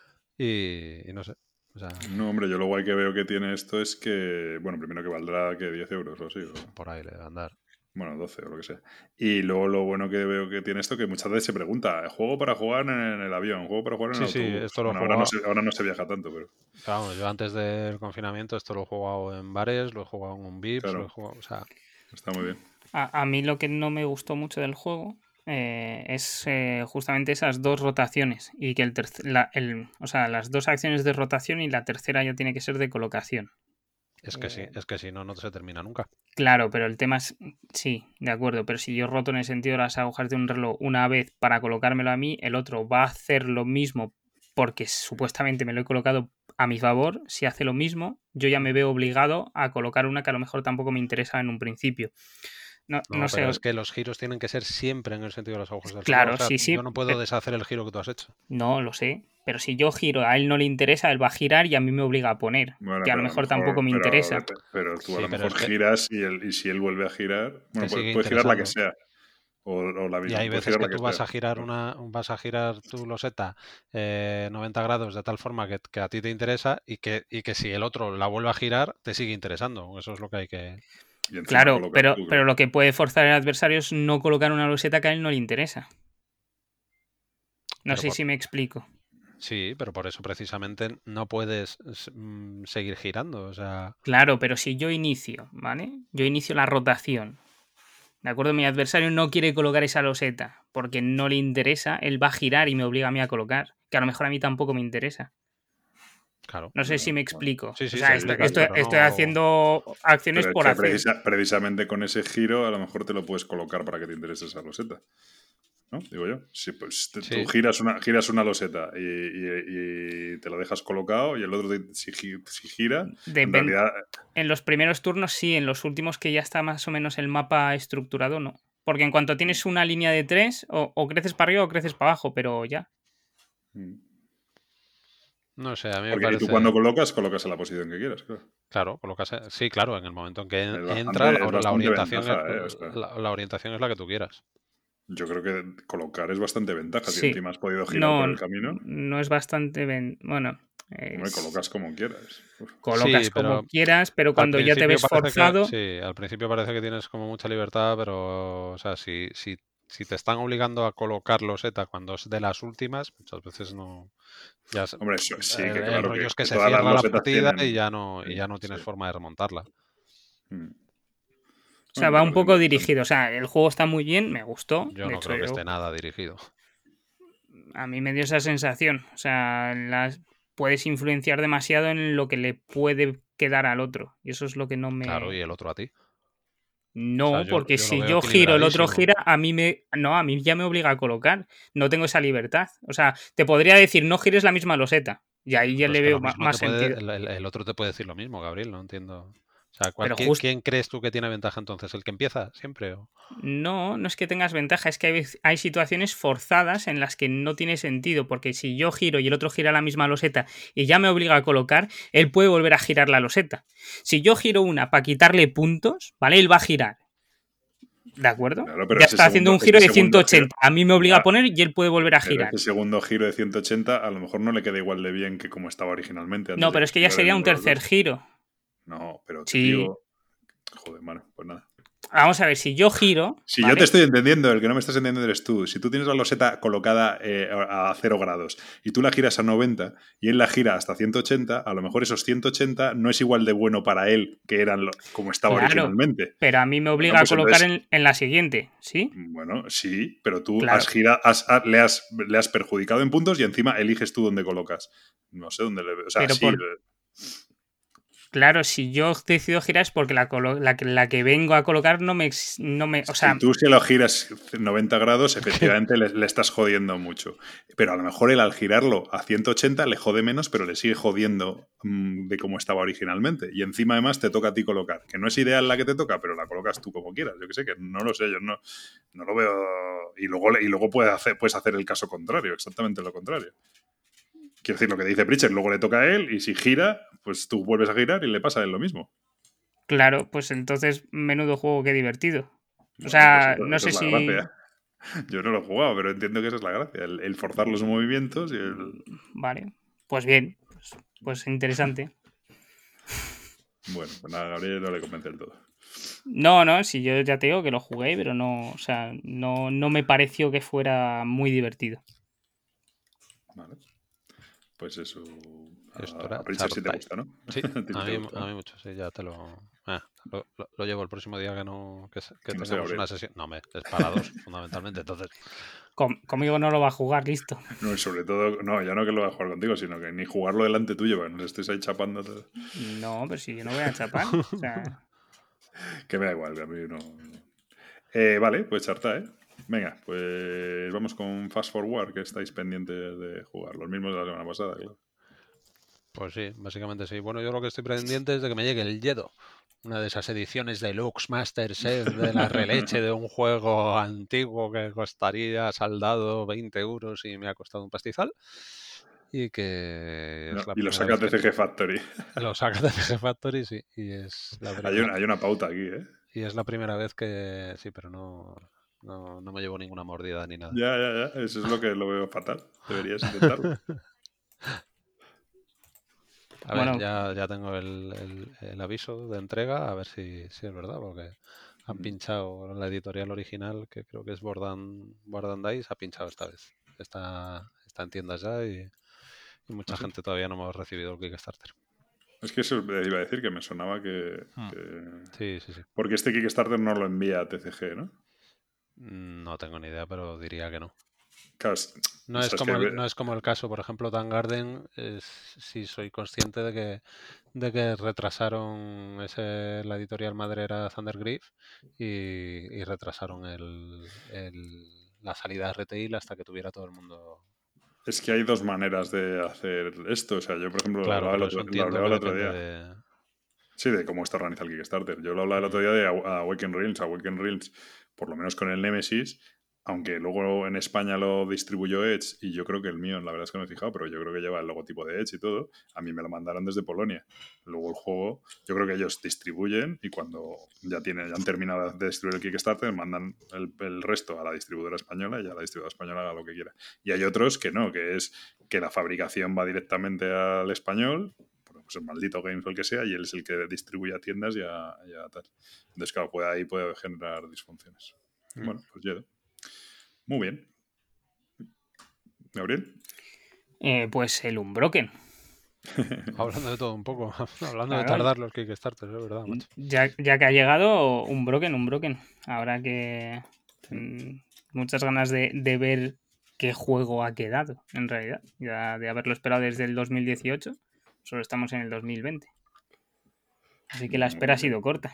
Y no sé. O sea, no, hombre, yo lo guay que veo que tiene esto es que, bueno, primero que valdrá que 10 euros o así. Por ahí le debe andar. Bueno, 12 o lo que sea. Y luego lo bueno que veo que tiene esto, que muchas veces se pregunta, ¿juego para jugar en el avión? ¿Juego para jugar en el autobús? Sí, esto lo bueno, ahora no se viaja tanto, pero... Claro, yo antes del confinamiento esto lo he jugado en bares, lo he jugado en un VIPs, claro. lo he jugado, o sea... Está muy bien. A mí lo que no me gustó mucho del juego es justamente esas 2 rotaciones y que o sea, las 2 acciones de rotación y la tercera ya tiene que ser de colocación. Es que si no se termina nunca. Claro, pero el tema es, sí, de acuerdo, pero si yo roto en el sentido de las agujas de un reloj una vez para colocármelo a mí, el otro va a hacer lo mismo porque supuestamente me lo he colocado a mi favor. Si hace lo mismo, yo ya me veo obligado a colocar una que a lo mejor tampoco me interesa en un principio. No sé. Pero es que los giros tienen que ser siempre en el sentido de las agujas del reloj. Claro, o sea, sí. Yo no puedo deshacer el giro que tú has hecho. No, lo sé. Pero si yo giro, a él no le interesa, él va a girar y a mí me obliga a poner. Bueno, que a lo mejor tampoco me interesa. Pero tú a lo mejor giras y si él vuelve a girar, bueno, puedes girar la que sea. O la misma. Y hay veces que tú vas a girar tu loseta 90 grados de tal forma que a ti te interesa y que si el otro la vuelve a girar, te sigue interesando. Eso es lo que hay que... Claro, pero lo que puede forzar al adversario es no colocar una loseta que a él no le interesa. No sé si me explico. Sí, pero por eso precisamente no puedes seguir girando, o sea... Claro, pero si yo inicio, ¿vale? Yo inicio la rotación. ¿De acuerdo? Mi adversario no quiere colocar esa loseta porque no le interesa, él va a girar y me obliga a mí a colocar. Que a lo mejor a mí tampoco me interesa. Claro. No sé si me explico. Sí, o sea, sí, estoy haciendo acciones por hacer. Precisamente con ese giro a lo mejor te lo puedes colocar para que te interese esa loseta. ¿No? Digo yo. Si pues, tú giras una loseta y te la dejas colocado y el otro si gira, en realidad... En los primeros turnos sí, en los últimos que ya está más o menos el mapa estructurado, no. Porque en cuanto tienes una línea de 3, o creces para arriba o creces para abajo, pero ya. No sé, a mí me Porque parece... tú cuando colocas en la posición que quieras, claro. Claro, colocas... Sí, claro, en el momento en que entra, la orientación, la orientación es la que tú quieras. Yo creo que colocar es bastante ventaja. Sí. Si encima has podido girar por el camino. No es bastante... Bueno... Hombre, colocas como quieras. Colocas como quieras, pero cuando ya te ves forzado... Sí, al principio parece que tienes como mucha libertad, pero, o sea, si te están obligando a colocar loseta cuando es de las últimas, muchas veces no... Ya, hombre, sí, que claro. El rollo es que se todas cierra las la partida tienen... y ya no tienes forma de remontarla. O sea, va un poco dirigido. O sea, el juego está muy bien, me gustó. Yo no creo que esté nada dirigido. A mí me dio esa sensación. O sea, puedes influenciar demasiado en lo que le puede quedar al otro. Y eso es lo que no me... Claro, y el otro a ti. No, o sea, porque si yo giro, el otro gira, a mí ya me obliga a colocar. No tengo esa libertad. O sea, te podría decir, no gires la misma loseta. Y ahí ya le veo más sentido. El otro te puede decir lo mismo, Gabriel, no entiendo. O sea, ¿quién crees tú que tiene ventaja entonces? ¿El que empieza siempre? No es que tengas ventaja, es que hay situaciones forzadas en las que no tiene sentido, porque si yo giro y el otro gira la misma loseta y ya me obliga a colocar, él puede volver a girar la loseta. Si yo giro una para quitarle puntos, ¿vale? Él va a girar. ¿De acuerdo? Claro, ya está haciendo un giro de 180. A mí me obliga a poner y él puede volver a girar. Ese segundo giro de 180 a lo mejor no le queda igual de bien que como estaba originalmente. No, pero es que ya sería un tercer giro. No, pero te digo... Joder, mano, pues nada. Vamos a ver, si yo giro... Si yo te estoy entendiendo, el que no me estás entendiendo eres tú. Si tú tienes la loseta colocada a 0 grados y tú la giras a 90 y él la gira hasta 180, a lo mejor esos 180 no es igual de bueno para él que eran como estaba originalmente. Pero a mí me obliga a colocar en la siguiente, ¿sí? Bueno, sí, pero tú has girado, le has perjudicado en puntos y encima eliges tú dónde colocas. No sé dónde le... O sea, sí... Claro, si yo decido girar es porque la que vengo a colocar no me o sea, si tú se lo giras 90 grados, efectivamente le estás jodiendo mucho. Pero a lo mejor él al girarlo a 180 le jode menos, pero le sigue jodiendo de cómo estaba originalmente. Y encima además te toca a ti colocar. Que no es ideal la que te toca, pero la colocas tú como quieras. Yo que sé, que no lo sé, yo no lo veo... Y luego puedes hacer el caso contrario, exactamente lo contrario. Quiero decir, lo que dice Pritchard, luego le toca a él y si gira, pues tú vuelves a girar y le pasa a él lo mismo. Claro, pues entonces, menudo juego, qué divertido. O sea, pues no sé si... Gracia. Yo no lo he jugado, pero entiendo que esa es la gracia, el forzar los movimientos y el... Vale, pues bien, pues interesante. Bueno, pues nada, a Gabriel no le convence del todo. No, si yo ya te digo que lo jugué, pero no, o sea, no me pareció que fuera muy divertido. Vale. Pues eso... A Pritchard sí te gusta, ¿no? Sí, a mí mucho, sí, ya te lo llevo el próximo día que tengamos una sesión. No, es para dos, fundamentalmente, entonces... Conmigo no lo va a jugar, listo. No, y sobre todo, no, ya no que lo va a jugar contigo, sino que ni jugarlo delante tuyo, para que nos estés ahí chapando todo. No, pero si yo no voy a chapar, o sea... Que me da igual, a mí no... vale, pues charta, ¿eh? Venga, pues vamos con Fast Forward, que estáis pendientes de jugar. Los mismos de la semana pasada, claro. Pues sí, básicamente sí. Bueno, yo lo que estoy pendiente es de que me llegue el Yedo. Una de esas ediciones de Lux Master Chef de la releche de un juego antiguo que costaría saldado 20 euros y me ha costado un pastizal. Y que... y lo saca TCG Factory. Lo saca TCG Factory, sí. Y es la hay una pauta aquí, ¿eh? Y es la primera vez que... Sí, pero no me llevo ninguna mordida ni nada. Ya. Eso es lo que lo veo fatal. Deberías intentarlo. A ver, ya tengo el aviso de entrega, a ver si es verdad, porque han pinchado la editorial original, que creo que es Board and Dice, ha pinchado esta vez. Está en tiendas ya y mucha gente todavía no hemos recibido el Kickstarter. Es que eso iba a decir, que me sonaba que... Sí. Porque este Kickstarter no lo envía a TCG, ¿no? No tengo ni idea, pero diría que no. Claro, no es como el caso, por ejemplo, Dan Garden, sí soy consciente de que retrasaron la editorial madre era Thundergriff y retrasaron la salida de retail hasta que tuviera todo el mundo. Es que hay dos maneras de hacer esto. O sea, yo, por ejemplo, Claro, lo hablaba el otro día. de... Sí, de cómo está organizado el Kickstarter. Yo lo hablaba el otro día de Awaken Realms. Awaken Realms, por lo menos con el Nemesis, aunque luego en España lo distribuyó Edge, y yo creo que el mío, la verdad es que no me he fijado, pero yo creo que lleva el logotipo de Edge y todo. A mí me lo mandaron desde Polonia. Luego el juego, yo creo que ellos distribuyen y cuando ya han terminado de distribuir el Kickstarter, mandan el resto a la distribuidora española y ya la distribuidora española haga lo que quiera. Y hay otros que no, que es que la fabricación va directamente al español, pues el maldito Games o el que sea, y él es el que distribuye a tiendas y a tal. Entonces, claro, ahí puede generar disfunciones. Bueno, pues ya. Muy bien. ¿Gabriel? Pues el Unbroken. Hablando de todo un poco, hablando de tardar los Kickstarters, es verdad, macho. Ya que ha llegado Unbroken. Habrá que... muchas ganas de ver qué juego ha quedado, en realidad. Ya de haberlo esperado desde el 2018, solo estamos en el 2020. Así que la espera ha sido corta.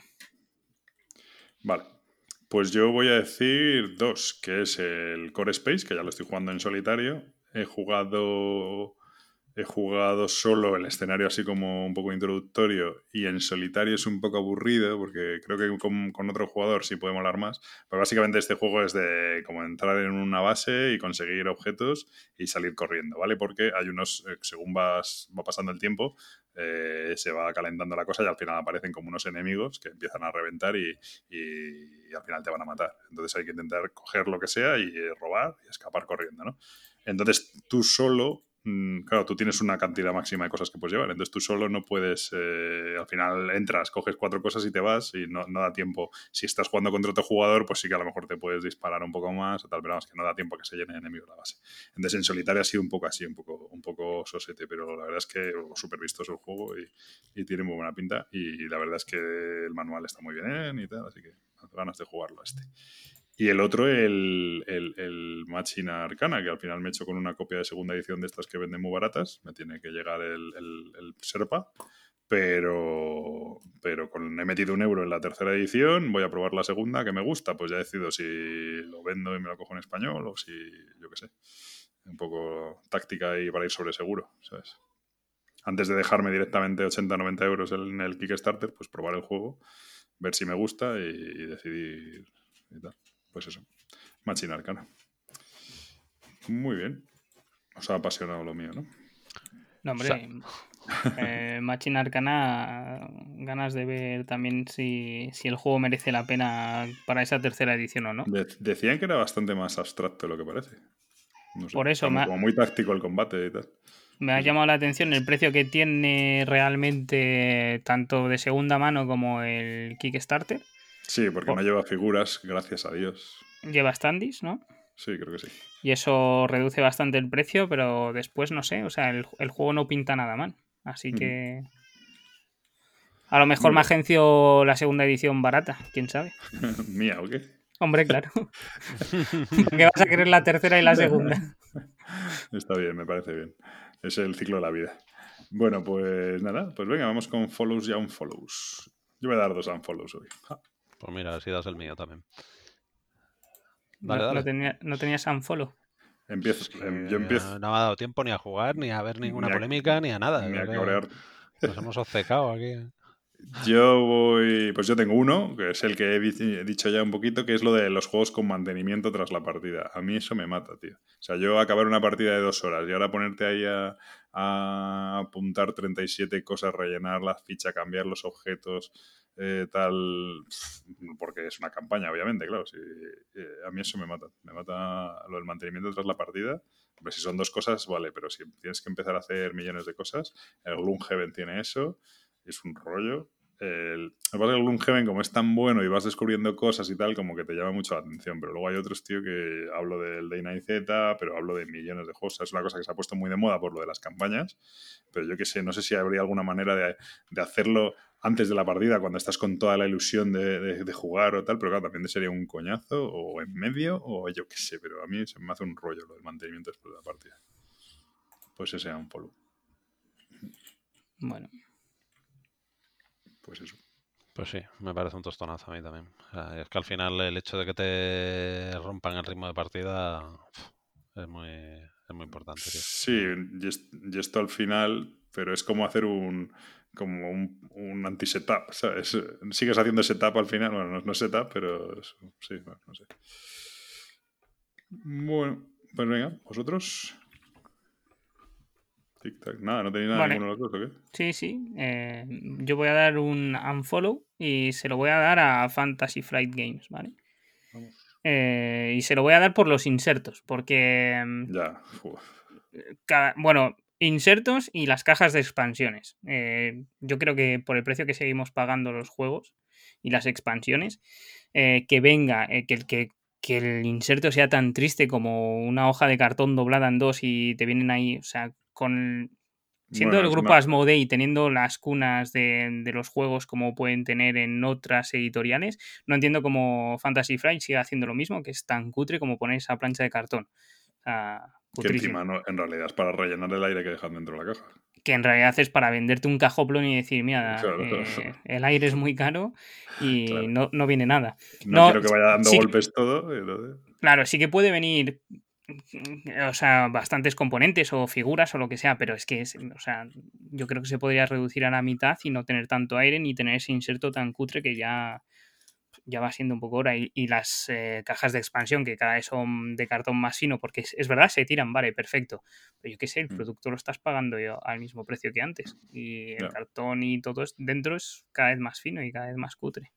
Vale. Pues yo voy a decir dos, que es el Core Space, que ya lo estoy jugando en solitario. He jugado solo el escenario así como un poco introductorio y en solitario es un poco aburrido porque creo que con otro jugador sí puede molar más. Pero básicamente este juego es de como entrar en una base y conseguir objetos y salir corriendo, ¿vale? Porque hay unos, según va pasando el tiempo, se va calentando la cosa y al final aparecen como unos enemigos que empiezan a reventar y al final te van a matar. Entonces hay que intentar coger lo que sea y robar y escapar corriendo, ¿no? Entonces tú solo... Claro, tú tienes una cantidad máxima de cosas que puedes llevar, entonces tú solo no puedes, al final entras, coges 4 cosas y te vas y no da tiempo. Si estás jugando contra otro jugador, pues sí que a lo mejor te puedes disparar un poco más o tal, pero vamos, que no da tiempo a que se llene de enemigos la base. Entonces en solitario ha sido un poco así, un poco sosete, pero la verdad es que súper vistoso el juego y tiene muy buena pinta y la verdad es que el manual está muy bien y tal, así que ganas de jugarlo este. Y el otro, el Machina Arcana, que al final me he hecho con una copia de segunda edición de estas que venden muy baratas. Me tiene que llegar el Serpa. Pero he metido €1 en la tercera edición, voy a probar la segunda, que me gusta, pues ya decido si lo vendo y me lo cojo en español o si, yo qué sé, un poco táctica y para ir sobre seguro, ¿sabes? Antes de dejarme directamente 80-90 euros en el Kickstarter, pues probar el juego, ver si me gusta y decidir y tal. Pues eso, Machina Arcana. Muy bien. Os ha apasionado lo mío, ¿no? No, hombre, Machina Arcana, ganas de ver también si el juego merece la pena para esa tercera edición o no. Decían que era bastante más abstracto de lo que parece. No sé, por eso, como muy táctico el combate y tal. Me ha llamado la atención el precio que tiene realmente tanto de segunda mano como el Kickstarter. Sí, porque no lleva figuras, gracias a Dios. Lleva standees, ¿no? Sí, creo que sí. Y eso reduce bastante el precio, pero después no sé, o sea, el juego no pinta nada mal. Así que... A lo mejor me agencio la segunda edición barata, quién sabe. ¿Mía o qué? Hombre, claro. ¿Por qué vas a querer la tercera y la segunda? Está bien, me parece bien. Es el ciclo de la vida. Bueno, pues nada, pues venga, vamos con follows y unfollows. Yo voy a dar 2 unfollows hoy. Pues mira, así das el mío también. Dale. ¿No tenías unfollow? Empiezo. Yo empiezo. No me ha dado tiempo ni a jugar, ni a ver ninguna polémica, ni a nada. Ni a cabrear. Nos hemos obcecado aquí. Pues yo tengo uno, que es el que he dicho ya un poquito, que es lo de los juegos con mantenimiento tras la partida. A mí eso me mata, tío. O sea, yo acabar una partida de 2 horas y ahora ponerte ahí a apuntar 37 cosas, rellenar la ficha, cambiar los objetos, tal, porque es una campaña, obviamente, claro. Sí, a mí eso me mata. Me mata lo del mantenimiento tras la partida. Hombre, si son 2 cosas, vale, pero si tienes que empezar a hacer millones de cosas, el Gloomhaven tiene eso. Es un rollo. El Gloomhaven, como es tan bueno y vas descubriendo cosas y tal, como que te llama mucho la atención. Pero luego hay otros, tío, que hablo del Day 9Z, pero hablo de millones de juegos. Es una cosa que se ha puesto muy de moda por lo de las campañas. Pero yo qué sé, no sé si habría alguna manera de hacerlo antes de la partida, cuando estás con toda la ilusión de jugar o tal, pero claro, también sería un coñazo, o en medio, o yo qué sé, pero a mí se me hace un rollo lo del mantenimiento después de la partida. Pues ese sea un follow. Bueno. Pues eso. Pues sí, me parece un tostonazo a mí también. O sea, es que al final el hecho de que te rompan el ritmo de partida es muy importante, tío. Sí, y esto al final, pero es como hacer un anti-setup, ¿sabes? Sigues haciendo setup al final, bueno, no es setup, pero sí, no sé. Bueno, pues venga, vosotros. Tic-tac. Nada, ¿no tenéis nada Vale. ninguno de los dos o qué? Sí. Yo voy a dar un unfollow y se lo voy a dar a Fantasy Flight Games, ¿vale? Vamos. Y se lo voy a dar por los insertos, porque... Ya. Bueno, insertos y las cajas de expansiones. Yo creo que por el precio que seguimos pagando los juegos y las expansiones, que venga, que el inserto sea tan triste como una hoja de cartón doblada en dos y te vienen ahí, o sea, siendo el grupo Asmodee y teniendo las cunas de los juegos como pueden tener en otras editoriales, no entiendo cómo Fantasy Flight sigue haciendo lo mismo, que es tan cutre como poner esa plancha de cartón. O sea, que encima no, en realidad es para rellenar el aire que dejan dentro de la caja. Que en realidad es para venderte un cajoplón y decir, mira, claro. el aire es muy caro y claro. no viene nada. No quiero que vaya dando golpes todo. Entonces... Claro, sí que puede venir, o sea, bastantes componentes o figuras o lo que sea, pero es que, o sea, yo creo que se podría reducir a la mitad y no tener tanto aire ni tener ese inserto tan cutre que ya va siendo un poco hora. Y las cajas de expansión, que cada vez son de cartón más fino, porque es verdad, se tiran, vale, perfecto. Pero yo qué sé, el producto lo estás pagando yo al mismo precio que antes. Y el cartón y todo dentro es cada vez más fino y cada vez más cutre.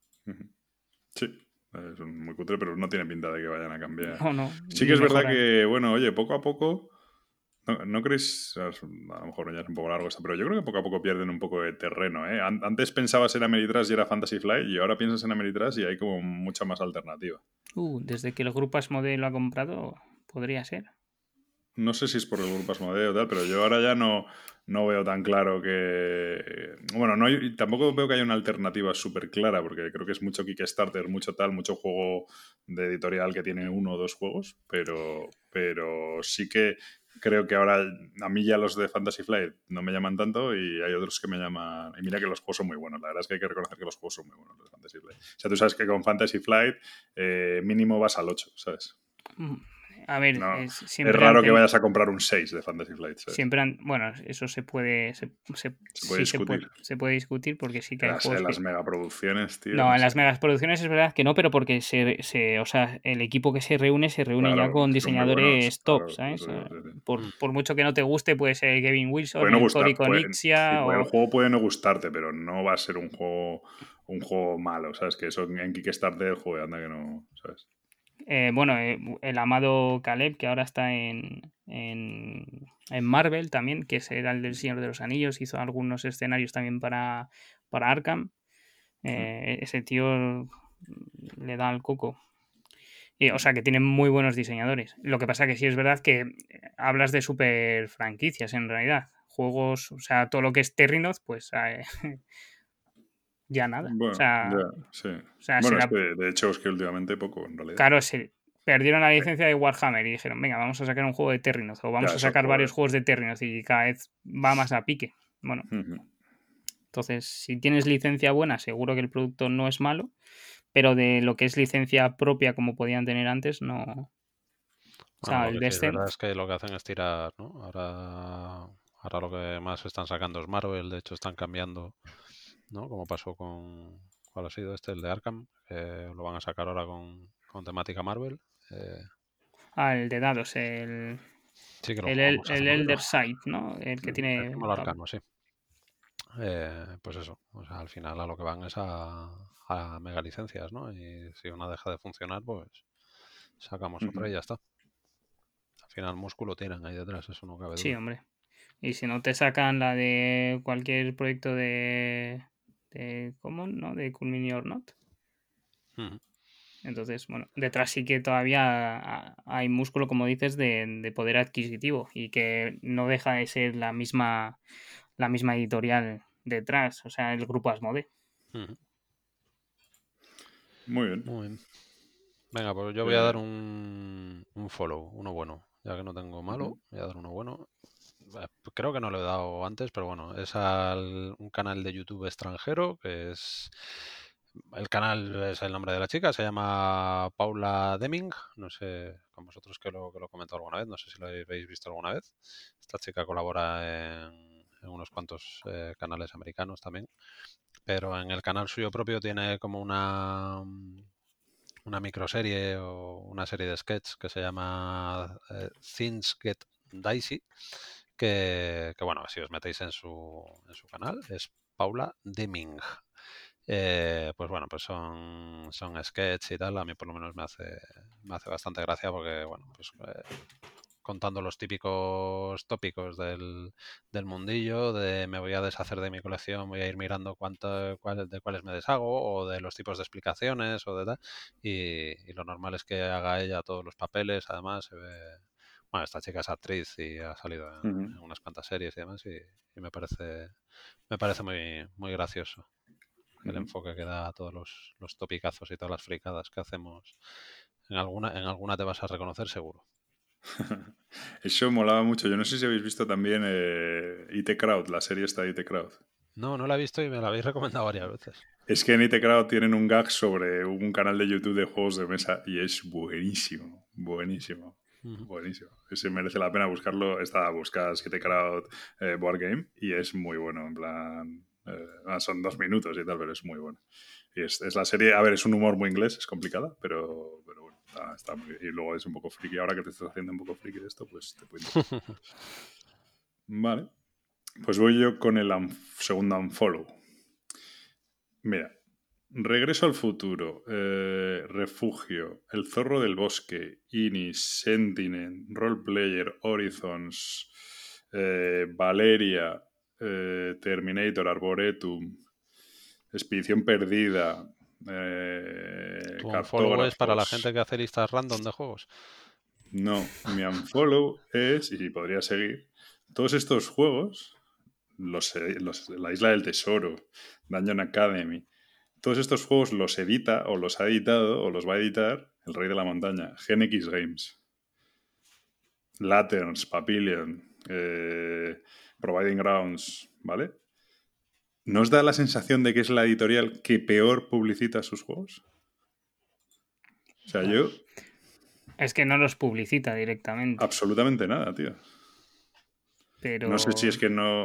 Sí, es muy cutre, pero no tiene pinta de que vayan a cambiar. No, sí que es verdad que, bueno, oye, poco a poco... ¿No creéis? A lo mejor ya es un poco largo esto, pero yo creo que poco a poco pierden un poco de terreno, ¿eh? Antes pensabas en Ameritrash y era Fantasy Flight, y ahora piensas en Ameritrash y hay como mucha más alternativa. Desde que el grupo Asmodee lo ha comprado, podría ser. No sé si es por el grupo Asmodee o tal, pero yo ahora ya no veo tan claro que... Bueno, tampoco veo que haya una alternativa súper clara, porque creo que es mucho Kickstarter, mucho tal, mucho juego de editorial que tiene 1 o 2 juegos, pero sí que creo que ahora a mí ya los de Fantasy Flight no me llaman tanto y hay otros que me llaman... Y mira que los juegos son muy buenos, la verdad es que hay que reconocer que los juegos son muy buenos los de Fantasy Flight. O sea, tú sabes que con Fantasy Flight mínimo vas al 8, ¿sabes? A ver, no, es raro que vayas a comprar un 6 de Fantasy Flight, ¿sabes? Siempre bueno, eso se puede discutir. Se puede discutir porque sí que hay juegos en las megaproducciones, tío. No, en las megaproducciones es verdad que no, pero porque o sea, el equipo que se reúne claro, ya con diseñadores top, ¿sabes? Por mucho que no te guste, puede ser Kevin Wilson, Cory Konixia... El juego puede no gustarte, pero no va a ser un juego malo, ¿sabes? Que eso en Kickstarter, joder, anda que no, ¿sabes? Bueno, el amado Caleb, que ahora está en Marvel también, que era el del Señor de los Anillos, hizo algunos escenarios también para Arkham. Ese tío le da al coco. O sea, que tienen muy buenos diseñadores. Lo que pasa que sí es verdad que hablas de super franquicias en realidad. Juegos, o sea, todo lo que es Terrinoth, pues ya nada. Bueno, o sea, sí. O sea, bueno, es que de hecho es que últimamente poco, en realidad. Claro, perdieron la licencia de Warhammer y dijeron, venga, vamos a sacar un juego de Terrinoth o vamos a sacar varios juegos de Terrinoth y cada vez va más a pique. Bueno, entonces, si tienes licencia buena, seguro que el producto no es malo, pero de lo que es licencia propia como podían tener antes, no... O sea, lo que sí es verdad es que lo que hacen es tirar, ¿no? Ahora lo que más están sacando es Marvel, de hecho están cambiando, ¿no? Como pasó con... ¿Cuál ha sido este? El de Arkham, lo van a sacar ahora con temática Marvel. El de dados, sí que lo el Elder Sight, ¿no? El que tiene... Como el arcano, sí. Pues eso, o sea, al final a lo que van es a mega licencias, ¿no? Y si una deja de funcionar, pues sacamos otra y ya está. Al final músculo tienen ahí detrás, eso no cabe duda. Sí, hombre. Y si no te sacan la de cualquier proyecto de ¿cómo? ¿No? De Cool Mini or Not. Entonces, bueno, detrás sí que todavía hay músculo, como dices, de poder adquisitivo y que no deja de ser la misma editorial detrás, o sea, el grupo Asmodee. Muy bien. Muy bien. Venga, pues yo voy a dar un follow, uno bueno. Ya que no tengo malo, voy a dar uno bueno. Creo que no lo he dado antes, pero bueno, es un canal de YouTube extranjero, que es... El canal es el nombre de la chica, se llama Paula Deming. No sé, con vosotros que lo he comentado alguna vez, no sé si lo habéis visto alguna vez. Esta chica colabora en unos cuantos canales americanos también, pero en el canal suyo propio tiene como una microserie o una serie de sketches que se llama Things Get Dicey, que bueno, si os metéis en su canal, es Paula Deming. Pues bueno, pues son sketches y tal. A mí por lo menos me hace bastante gracia porque, bueno, pues contando los típicos tópicos del mundillo, de me voy a deshacer de mi colección, voy a ir mirando de cuáles me deshago, o de los tipos de explicaciones, o de tal. Y lo normal es que haga ella todos los papeles, además se ve... Bueno, esta chica es actriz y ha salido en unas cuantas series y demás, y me parece muy, muy gracioso el enfoque que da a todos los topicazos y todas las fricadas que hacemos. En alguna te vas a reconocer seguro. Eso molaba mucho. Yo no sé si habéis visto también IT Crowd, la serie esta de IT Crowd. No la he visto y me la habéis recomendado varias veces. Es que en IT Crowd tienen un gag sobre un canal de YouTube de juegos de mesa y es buenísimo, buenísimo. Buenísimo. Ese merece la pena buscarlo. Buscas IT Crowd Board Game y es muy bueno. En plan, son 2 minutos y tal, pero es muy bueno. Y es la serie, a ver, es un humor muy inglés, es complicada, pero bueno, está muy bien. Y luego es un poco friki. Ahora que te estás haciendo un poco friki de esto, pues te puedo Vale. Pues voy yo con el segundo unfollow. Mira, Regreso al futuro, Refugio, El zorro del bosque, Inis, Sentinel, Roleplayer, Horizons, Valeria, Terminator, Arboretum, Expedición Perdida, ¿Tu unfollow es para la Cartógrafos. gente que hace listas random de juegos? No, mi unfollow es, y podría seguir, todos estos juegos, la Isla del Tesoro, Dungeon Academy, todos estos juegos los edita o los ha editado o los va a editar el Rey de la Montaña, GenX Games. Lanterns, Papillion, Providing Grounds, ¿vale? ¿No os da la sensación de que es la editorial que peor publicita sus juegos? O sea, yo... Es que no los publicita directamente. Absolutamente nada, tío. Pero... No sé si es que no...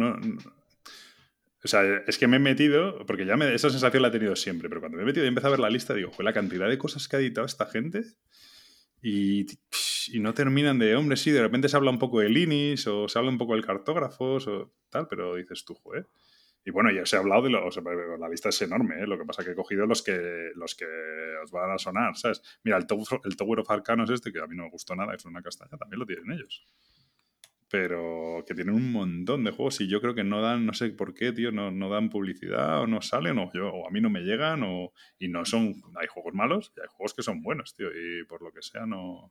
O sea, es que me he metido, porque ya esa sensación la he tenido siempre, pero cuando me he metido y empecé a ver la lista, digo, la cantidad de cosas que ha editado esta gente y no terminan de, hombre, sí, de repente se habla un poco del Inis o se habla un poco del Cartógrafos o tal, pero dices tú, joder. Y bueno, ya os he hablado la lista es enorme, ¿eh? Lo que pasa es que he cogido los que os van a sonar, ¿sabes? Mira, el Tower of Arcanos que a mí no me gustó nada, es una castaña, también lo tienen ellos. Pero que tienen un montón de juegos y yo creo que no dan, no sé por qué, tío, no dan publicidad o no salen o a mí no me llegan y no son... Hay juegos malos y hay juegos que son buenos, tío, y por lo que sea no...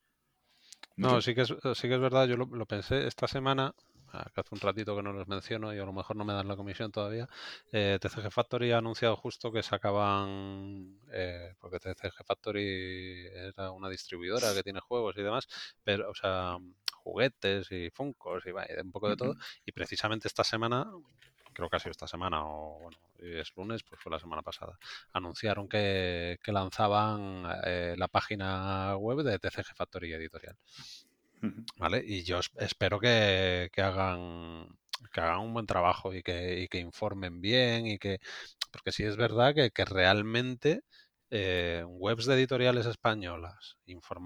No, sí que es verdad, yo lo pensé esta semana, que hace un ratito que no los menciono y a lo mejor no me dan la comisión todavía. TCG Factory ha anunciado justo que sacaban, porque TCG Factory era una distribuidora que tiene juegos y demás, pero, o sea, juguetes y funcos y un poco de todo. Y precisamente esta semana, creo que ha sido esta semana o bueno, es lunes, pues fue la semana pasada, anunciaron que lanzaban la página web de TCG Factory Editorial. ¿Vale? Y yo espero que hagan un buen trabajo y que informen bien porque sí es verdad que realmente webs de editoriales españolas,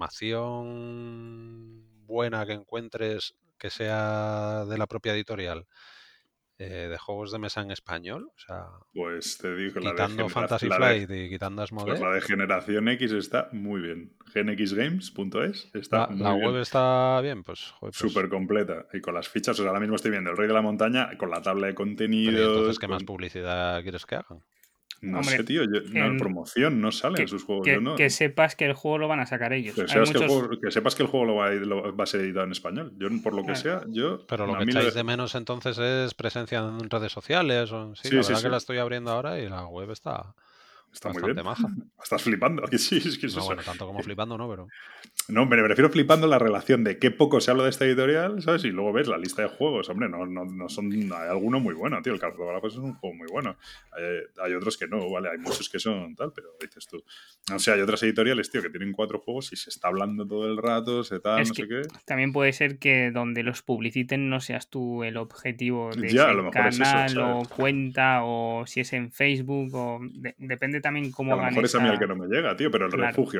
información buena que encuentres que sea de la propia editorial, de juegos de mesa en español, o sea, pues te digo que quitando Fantasy Flight y quitando Asmodee, pues la de Generación X está muy bien. genxgames.es está la muy web bien. está bien, pues... Súper completa. Y con las fichas, o sea, ahora mismo estoy viendo El Rey de la Montaña con la tabla de Pero ¿y entonces contenidos. qué más publicidad quieres que hagan? No sé, tío. En promoción no salen sus juegos. Que sepas que el juego lo van a sacar ellos. Que sepas que el juego va a ser editado en español. Yo, por lo que sea, Pero lo que echáis de menos entonces es presencia en redes sociales. Sí, la verdad que la estoy abriendo ahora y la web está muy bien. Maja. Estás flipando. Sí, es que no, bueno, tanto como flipando no, pero... No, me prefiero flipando la relación de qué poco se habla de esta editorial, ¿sabes? Y luego ves la lista de juegos. Hombre, no son... Hay alguno muy bueno, tío. El Cartografos es un juego muy bueno. Hay otros que no, ¿vale? Hay muchos que son tal, pero dices tú... No sé, hay otras editoriales, tío, que tienen 4 juegos y se está hablando todo el rato, sé qué. También puede ser que donde los publiciten no seas tú el objetivo de ese canal o cuenta, o si es en Facebook, o depende también cómo hagan. A lo mejor es a mí el que no me llega, tío, pero el refugio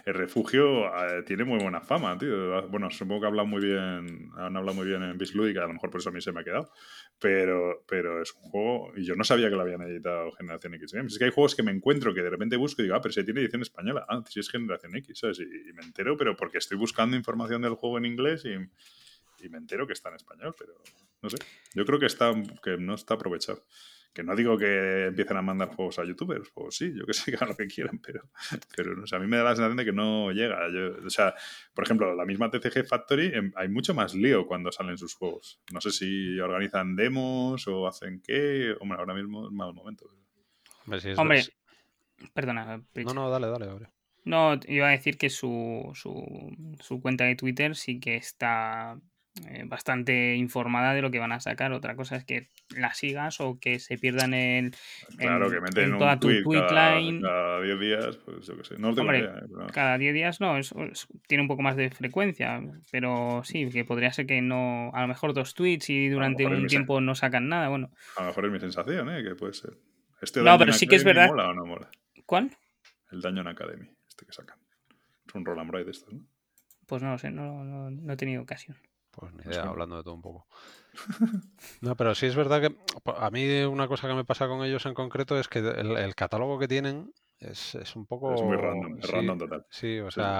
tiene muy buena fama, tío. Bueno, supongo que han hablado muy bien en Bislúdica, a lo mejor por eso a mí se me ha quedado. Pero es un juego, y yo no sabía que lo habían editado Generación X Games. Es que hay juegos que me encuentro que de repente busco y digo, pero si tiene edición española, si es Generación X, ¿sabes? Y me entero, pero porque estoy buscando información del juego en inglés y me entero que está en español, pero no sé. Yo creo que no está aprovechado. Que no digo que empiecen a mandar juegos a youtubers, pues sí, yo que sé, que hagan lo que quieran, pero no sé, a mí me da la sensación de que no llega. O sea, por ejemplo, la misma TCG Factory, hay mucho más lío cuando salen sus juegos. No sé si organizan demos o hacen qué. Hombre, ahora mismo es mal momento. Hombre, perdona. No, dale. No, iba a decir que su cuenta de Twitter sí que está bastante informada de lo que van a sacar. Otra cosa es que la sigas o que se pierdan en toda tu tweetline. Cada 10 días, pues yo qué sé. No lo tengo Hombre, idea, pero... cada 10 días no, tiene un poco más de frecuencia, pero sí, que podría ser que no, a lo mejor 2 tweets y durante un tiempo no sacan nada, bueno. A lo mejor es mi sensación, que puede ser. No, pero sí que es verdad. ¿Mola o no mola? ¿Cuál? El Dungeon Academy, que sacan. Es un roll and write de estos, ¿no? Pues no lo sé, no he tenido ocasión. Pues ni idea, hablando de todo un poco. No, pero sí es verdad que a mí una cosa que me pasa con ellos en concreto es que el catálogo que tienen es un poco... Es muy random, es random total. Sí, o sea,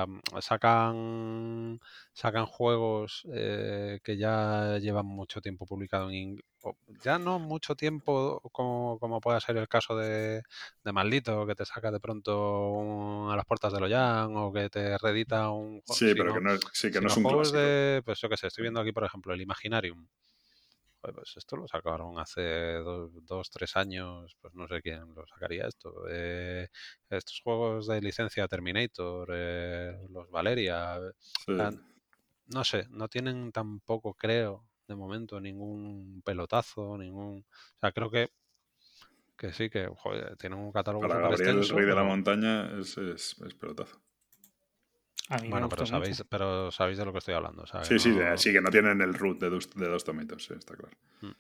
sacan juegos que ya llevan mucho tiempo publicado en inglés. Ya no mucho tiempo como pueda ser el caso de Maldito, que te saca de pronto a las puertas de Loyan o que te reedita un juego. Sí, pero que no es un juegos clásico. Pues yo qué sé, estoy viendo aquí, por ejemplo, el Imaginarium. Pues esto lo sacaron hace 2-3 años, pues no sé quién lo sacaría esto. Estos juegos de licencia Terminator, los Valeria, no sé, no tienen tampoco, creo, de momento ningún pelotazo, o sea, creo que sí, que joder, tienen un catálogo súper extenso. El Rey de la Montaña es pelotazo. Bueno, pero sabéis de lo que estoy hablando. Sí, que no tienen el root de 2 tomitos, está claro.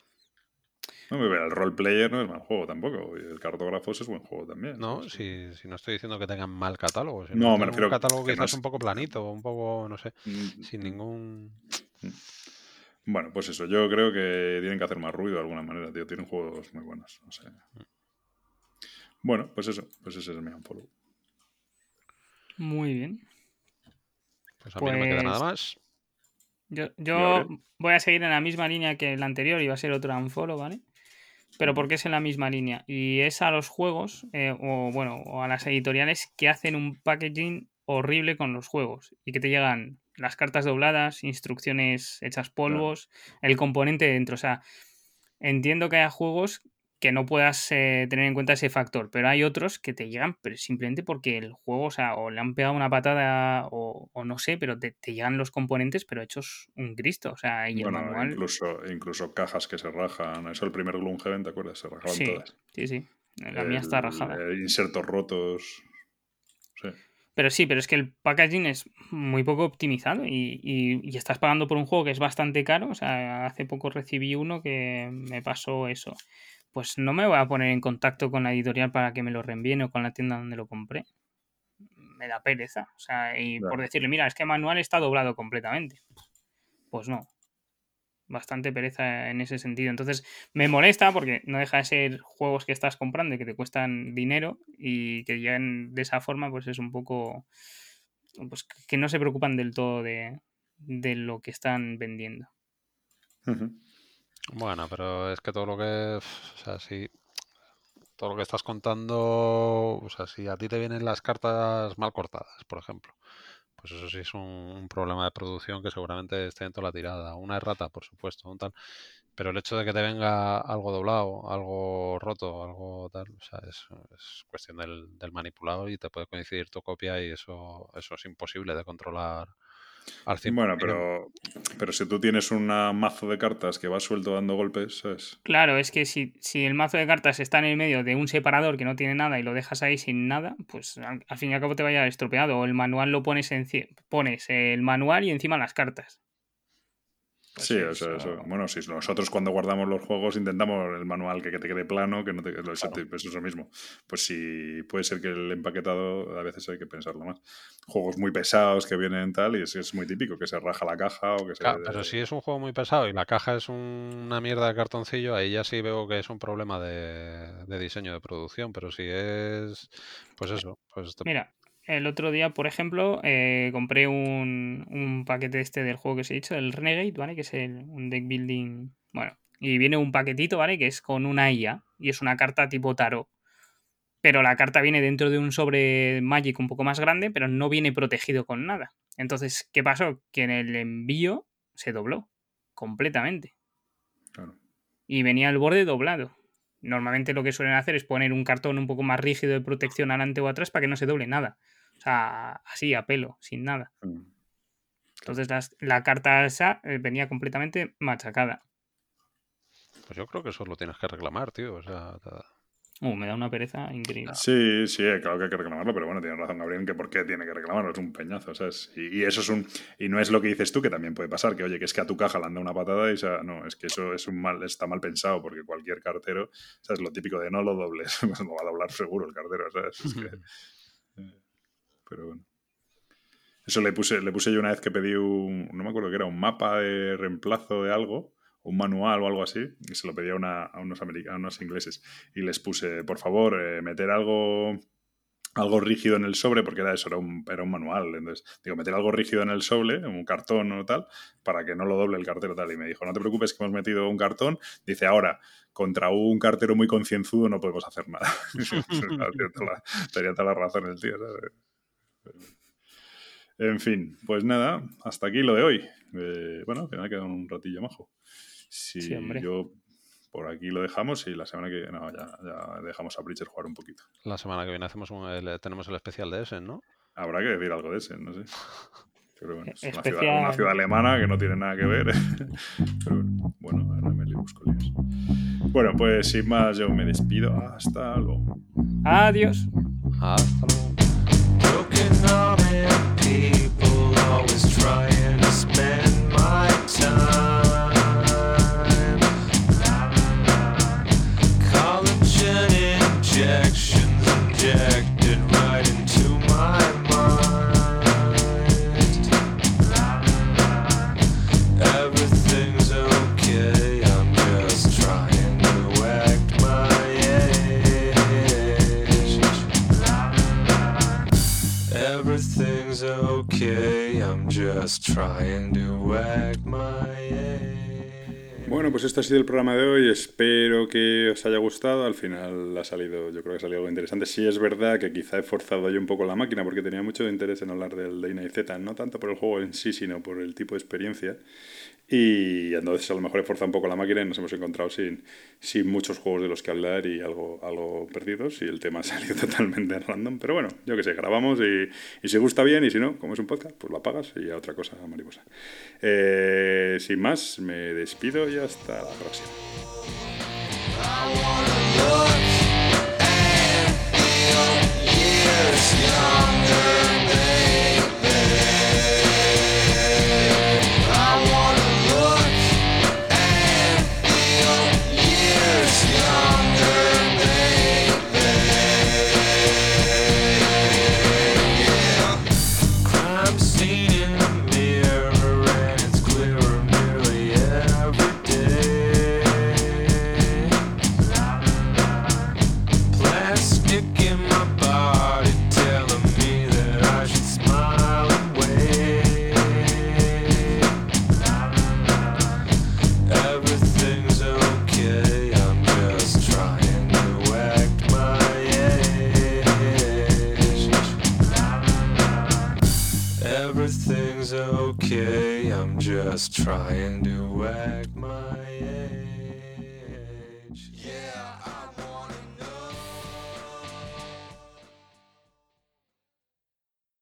El roleplayer no es mal juego tampoco, y el Cartógrafos es buen juego también. No, si no estoy diciendo que tengan mal catálogo, no, me refiero un catálogo que quizás un poco planito, un poco, no sé, sin ningún... Bueno, pues eso, yo creo que tienen que hacer más ruido de alguna manera, tío. Tienen juegos muy buenos, no sé. Bueno, pues eso, ese es mi unfollow. Muy bien. Pues a mí no me queda nada más. Yo voy a seguir en la misma línea que el anterior y va a ser otro unfollow, ¿vale? Pero porque es en la misma línea. Y es a los juegos, o a las editoriales que hacen un packaging horrible con los juegos. Y que te llegan las cartas dobladas, instrucciones hechas polvos, el componente dentro. O sea, entiendo que haya juegos que no puedas tener en cuenta ese factor, pero hay otros que te llegan pero simplemente porque el juego, o sea, o le han pegado una patada o no sé, pero te llegan los componentes pero hechos un Cristo, o sea, y el manual... Incluso cajas que se rajan, eso el primer Gloomhaven, ¿te acuerdas? Se rajaban todas. Sí, la mía está rajada. Insertos rotos, sí. Pero es que el packaging es muy poco optimizado y estás pagando por un juego que es bastante caro, o sea, hace poco recibí uno que me pasó eso. Pues no me voy a poner en contacto con la editorial para que me lo reenvíen o con la tienda donde lo compré. Me da pereza. O sea, por decirle, mira, es que el manual está doblado completamente. Pues no. Bastante pereza en ese sentido. Entonces, me molesta porque no deja de ser juegos que estás comprando y que te cuestan dinero y que lleguen de esa forma, pues es un poco... Pues que no se preocupan del todo de lo que están vendiendo. Bueno, pero es que todo lo que... O sea, sí... todo lo que estás contando, o sea, si a ti te vienen las cartas mal cortadas, por ejemplo, pues eso sí es un problema de producción que seguramente esté en toda la tirada. Una errata, por supuesto, un tal. Pero el hecho de que te venga algo doblado, algo roto, algo tal, o sea, es cuestión del manipulado y te puede coincidir tu copia y eso es imposible de controlar al 100%. Bueno, pero si tú tienes un mazo de cartas que va suelto dando golpes, ¿sabes? Claro, es que si el mazo de cartas está en el medio de un separador que no tiene nada y lo dejas ahí sin nada, pues al fin y al cabo te vaya estropeado. O el manual lo pones el manual y encima las cartas. Pues sí, eso. Bueno, si nosotros cuando guardamos los juegos intentamos el manual que te quede plano, que no te claro. Eso es lo mismo. Pues sí, puede ser que el empaquetado a veces hay que pensarlo más. Juegos muy pesados que vienen tal y es muy típico, que se raja la caja o que claro, pero si es un juego muy pesado y la caja es una mierda de cartoncillo, ahí ya sí veo que es un problema de diseño de producción, pero si es, pues eso. Pues Mira, el otro día, por ejemplo, compré un paquete del juego que os he dicho, el Renegade, ¿vale? Que es un deck building. Bueno, y viene un paquetito, ¿vale? Que es con una IA y es una carta tipo tarot. Pero la carta viene dentro de un sobre Magic un poco más grande, pero no viene protegido con nada. Entonces, ¿qué pasó? Que en el envío se dobló completamente. Claro. Y venía el borde doblado. Normalmente lo que suelen hacer es poner un cartón un poco más rígido de protección adelante o atrás para que no se doble nada. O sea, así a pelo, sin nada. Entonces la carta esa venía completamente machacada. Pues yo creo que eso lo tienes que reclamar, tío. O sea... me da una pereza increíble. Sí, claro que hay que reclamarlo, pero bueno, tienes razón, Gabriel, que por qué tiene que reclamarlo, es un peñazo, ¿sabes? Y eso es y no es lo que dices tú, que también puede pasar, que oye, que es que a tu caja le han dado una patada no, es que eso está mal pensado, porque cualquier cartero, ¿sabes? Lo típico de no lo dobles, pues lo va a doblar seguro el cartero, ¿sabes? Es que, pero bueno. Eso le puse yo una vez que pedí no me acuerdo qué era, un mapa de reemplazo de algo, un manual o algo así, y se lo pedí a unos ingleses, y les puse, por favor, meter algo rígido en el sobre, porque era eso, era un manual. Entonces, digo, meter algo rígido en el sobre, un cartón o tal, para que no lo doble el cartero tal. Y me dijo, no te preocupes que hemos metido un cartón. Dice, ahora, contra un cartero muy concienzudo no podemos hacer nada. Tenía toda la razón el tío, ¿sabes? En fin, pues nada, hasta aquí lo de hoy. Bueno, me ha quedado un ratillo majo. Sí, yo por aquí lo dejamos y la semana que no, ya dejamos a Bridger jugar un poquito. La semana que viene tenemos el especial de Essen, ¿no? Habrá que decir algo de Essen, no sé. Pero bueno, es una ciudad alemana que no tiene nada que ver. Pero bueno, ahora me le busco líos. Bueno, pues sin más yo me despido. Hasta luego. Adiós. Hasta luego. Injections injected right into my mind. Everything's okay, I'm just trying to act my age. Everything's okay, I'm just trying to act my age. Bueno, pues este ha sido el programa de hoy. Espero que os haya gustado. Al final yo creo que ha salido algo interesante. Sí es verdad que quizá he forzado yo un poco la máquina porque tenía mucho interés en hablar del Dana y Z, no tanto por el juego en sí, sino por el tipo de experiencia. Y entonces a lo mejor he forzado un poco la máquina y nos hemos encontrado sin muchos juegos de los que hablar y algo perdidos, y el tema ha salido totalmente random. Pero bueno, yo que sé, grabamos y si gusta bien, y si no, como es un podcast, pues lo apagas y a otra cosa mariposa. Sin más, me despido y hasta la próxima. Everything's okay, I'm just trying to wag my